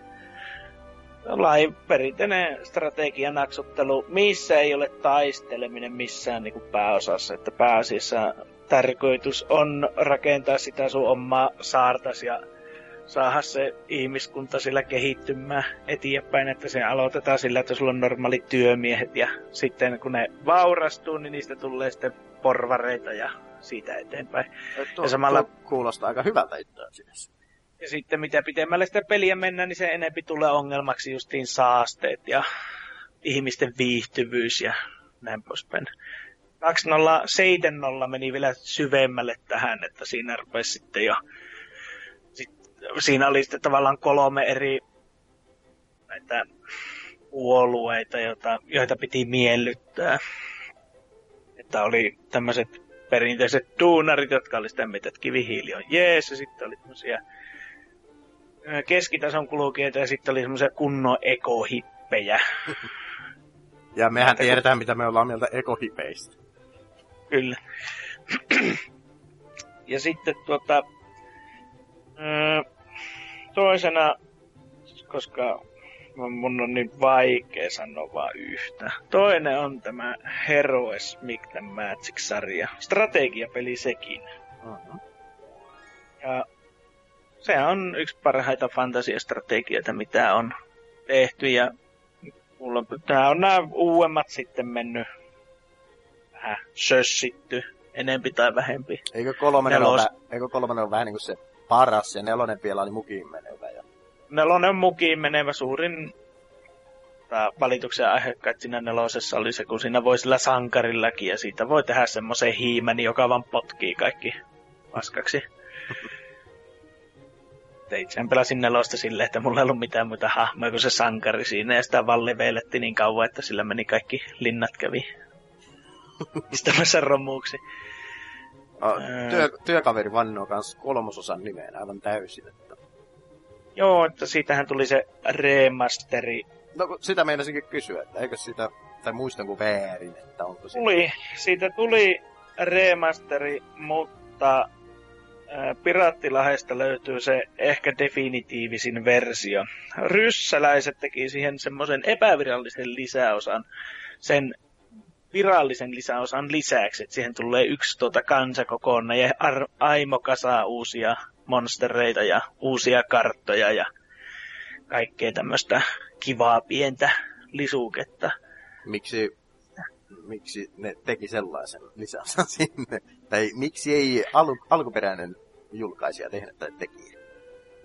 Lai perinteinen strategianaksuttelu, missä ei ole taisteleminen missään niin kuin pääosassa. Että pääasiassa tarkoitus on rakentaa sitä sun omaa saartas ja saada se ihmiskunta sillä kehittymään eteenpäin, että se aloitetaan sillä, että sulla on normaali työmiehet ja sitten kun ne vaurastuu, niin niistä tulee sitten porvareita ja siitä eteenpäin.
Tuo, ja samalla kuulostaa aika hyvältä itse asiassa.
Ja sitten mitä pitemmälle sitä peliä mennään, niin se enempi tulee ongelmaksi justiin saasteet ja ihmisten viihtyvyys ja näin poispäin. kaksi nolla seitsemän meni vielä syvemmälle tähän, että siinä rupesi sitten jo siinä oli sitten tavallaan kolme eri näitä puolueita, joita, joita piti miellyttää. Että oli tämmöiset perinteiset duunarit, jotka oli sitä mieltä, että kivihiili on jees, ja sitten oli tämmöisiä keskitason kulkijoita, ja sitten oli semmoisia kunnon ekohippejä.
Ja mehän Näitä tiedetään, kun mitä me ollaan mieltä ekohipeistä.
Kyllä. Ja sitten tuota... toisena, koska mun on niin vaikea sanoa vaan yhtä. Toinen on tämä Heroes Might and Magic-sarja. Strategiapeli sekin. Uh-huh. Ja se on yksi parhaita fantasiastrategioita, mitä on tehty. Ja mulla on, nämä on nämä uudemmat sitten mennyt vähän sössitty, enempi tai vähempi.
Eikö kolmonen Nelos... ole, eikö kolmonen ole vähän niin kuin se paras ja nelonen vielä oli mukiin menevä? Ja...
Nelonen on mukiin menevä. Suurin valituksen aiheukkaat siinä nelosessa oli se, kun siinä voi sillä sankarillakin ja siitä voi tehdä semmoisen hiimän, joka vaan potkii kaikki paskaksi. Itsehän pelasin nelosta silleen, että mulla ei ollut mitään muita hahmoja kuin se sankari siinä ja sitä vaan leveilettiin niin kauan, että sillä meni kaikki linnat kävi pistämässä romuuksi.
Oh, työ, työkaveri vannoo kanssa kolmososan nimeen aivan täysin. Että...
Joo, että siitähän tuli se remasteri.
No sitä meinasinkin kysyä, että eikö sitä, tai muistanko väärin, että onko siitä...
Tuli, siitä tuli remasteri, mutta äh, Piraattilahesta löytyy se ehkä definitiivisin versio. Ryssäläiset teki siihen semmoisen epävirallisen lisäosan, sen virallisen lisäosan lisäksi, että siihen tulee yksi tuota kansa kokonaan ja ar- aimo kasaa uusia monstereita ja uusia karttoja ja kaikkea tämmöistä kivaa pientä lisuketta.
Miksi, miksi ne teki sellaisen lisäosan sinne? Tai miksi ei al- alkuperäinen julkaisija tehnyt tai tekijä?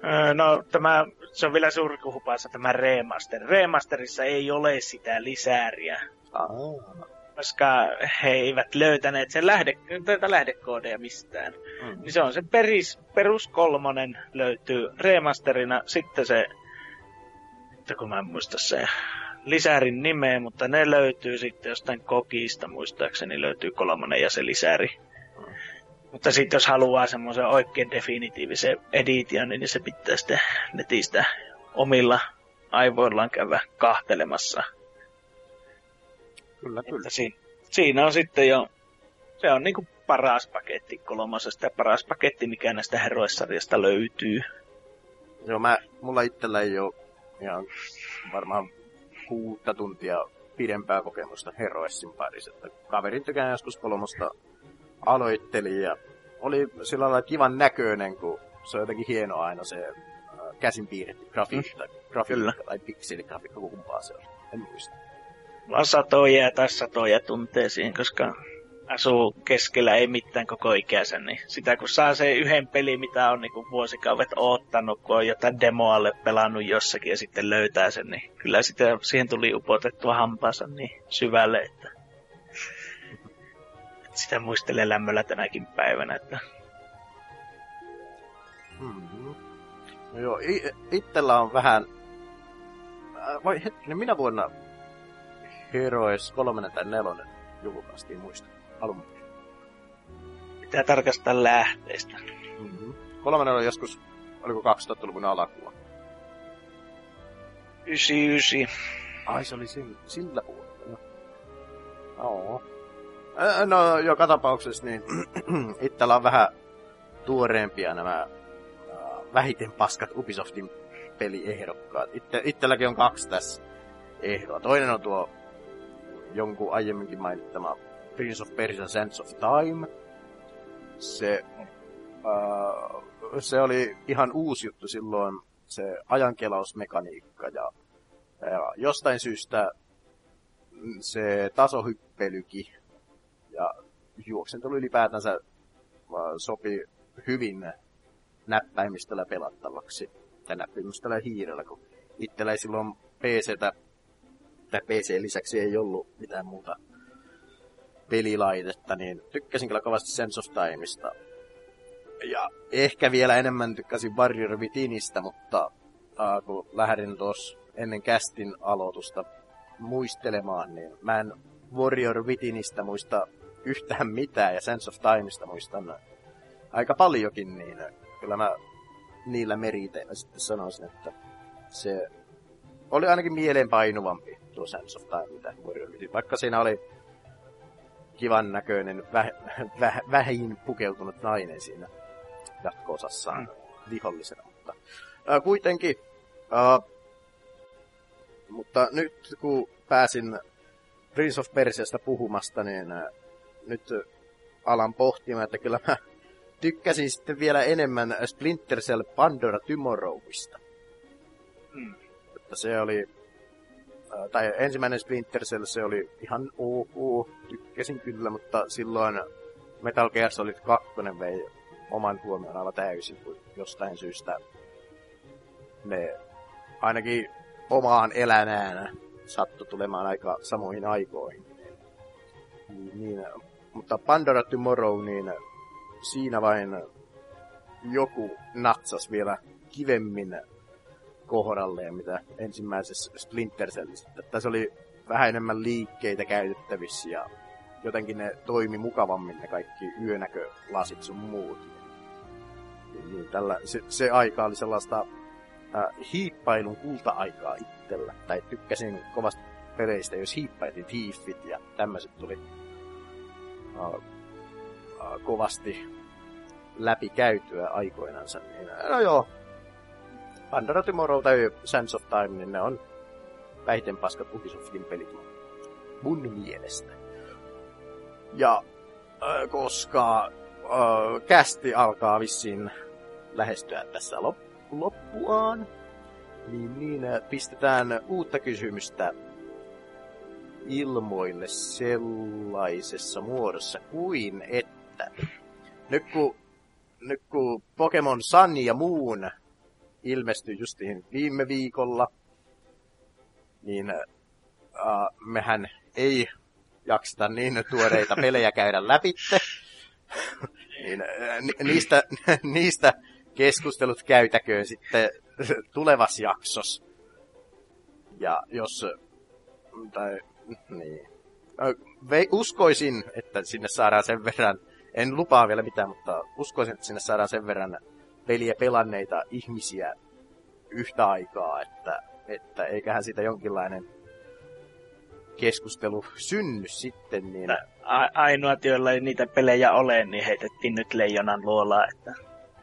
Öö, no tämä, se on vielä surkuhupaassa tämä remaster. Remasterissa ei ole sitä lisääriä.
Ah.
Koska he eivät löytäneet sen lähde, tätä lähdekoodeja mistään. Mm. Niin se on se peris, perus kolmonen löytyy remasterina. Sitten se, että kun mä en muista se lisäärin nimeä, mutta ne löytyy sitten jostain kokista muistaakseni löytyy kolmonen ja se lisääri. Mm. Mutta sitten jos haluaa semmoisen oikein definitiivisen edition, niin se pitää sitten netistä omilla aivoillaan käydä kahtelemassa.
Kyllä, kyllä.
Si- siinä on sitten jo, se on niinku paras paketti kolmosesta ja paras paketti, mikä näistä Heroes-sarjasta löytyy.
Joo, mä, mulla itsellä ei ole ihan varmaan kuutta tuntia pidempää kokemusta Heroesin parissa. Kaverin tykään joskus kolmosta aloitteli ja oli sillä lailla kivan näköinen, kun se on jotenkin hieno aina se äh, käsin piirretty grafiikka, mm. grafiikka tai pikseligrafiikka, kumpaa se on, en muista.
Mulla on satoja ja taas satoja tunteja siihen, koska asuu keskellä ei mitään koko ikänsä, niin sitä kun saa se yhden pelin, mitä on niin vuosikaudet oottanut, kun on jotain demoalle pelannut jossakin ja sitten löytää sen, niin kyllä sitä, siihen tuli upotettua hampaansa niin syvälle, että, että sitä muistelee lämmöllä tänäkin päivänä. Että...
Mm-hmm. No joo, i- itsellä on vähän... Äh, vai hetkinen, minä vuonna Heroes kolme tai neljä julkaistiin muista alun perin.
Pitää tarkastaa lähteistä.
Mm-hmm. Kolmannen oli joskus, oliko kaksituhattaluvun alakua?
yhdeksänkymmentäyhdeksän.
Ai, se oli sillä, sillä vuonna. No. No, joka tapauksessa niin itsellä on vähän tuoreempia nämä äh, vähiten paskat Ubisoftin peliehdokkaat. Itte, itselläkin on kaksi tässä ehdoa. Toinen on tuo jonkun aiemminkin mainittama Prince of Persia Sands of Time. Se, äh, se oli ihan uusi juttu silloin, se ajankelausmekaniikka. Ja, ja jostain syystä se tasohyppelykin ja juoksentelu ylipäätänsä äh, sopi hyvin näppäimistöllä pelattavaksi. Tai näppäimistöllä hiirellä, kun itsellä ei silloin P C:tä tai P C:n lisäksi ei ollut mitään muuta pelilaitetta, niin tykkäsin kyllä kovasti Sense of Timeista. Ja ehkä vielä enemmän tykkäsin Warrior Withinistä, mutta äh, kun lähdin tuossa ennen castin aloitusta muistelemaan, niin mä en Warrior Withinistä muista yhtään mitään, ja Sense of Timeista muistan aika paljonkin, niin kyllä mä niillä meriteillä sitten sanoisin, että se oli ainakin mieleenpainuvampi tuo Sense of Time, mitä Warrior Within. Vaikka siinä oli kivan näköinen, väh, väh, vähin pukeutunut nainen siinä jatko-osassaan mm. vihollisena, mutta ää, kuitenkin. Ää, mutta nyt kun pääsin Prince of Persiasta puhumasta, niin ää, nyt alan pohtimaan, että kyllä mä tykkäsin sitten vielä enemmän Splinter Cell Pandora Tomorrowista. Mm. Että se oli, tai ensimmäinen Splinter Cell, se oli ihan ok, tykkäsin kyllä, mutta silloin Metal Gear Solid kaksi vei oman huomioon aivan täysin, kun jostain syystä ne ainakin omaan elämään sattui tulemaan aika samoihin aikoihin. Niin, niin, mutta Pandora Tomorrow, niin siinä vain joku natsas vielä kivemmin kohdalleen, mitä ensimmäisessä Splinter Cellissä. Tässä oli vähän enemmän liikkeitä käytettävissä ja jotenkin ne toimi mukavammin ne kaikki yönäkölasit sun muut. Niin, tällä, se, se aika oli sellaista äh, hiippailun kulta-aikaa itsellä. Tai tykkäsin kovasti peleistä, jos hiippailtiin Thiefit ja tämmöiset tuli äh, äh, kovasti läpi käytyä aikoinansa. Niin, no joo, Pandora Tomorrow tai Sands of Time, niin ne on vähiten paskat Ubisoftin pelit mun mielestä. Ja äh, koska äh, kästi alkaa vissiin lähestyä tässä lop- loppuaan, niin, niin äh, pistetään uutta kysymystä ilmoille sellaisessa muodossa kuin, että nyt kun, nyt kun Pokemon Sun ja Moon ilmestyi justiin viime viikolla, niin uh, mehän ei jakseta niin tuoreita pelejä käydä läpitte. niin, ni- niistä, niistä keskustelut käytäköön sitten tulevassa jaksossa. Ja jos... Tai, niin. Ve, uskoisin, että sinne saadaan sen verran... En lupaa vielä mitään, mutta uskoisin, että sinne saadaan sen verran peliä pelanneita ihmisiä yhtä aikaa, että, että eiköhän siitä jonkinlainen keskustelu synny sitten. Niin...
A- ainoat, joilla ei niitä pelejä ole, niin heitettiin nyt leijonan luolaa. Että...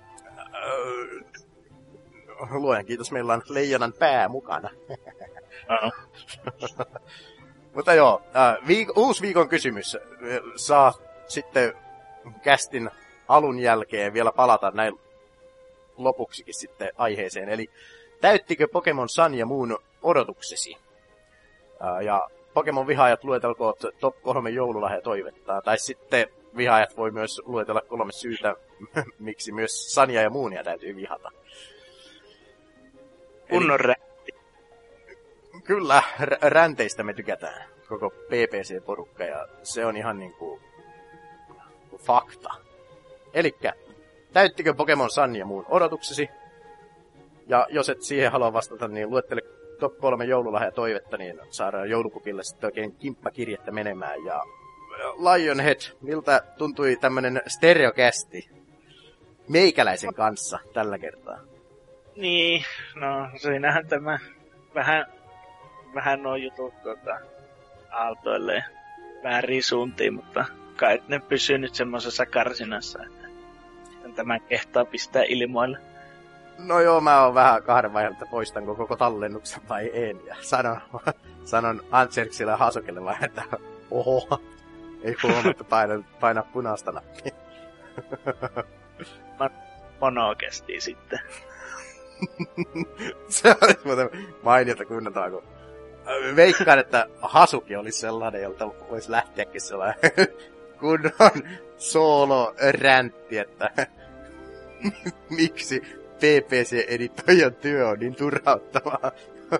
Luojan kiitos, meillä on leijonan pää mukana.
Uh-huh.
Mutta joo, äh, viik- uusi viikon kysymys. Saa sitten kästin alun jälkeen vielä palata näin lopuksikin sitten aiheeseen. Eli täyttikö Pokemon Sun ja Moon odotuksesi? Äh, ja Pokemon vihaajat luetelkoot top kolme joululahja toivettaa. Tai sitten vihaajat voi myös luetella kolme syytä, miksi myös Sunia ja Moonia täytyy vihata.
Kunnon rätti.
Kyllä, r- ränteistä me tykätään. Koko P P C-porukka, ja se on ihan niinku fakta. Elikkä, täyttikö Pokemon Sun ja Moon odotuksesi? Ja jos et siihen halua vastata, niin luettele top kolme joululahja toivetta, niin saadaan joulupukille sitten oikein kimppakirjettä menemään. Ja Lionhead, miltä tuntui tämmönen stereokästi meikäläisen kanssa tällä kertaa?
Niin, no siinähän tämä vähän, vähän nuo jutut tuota, aaltoilee väärin suuntiin, mutta kai ne pysyy nyt semmosessa karsinassa, että tämän kehtaa pistää ilmoille.
No joo, mä oon vähän kahden vaiheen, että poistanko koko tallennuksen vai en. Ja sanon, sanon Antserksille ja Hasokelle vaan, että oho, ei huomata paina, paina punaista nappia.
Mono kesti sitten.
Se olisi muuten mainiota kuunneltaan, kun veikkaan, että Hasuki olisi sellainen, jolta voisi lähteäkin sellainen kunnon solo-räntti, että miksi P P C-editoijan työ on niin turhauttavaa.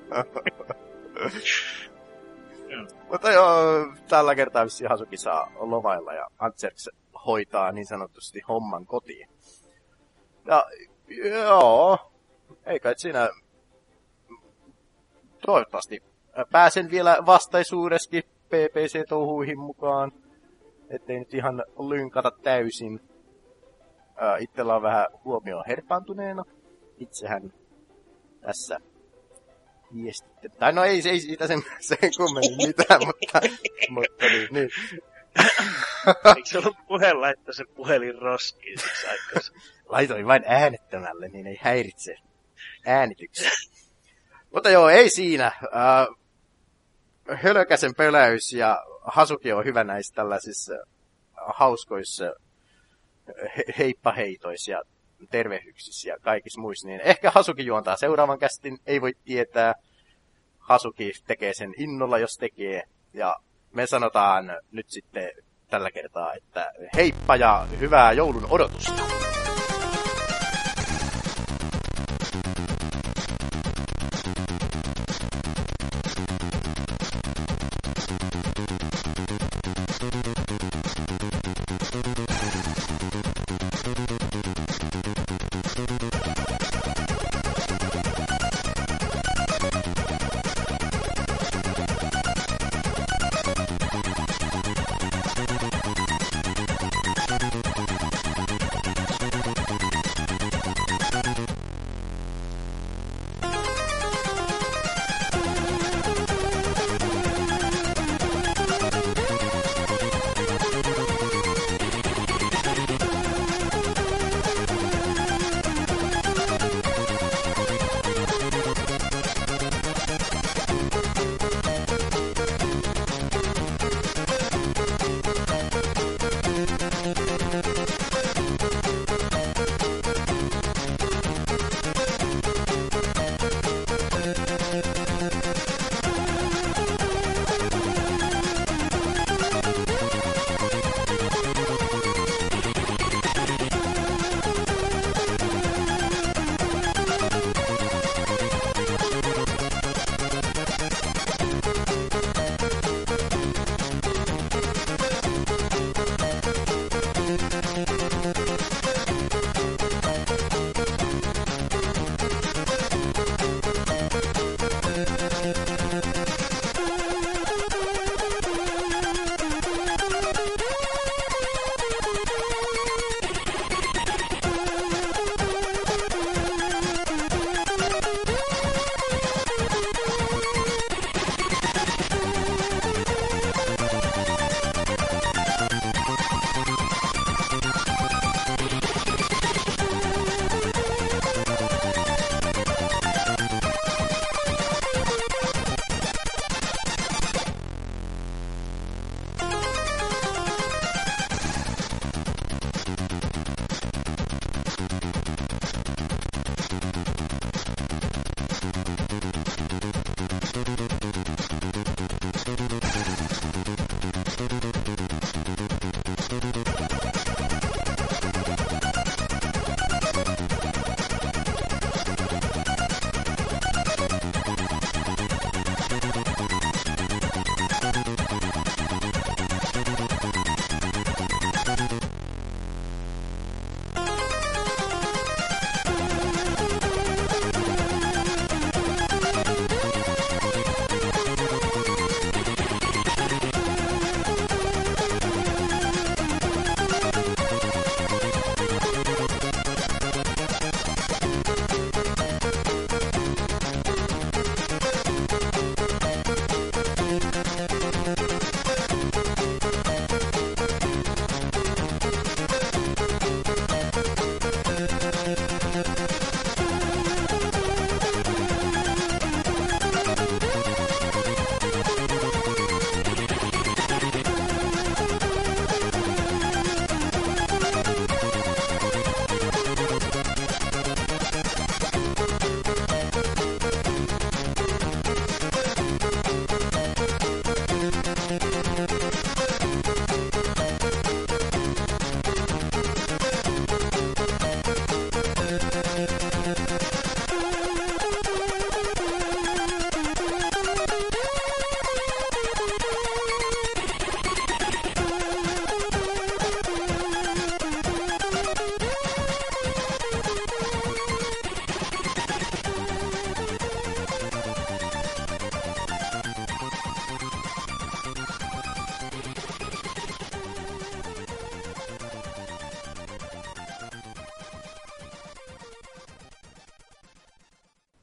Mutta joo, tällä kertaa vissiin Hasuki saa lovailla ja Antserks hoitaa niin sanotusti homman kotiin. Ja joo, eikä siinä toivottavasti pääsen vielä vastaisuudessakin P P C-touhuihin mukaan, ettei nyt ihan lynkata täysin. Ää, itsellä on vähän huomioon herpaantuneena. Itsehän tässä viestitte. Tai no ei, ei siitä sen, sen kummemmin mitään, mutta, mutta niin. niin.
Eikö se ollut puhella, että se puhelin roskii siksi aikaa?
Laitoin vain äänettömälle, niin ei häiritse äänityksiä. Mutta joo, ei siinä. Äh, hölkäsen pöläys ja Hasuki on hyvä näissä tällaisissa hauskoissa he- heippaheitoissa ja tervehdyksissä ja kaikissa muissa. Niin ehkä Hasuki juontaa seuraavan kästin, ei voi tietää. Hasuki tekee sen innolla, jos tekee. Ja me sanotaan nyt sitten tällä kertaa, että heippa ja hyvää joulun odotusta!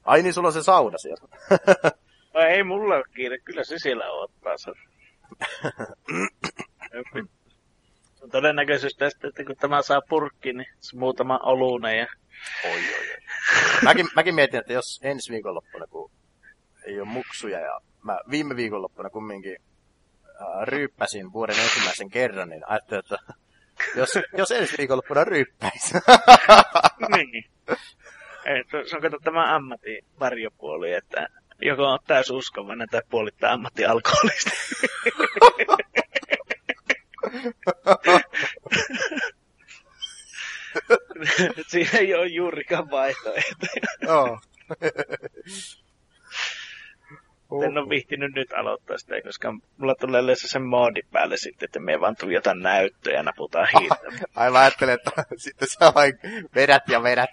Ai niin, sulla on se sauna siellä.
No ei mulla ole kiire, kyllä se siellä odottaa sen. On todennäköisyys tästä, että kun tämä saa purkki, niin se muutama olunen ja...
Oi, oi, oi. Mäkin, mäkin mietin, että jos ensi viikonloppuna, kun ei ole muksuja ja mä viime viikonloppuna kumminkin äh, ryyppäsin vuoden ensimmäisen kerran, niin ajattelin, että jos, jos ensi viikonloppuna ryyppäisi.
Niin. Ei, se on kato tämä ammatin varjopuoli, että joko on täys uskovainen tai puolittaa ammattialkoholista. Siinä ei ole juurikaan vaihtoehtoja.
Joo.
En ole viihtinyt nyt aloittaa sitä, koska mulla tulee yleensä sen moodi päälle sitten, että me vaan tuijota näyttöä ja naputaan hiirtä.
Aivan ajattelen, että sitten sä vain vedät ja vedät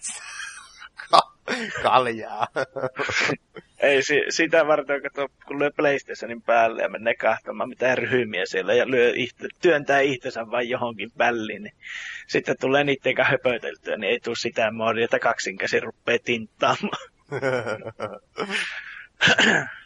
kaljaa.
Ei, si- sitä varten, kato, kun lyö PlayStationin päälle ja menee kahtamaan mitään ryhmiä siellä ja lyö ihte, työntää itsensä vain johonkin väliin, niin sitten tulee niiden kanssa höpöteltyä, niin ei tule sitä moodia, että kaksinkäsin rupeaa tinttaamaan.